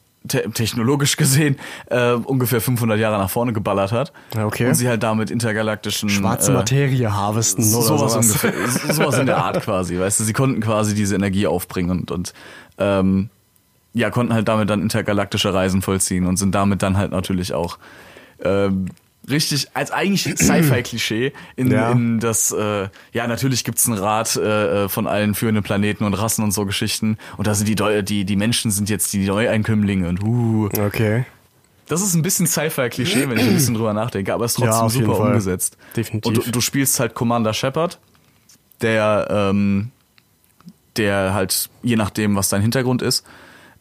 te technologisch gesehen äh, ungefähr fünfhundert Jahre nach vorne geballert hat. Ja, okay. Und sie halt damit intergalaktischen Schwarze äh, Materie harvesten oder sowas, sowas. ungefähr, sowas in der Art quasi, weißt du, sie konnten quasi diese Energie aufbringen und, und ähm, ja, konnten halt damit dann intergalaktische Reisen vollziehen und sind damit dann halt natürlich auch ähm, richtig, als eigentlich Sci-Fi-Klischee in, Ja. in das, äh, ja, natürlich gibt's einen Rat äh, von allen führenden Planeten und Rassen und so Geschichten und da sind die, Deu die, die Menschen sind jetzt die Neueinkömmlinge und uh. Okay. Das ist ein bisschen Sci-Fi-Klischee, wenn ich ein bisschen drüber nachdenke, aber es ist Ja, trotzdem auf jeden super Fall. umgesetzt. Definitiv. Und du, du spielst halt Commander Shepard, der, ähm, der halt, je nachdem, was dein Hintergrund ist,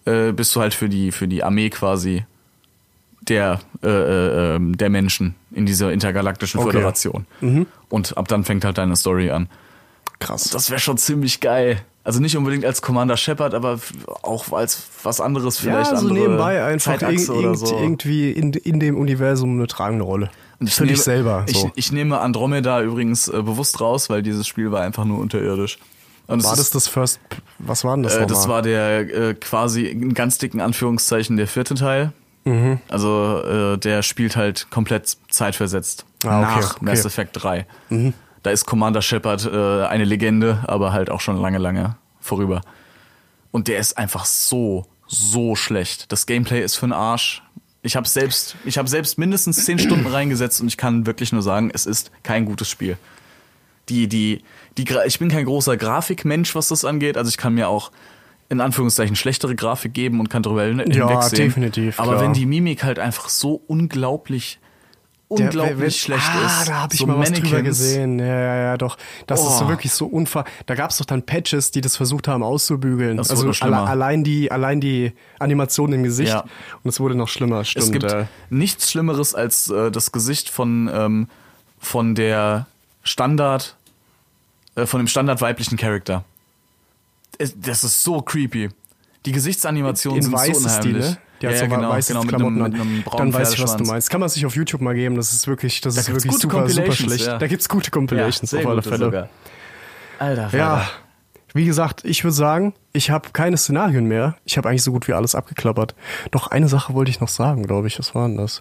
äh, bist du halt für die, für die Armee quasi der, äh, äh, der Menschen in dieser intergalaktischen Okay. Föderation. Mhm. Und ab dann fängt halt deine Story an. Krass. Das wäre schon ziemlich geil. Also nicht unbedingt als Commander Shepard, aber f- auch als was anderes vielleicht. ja, so andere nebenbei einfach irg Zeitachse oder irgend, so. irgendwie in, in dem Universum eine tragende Rolle. Und ich Für nehme, dich selber. Ich, So. ich nehme Andromeda übrigens äh, bewusst raus, weil dieses Spiel war einfach nur unterirdisch. Und es War das ist, das First, was war denn das äh, nochmal? das war der äh, quasi in ganz dicken Anführungszeichen der vierte Teil. Mhm. Also äh, der spielt halt komplett zeitversetzt Ah, okay, nach okay. Mass Effect drei. Mhm. Da ist Commander Shepard äh, eine Legende, aber halt auch schon lange, lange vorüber. Und der ist einfach so, so schlecht. Das Gameplay ist für'n Arsch. Ich habe selbst, ich habe selbst mindestens zehn Stunden reingesetzt und ich kann wirklich nur sagen, es ist kein gutes Spiel. Die, die, die, Gra- ich bin kein großer Grafikmensch, was das angeht. Also ich kann mir auch in Anführungszeichen schlechtere Grafik geben und kann drüber hin- Ja, hinwegsehen. definitiv, Aber klar. wenn die Mimik halt einfach so unglaublich, unglaublich Der- wer- schlecht ah, ist. da habe ich so mal was drüber Mannequins. gesehen. Ja, ja, ja, doch. Das ist so Oh. wirklich so unfair. Da gab es doch dann Patches, die das versucht haben auszubügeln. Das also wurde noch schlimmer. alle, allein die, allein die Animation im Gesicht. Ja. Und es wurde noch schlimmer. Stimmt. Es gibt äh. nichts Schlimmeres als äh, das Gesicht von, ähm, von der Standard, äh, von dem Standard weiblichen Charakter. Es, das ist so creepy. Die Gesichtsanimationen in sind weiß so ist die, unheimlich. ne? Die Ja, hat ja, so genau, weiße genau, mit Klamotten einem, mit an. einem braunen Dann weiß ich, was du Pferdeschwanz. meinst. Kann man sich auf YouTube mal geben. Das ist wirklich, das Da ist gibt's wirklich gute super, super Compilations, schlecht. ja. Da gibt's gute Compilations sehr auf alle gute Fälle. sogar. Alter, Ja, Vater. wie gesagt, ich würde sagen, ich habe keine Szenarien mehr. Ich habe eigentlich so gut wie alles abgeklappert. Doch eine Sache wollte ich noch sagen, glaube ich. Was war denn das?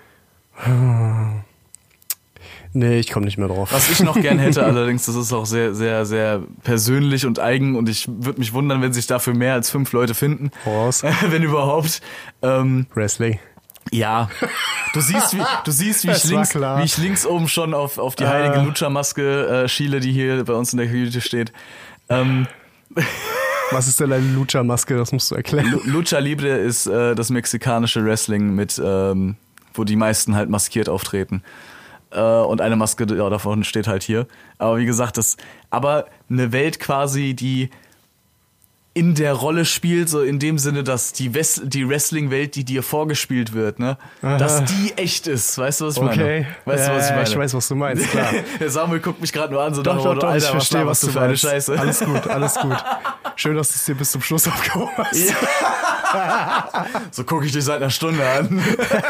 Hm. Nee, ich komme nicht mehr drauf. Was ich noch gern hätte, allerdings, das ist auch sehr, sehr, sehr persönlich und eigen und ich würde mich wundern, wenn sich dafür mehr als fünf Leute finden. Voraus. Wenn überhaupt. Ähm, Wrestling. ja. Du siehst, wie, du siehst, wie, ich Es war links, klar. wie ich links oben schon auf, auf die heilige Äh. Lucha-Maske äh, schiele, die hier bei uns in der Community steht. Ähm, Was ist denn eine Lucha-Maske? Das musst du erklären. Lu- Lucha Libre ist äh, das mexikanische Wrestling mit, ähm, wo die meisten halt maskiert auftreten. Äh, und eine Maske ja, davon steht halt hier. Aber wie gesagt, das, aber eine Welt quasi, die in der Rolle spielt, so in dem Sinne, dass die, Wes- die Wrestling-Welt, die dir vorgespielt wird, ne, Aha. dass die echt ist. Weißt du, was ich Okay. meine? Weißt du, was ich Ja, meine? ich weiß, was du meinst, klar. Der Samuel guckt mich gerade nur an, so Doch, nach dem doch, Motto, doch, Alter, ich verstehe, was laberst du für eine meinst. Scheiße. Alles gut, alles gut. Schön, dass du es dir bis zum Schluss aufgehoben hast. So gucke ich dich seit einer Stunde an.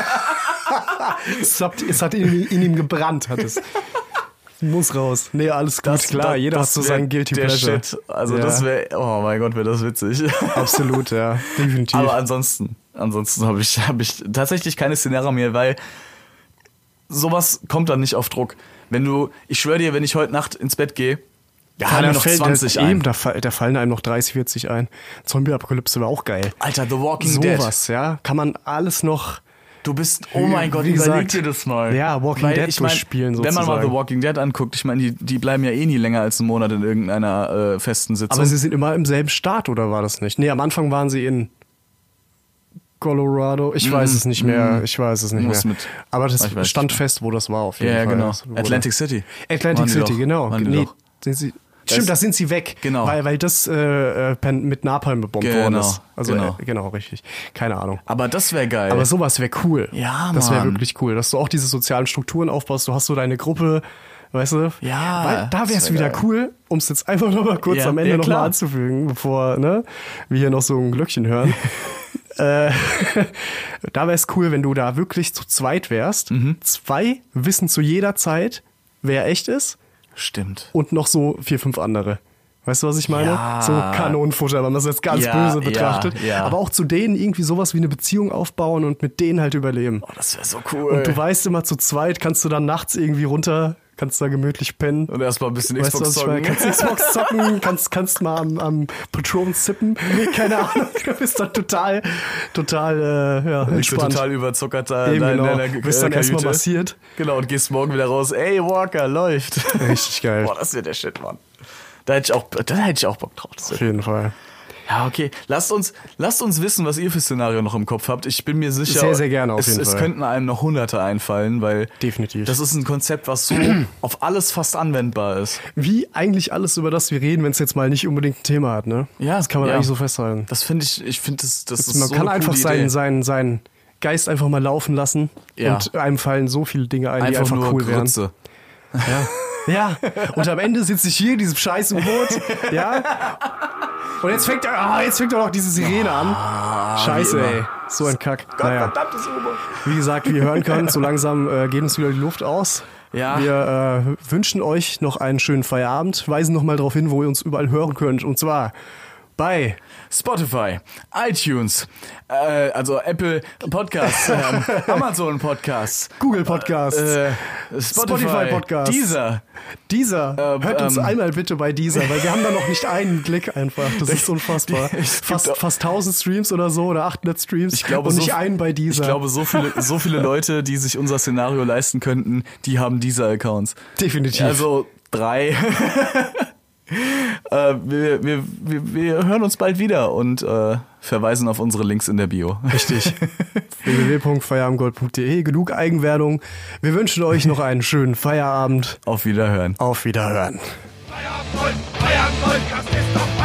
Es hat, es hat in, in ihm gebrannt, hat es. Muss raus. Nee, alles gut, Das- klar. das- Jeder das hat so wär seinen Guilty der Pleasure. Shit. Also Ja. das wäre, oh mein Gott, wäre das witzig. Absolut, ja. Definitiv. Aber ansonsten, ansonsten habe ich, habe ich tatsächlich keine Szenario mehr, weil sowas kommt dann nicht auf Druck. Wenn du, ich schwöre dir, wenn ich heute Nacht ins Bett gehe, ja, fallen mir da noch fällt zwanzig da, ein. eben, da, fall- da fallen einem noch dreißig, vierzig ein. Zombie-Apokalypse wäre auch geil. Alter, The Walking Dead. Sowas, ja. Kann man alles noch. Du bist, oh mein Gott, Wie überleg gesagt, dir das mal. ja, Walking Weil Dead ich mein, durchspielen Wenn man mal sozusagen. The Walking Dead anguckt, ich meine, die, die bleiben ja eh nie länger als einen Monat in irgendeiner äh, festen Sitzung. Aber sie sind immer im selben Staat, oder war das nicht? Nee, am Anfang waren sie in Colorado. Ich weiß es nicht mehr. Ich weiß es nicht Muss mehr. mit- Aber das Ich weiß stand nicht. fest, wo das war auf jeden ja, ja, Fall. genau. Das wurde- Atlantic City. Atlantic Waren die City, doch. genau. Waren die Nee, doch. sind sie. Das- Stimmt, da sind sie weg. Genau. Weil, weil das äh, äh, pen- mit Napalm bebombt Genau, worden ist. Also genau. Äh, genau, richtig. Keine Ahnung. Aber das wäre geil. Aber sowas wäre cool. Ja, Das wäre Mann. wirklich cool, dass du auch diese sozialen Strukturen aufbaust. Du hast so deine Gruppe, weißt du? Ja, Weil, da wäre das es wär wieder geil. cool, um es jetzt einfach noch mal kurz Ja, am Ende ja, noch mal klar. anzufügen, bevor ne, wir hier noch so ein Glöckchen hören. äh, da wäre es cool, wenn du da wirklich zu zweit wärst. Mhm. Zwei wissen zu jeder Zeit, wer echt ist Stimmt. und noch so vier, fünf andere. Weißt du, was ich meine? Ja. So Kanonenfutter, wenn man es jetzt ganz Ja, böse ja, betrachtet. ja. Aber auch zu denen irgendwie sowas wie eine Beziehung aufbauen und mit denen halt überleben. Oh, das wäre so cool. Und du weißt immer, zu zweit kannst du dann nachts irgendwie runter, kannst da gemütlich pennen. Und erstmal ein bisschen Weißt du, Xbox was ich meine? zocken. Kannst Xbox zocken, kannst, kannst mal am, am Patron zippen. Keine Ahnung, du bist dann total, total äh, ja, Bist du entspannt. total überzuckert da in Eben, deiner, genau. deiner Du bist dann äh, erstmal Kajüte. massiert. Genau, und gehst morgen wieder raus. Ey, Walker, läuft. Richtig geil. Boah, das wird der Shit, Mann. Da hätte ich auch, da hätte ich auch Bock drauf. Das Auf wär- jeden Fall. Ja, okay. Lasst uns, lasst uns wissen, was ihr für Szenario noch im Kopf habt. Ich bin mir sicher, Sehr, sehr gerne auf es, jeden es Fall. könnten einem noch Hunderte einfallen, weil Definitiv. das ist ein Konzept, was so auf alles fast anwendbar ist. Wie eigentlich alles, über das wir reden, wenn es jetzt mal nicht unbedingt ein Thema hat, ne? Ja, Das kann man ja. eigentlich so festhalten. Das finde ich, ich finde das, das ist Man so kann eine einfach coole seinen, Idee. seinen, seinen Geist einfach mal laufen lassen Ja. und einem fallen so viele Dinge ein, die einfach einfach nur cool wären. Grütze. Ja. Ja, und am Ende sitze ich hier in diesem scheiß Boot, ja. Und jetzt fängt, ah, jetzt fängt doch noch diese Sirene an. Scheiße, wie immer. ey. So ein Kack. Naja. Verdammtes U-Boot. Wie gesagt, wie ihr hören könnt, so langsam äh, geht uns wieder die Luft aus. Ja. Wir äh, wünschen euch noch einen schönen Feierabend, weisen nochmal darauf hin, wo ihr uns überall hören könnt. Und zwar bei Spotify, iTunes, äh, also Apple Podcasts, ähm, Amazon Podcasts, Google Podcasts, äh, Spotify, Spotify Podcasts. Deezer. dieser. Ähm, Hört uns ähm, einmal bitte bei dieser, weil wir haben da noch nicht einen Klick einfach. Das ist unfassbar. Es gibt Fast, auch- fast tausend Streams oder so oder achthundert Streams Ich glaube, und so, nicht einen bei dieser. Ich glaube, so viele, so viele Leute, die sich unser Szenario leisten könnten, die haben diese Accounts. Definitiv. Also drei. äh, wir, wir, wir, wir hören uns bald wieder und äh, verweisen auf unsere Links in der Bio. Richtig. w w w punkt feierabendgold punkt d e. Genug Eigenwerbung. Wir wünschen euch noch einen schönen Feierabend. Auf Wiederhören. Auf Wiederhören. Feierabend, Gold, Feierabend, Gold, das ist doch